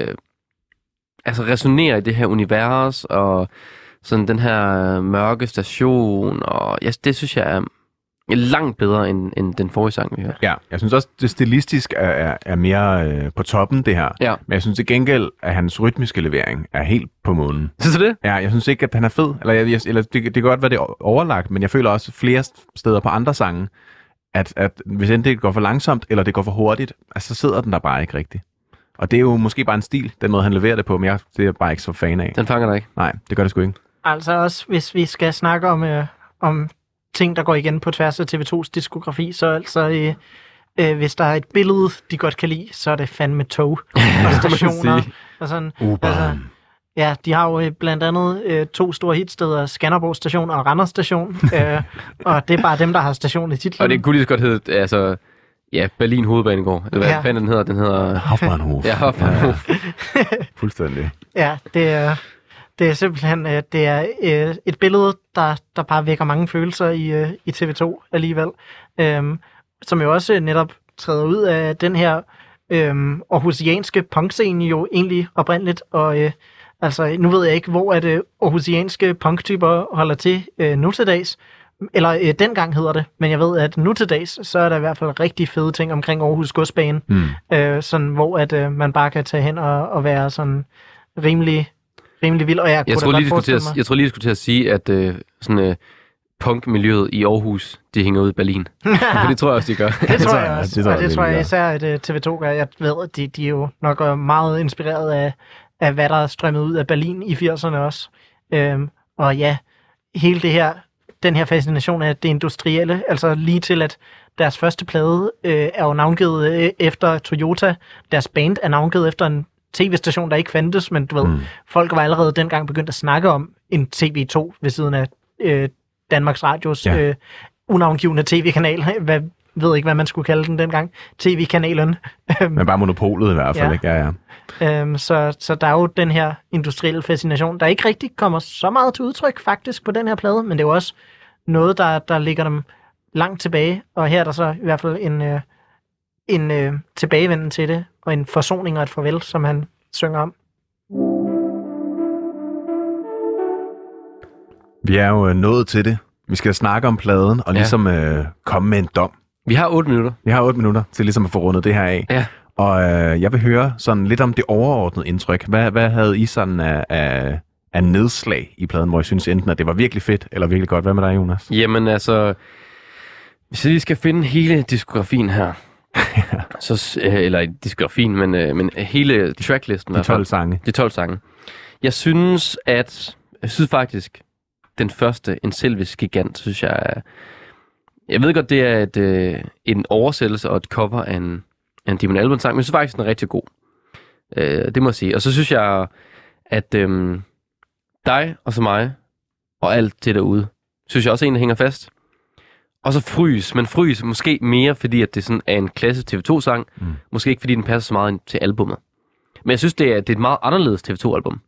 [SPEAKER 1] resonerer i det her univers, og sådan den her mørke station, og det synes jeg er langt bedre end den forrige sang, vi hørte.
[SPEAKER 2] Ja, jeg synes også, det stilistisk er mere på toppen, det her.
[SPEAKER 1] Ja.
[SPEAKER 2] Men jeg synes til gengæld, at hans rytmiske levering er helt på månen.
[SPEAKER 1] Synes du det?
[SPEAKER 2] Ja, jeg synes ikke, at han er fed. Eller det kan godt være, det er overlagt, men jeg føler også flere steder på andre sange, at hvis enten det går for langsomt, eller det går for hurtigt, så sidder den der bare ikke rigtigt. Og det er jo måske bare en stil, den måde, han leverer det på, men det er jeg bare ikke så fan af.
[SPEAKER 1] Den fanger dig ikke?
[SPEAKER 2] Nej, det gør det sgu ikke.
[SPEAKER 3] Altså også, hvis vi skal snakke om ting, der går igen på tværs af TV2's diskografi, så altså, hvis der er et billede, de godt kan lide, så er det fandme tog og stationer. Og sådan, altså, ja, de har jo blandt andet 2 store hitsteder, Skanderborg Station og Randers Station, og det er bare dem, der har station i titlen.
[SPEAKER 1] Og det kunne lige så godt hedde, Berlin Hovedbanegård, eller hvad fanden den hedder? Den hedder
[SPEAKER 2] Hofmannhof.
[SPEAKER 1] Ja, Hofmannhof.
[SPEAKER 2] Fuldstændig.
[SPEAKER 3] Ja, det er simpelthen det er et billede, der bare vækker mange følelser i TV2 alligevel. Som jo også netop træder ud af den her aarhusianske punkscene jo egentlig oprindeligt. Og altså, nu ved jeg ikke, hvor at aarhusianske punktyper holder til nu til dags. Eller dengang hedder det, men jeg ved, at nu til dags, så er der i hvert fald rigtig fede ting omkring Aarhus Godsbane. Sådan, hvor at man bare kan tage hen og være sådan rimelig vild. Og jeg tror
[SPEAKER 1] lige, jeg skulle til at sige, at punkmiljøet i Aarhus, de hænger ud i Berlin. For det tror jeg også, de gør.
[SPEAKER 3] Det tror jeg også. Og det tror jeg især, at TV2 gør. Jeg ved, at de er jo nok meget inspireret af, hvad der er strømmet ud af Berlin i 80'erne også. Og ja, hele den her fascination af det industrielle, altså lige til, at deres første plade er jo navngivet efter Toyota. Deres band er navngivet efter en tv-station, der ikke fandtes, men du ved, folk var allerede dengang begyndt at snakke om en TV2 ved siden af Danmarks Radios unavngivende tv-kanal. Ved ikke, hvad man skulle kalde den dengang. TV-kanalen.
[SPEAKER 2] Men bare monopolet i hvert fald, ikke? Ja.
[SPEAKER 3] Så der er jo den her industrielle fascination, der ikke rigtig kommer så meget til udtryk faktisk på den her plade, men det er jo også noget, der ligger dem langt tilbage, og her er der så i hvert fald en tilbagevenden til det, og en forsoning og et farvel, som han synger om.
[SPEAKER 2] Vi er jo nået til det. Vi skal snakke om pladen, og ligesom komme med en dom.
[SPEAKER 1] Vi har 8 minutter.
[SPEAKER 2] Vi har 8 minutter til ligesom at få rundet det her af.
[SPEAKER 1] Ja.
[SPEAKER 2] Og jeg vil høre sådan lidt om det overordnede indtryk. Hvad havde I sådan af nedslag i pladen, hvor I synes enten, at det var virkelig fedt, eller virkelig godt? Hvad med dig, Jonas?
[SPEAKER 1] Jamen altså, hvis vi skal finde hele diskografien her, så, eller diskografien, men hele tracklisten.
[SPEAKER 2] De 12 sange.
[SPEAKER 1] De 12 sange. Jeg synes faktisk, den første, En Selvisk Gigant, synes jeg er... Jeg ved godt, det er en oversættelse og et cover af en Damon Albarn-sang, men jeg synes faktisk, den er rigtig god. Det må jeg sige. Og så synes jeg, at dig og så mig, og alt det derude, synes jeg også en, der hænger fast. Og så Frys, men Frys måske mere, fordi at det sådan er en klasse TV2-sang. Måske ikke, fordi den passer så meget til albummet. Men jeg synes, det er et meget anderledes TV2-album.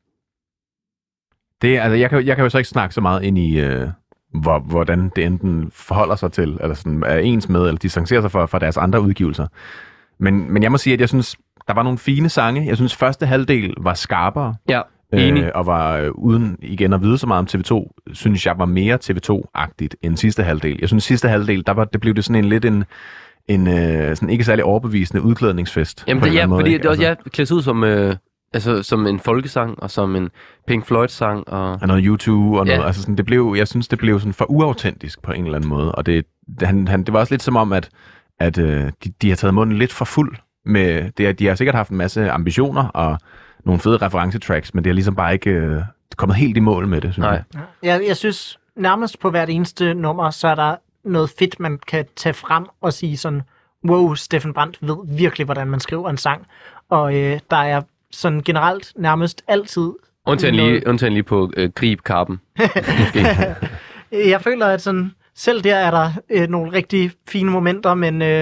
[SPEAKER 2] Det, altså, jeg kan jo så ikke snakke så meget ind i, hvordan det enten forholder sig til, eller sådan er ens med, eller distancerer sig fra deres andre udgivelser. Men jeg må sige, at jeg synes, der var nogle fine sange. Jeg synes, første halvdel var skarpere.
[SPEAKER 1] Ja, enig.
[SPEAKER 2] Og var uden igen at vide så meget om TV2, synes jeg var mere TV2-agtigt end sidste halvdel. Jeg synes, sidste halvdel, det blev det sådan en sådan ikke særlig overbevisende udklædningsfest.
[SPEAKER 1] Jamen, fordi det også klædes ud som en folkesang, og som en Pink Floyd-sang. Og
[SPEAKER 2] noget YouTube, og noget, altså sådan, jeg synes, det blev sådan for uautentisk på en eller anden måde. Og det var også lidt som om, at de har taget munden lidt for fuld med det. De har sikkert haft en masse ambitioner og nogle fede referencetracks, men det har ligesom bare ikke kommet helt i mål med det, synes jeg.
[SPEAKER 3] Jeg synes, nærmest på hvert eneste nummer, så er der noget fedt, man kan tage frem og sige sådan, wow, Steffen Brandt ved virkelig, hvordan man skriver en sang. Og der er sådan generelt nærmest altid...
[SPEAKER 1] Undtagen lige på Gribkarpen.
[SPEAKER 3] Jeg føler, at sådan, selv der er der nogle rigtig fine momenter,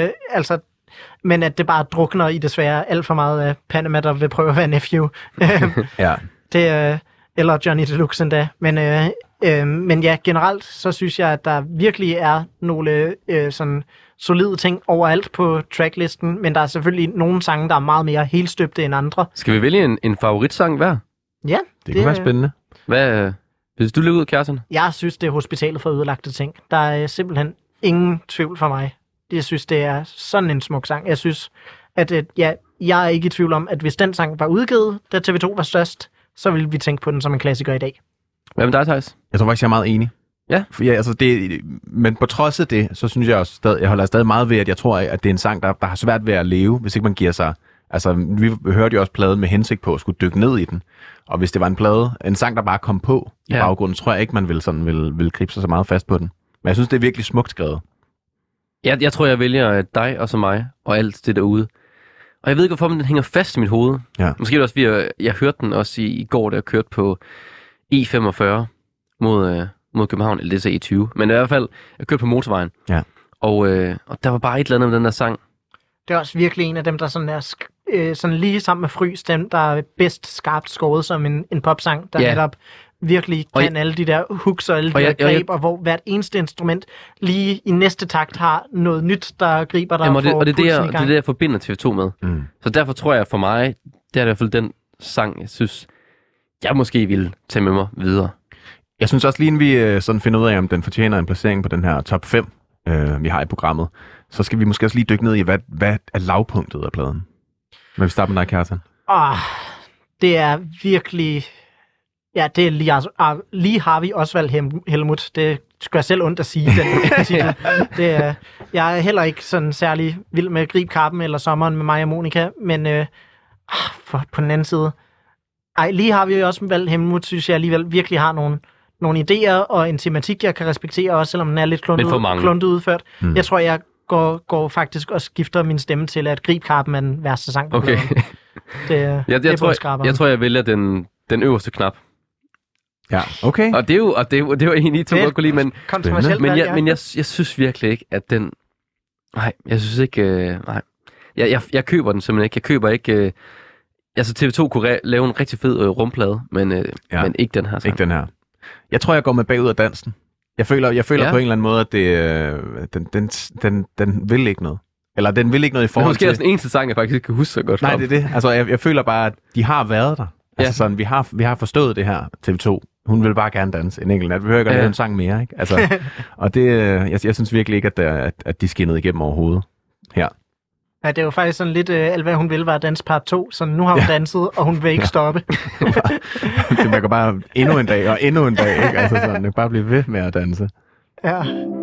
[SPEAKER 3] men at det bare drukner i desværre alt for meget af Panama, der vil prøve at være nephew.
[SPEAKER 2] Ja.
[SPEAKER 3] Eller Johnny Deluxe endda. Men ja, generelt så synes jeg, at der virkelig er nogle sådan solide ting overalt på tracklisten, men der er selvfølgelig nogle sange, der er meget mere helstøbte end andre.
[SPEAKER 1] Skal vi vælge en favoritsang hver?
[SPEAKER 3] Ja.
[SPEAKER 2] Det kunne være spændende.
[SPEAKER 1] Hvad hvis du løber ud, Kjartan?
[SPEAKER 3] Jeg synes, det er Hospitalet for ødelagte ting. Der er simpelthen ingen tvivl for mig. Jeg synes, det er sådan en smuk sang. Jeg synes, at jeg er ikke i tvivl om, at hvis den sang var udgivet, da TV2 var størst, så ville vi tænke på den som en klassiker i dag.
[SPEAKER 1] Hvad med dig, Theis?
[SPEAKER 2] Jeg tror faktisk, jeg er meget enig.
[SPEAKER 1] Ja.
[SPEAKER 2] Men på trods af det, så synes jeg også stadig, jeg holder stadig meget ved, at jeg tror, at det er en sang, der har svært ved at leve, hvis ikke man giver sig... Altså, vi hørte jo også pladen med hensigt på at skulle dykke ned i den. Og hvis det var en sang, der bare kom på i baggrunden, tror jeg ikke, man vil gribe sig så meget fast på den. Men jeg synes, det er virkelig smukt skrevet. Jeg
[SPEAKER 1] tror, jeg vælger dig og så mig, og alt det derude. Og jeg ved ikke, hvorfor den hænger fast i mit hoved. Ja. Måske er det også, fordi jeg hørte den også i går, da jeg kørte på E45 mod København, eller det er E20. Men i hvert fald, jeg kørte på motorvejen. Ja. Og der var bare et eller andet med den der sang.
[SPEAKER 3] Det er også virkelig en af dem, der sådan er sådan lige sammen med Frys, dem, der er bedst skarpt skåret som en popsang, der netop virkelig kan alle de der hooks og alle de der greb, og hvor hvert eneste instrument lige i næste takt har noget nyt, der griber dig og får pulsen i gang.
[SPEAKER 1] Det er det, jeg forbinder TV2 med. Mm. Så derfor tror jeg for mig, det er i hvert fald den sang, jeg synes, jeg måske ville tage med mig videre.
[SPEAKER 2] Jeg synes også lige, inden vi sådan finder ud af, om den fortjener en placering på den her top 5, vi har i programmet, så skal vi måske også lige dykke ned i, hvad er lavpunktet af pladen. Men vi starter med dig, Kjartan.
[SPEAKER 3] Det er virkelig... Ja, det er lige Harvey Osvald Helmut. Det skal jeg selv ondt at sige. Jeg er heller ikke sådan særlig vild med Gribkarpen eller Sommeren med mig og Monica, men på den anden side... lige Harvey Osvald Helmut, synes jeg alligevel virkelig har nogle idéer og en tematik, jeg kan respektere, også selvom den er lidt kluntet udført. Mm. Jeg tror, jeg går faktisk og skifter min stemme til, at Gribkarpen er den værste sang på pladen.
[SPEAKER 1] Jeg tror, jeg vælger den øverste knap.
[SPEAKER 2] Ja, okay.
[SPEAKER 1] Og det er jo egentlig to godt kunne lide, men jeg synes virkelig ikke, at den... Nej, jeg synes ikke... Nej. Jeg køber den simpelthen ikke. Jeg køber ikke... Altså TV2 kunne lave en rigtig fed rumplade, men ikke den her sang.
[SPEAKER 2] Ikke den her. Jeg tror, jeg går med bagud af dansen. Jeg føler på en eller anden måde, at den vil ikke noget. Eller den vil ikke noget i forhold til...
[SPEAKER 1] Det er måske den eneste sang, jeg faktisk ikke kan huske så godt.
[SPEAKER 2] Nej, det er det. Altså, jeg føler bare, at de har været der. Altså sådan, vi har forstået det her, TV2. Hun vil bare gerne danse en enkelt nat. Vi hører ikke en sang mere, ikke? Altså, og det, jeg synes virkelig ikke, at de skinnede igennem overhovedet her.
[SPEAKER 3] Ja, det er jo faktisk sådan lidt, alt hvad hun vil var dans part 2, så nu har hun danset, og hun vil ikke stoppe.
[SPEAKER 2] Det man kan bare endnu en dag, og endnu en dag, ikke? Altså sådan, det bare blive ved med at danse.
[SPEAKER 3] Ja.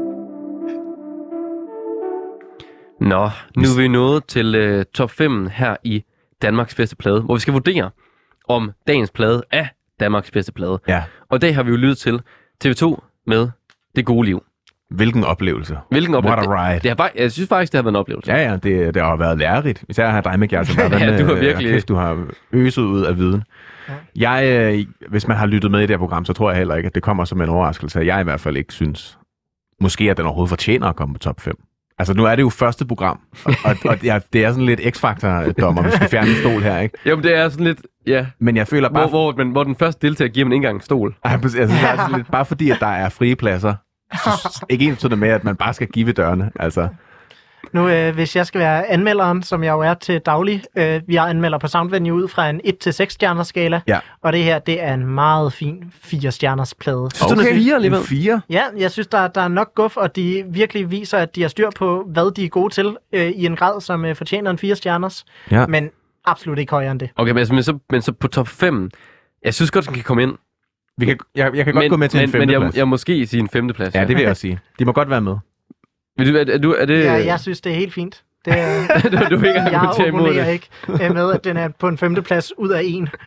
[SPEAKER 1] Nå, nu er vi nået til top 5 her i Danmarks bedste plade, hvor vi skal vurdere, om dagens plade er Danmarks bedste plade. Ja. Og i dag har vi jo lyttet til TV2 med Det Gode Liv.
[SPEAKER 2] Hvilken oplevelse.
[SPEAKER 1] What a ride. Jeg synes faktisk, det har været en oplevelse.
[SPEAKER 2] Ja, det har været lærerigt. Især her dig med Kjartan.
[SPEAKER 1] Du har virkelig...
[SPEAKER 2] Du har øset ud af viden. Ja. Hvis man har lyttet med i det her program, så tror jeg heller ikke, at det kommer som en overraskelse. Jeg i hvert fald ikke synes, måske at den overhovedet fortjener at komme på top 5. Altså, nu er det jo første program, og det er sådan lidt X-Factor-dommer, vi skal fjerne en stol her, ikke?
[SPEAKER 1] Jamen, det er sådan lidt, ja.
[SPEAKER 2] Men jeg føler bare...
[SPEAKER 1] Hvor den første deltager giver man ikke engang en stol.
[SPEAKER 2] Jeg synes, det er sådan lidt, bare fordi, at der er frie pladser, ikke ens sådan med, at man bare skal give dørene, altså...
[SPEAKER 3] Nu, hvis jeg skal være anmelderen, som jeg jo er til daglig, vi har anmelder på Soundvenue ud fra en 1-6 stjerners skala, og det her, det er en meget fin 4 stjerners plade.
[SPEAKER 1] Synes du, den er 4 alligevel?
[SPEAKER 2] 4?
[SPEAKER 3] Ja, jeg synes, der er nok guf, og de virkelig viser, at de har styr på, hvad de er gode til, i en grad, som fortjener en 4 stjerners, men absolut ikke højere end det.
[SPEAKER 1] Okay, men så på top 5, jeg synes godt, den kan komme ind.
[SPEAKER 2] Jeg kan godt gå med til en 5.
[SPEAKER 1] Men jeg måske sige en 5. plads.
[SPEAKER 2] Ja, det vil jeg også sige. De må godt være med.
[SPEAKER 1] Er det...
[SPEAKER 3] Ja, jeg synes, det er helt fint. Det er,
[SPEAKER 1] du vil ikke
[SPEAKER 3] jeg opponerer ikke med, at den er på en 5. plads ud af 1.
[SPEAKER 2] Det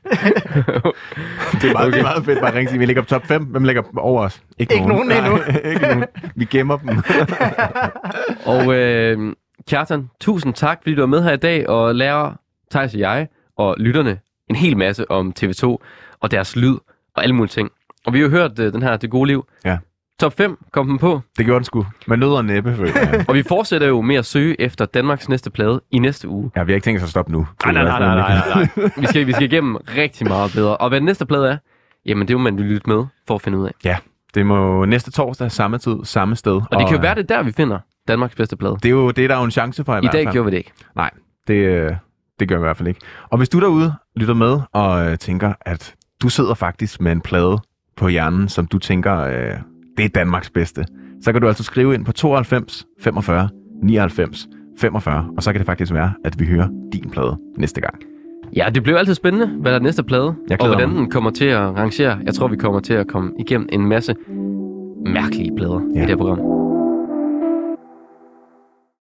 [SPEAKER 2] er meget fedt bare at ringe sig. Vi ligger på top 5. Hvem ligger over os?
[SPEAKER 3] Ikke nogen endnu.
[SPEAKER 2] Ikke nogen. Vi gemmer dem.
[SPEAKER 1] Og Kjartan, tusind tak, fordi du var med her i dag og lærer Theis og jeg og lytterne en hel masse om TV2 og deres lyd og alle mulige ting. Og vi har jo hørt den her Det Gode Liv. Ja. Top 5 kom den på.
[SPEAKER 2] Det gjorde den sgu. Med nød og næppe, føler jeg.
[SPEAKER 1] Og vi fortsætter jo med at søge efter Danmarks næste plade i næste uge.
[SPEAKER 2] Ja, vi har ikke tænkt os at stoppe nu.
[SPEAKER 1] Nej. Vi skal igennem rigtig meget bedre. Og hvad den næste plade er, jamen det er jo, man vil lytte med for at finde ud af.
[SPEAKER 2] Ja, det må næste torsdag, samme tid, samme sted.
[SPEAKER 1] Og det kan jo være, det der, vi finder Danmarks bedste plade.
[SPEAKER 2] Det er jo det, der er jo en chance for i hvert fald.
[SPEAKER 1] I dag gjorde vi det ikke.
[SPEAKER 2] Nej, det gør vi i hvert fald ikke. Og hvis du derude lytter med og tænker, at du sidder faktisk med en plade på hjernen, som du tænker... det er Danmarks bedste, så kan du altså skrive ind på 92 45 99 45, og så kan det faktisk være, at vi hører din plade næste gang.
[SPEAKER 1] Ja, det bliver altid spændende, hvad der er næste plade, og hvordan den kommer til at rangere. Jeg tror, vi kommer til at komme igennem en masse mærkelige plader i det her program.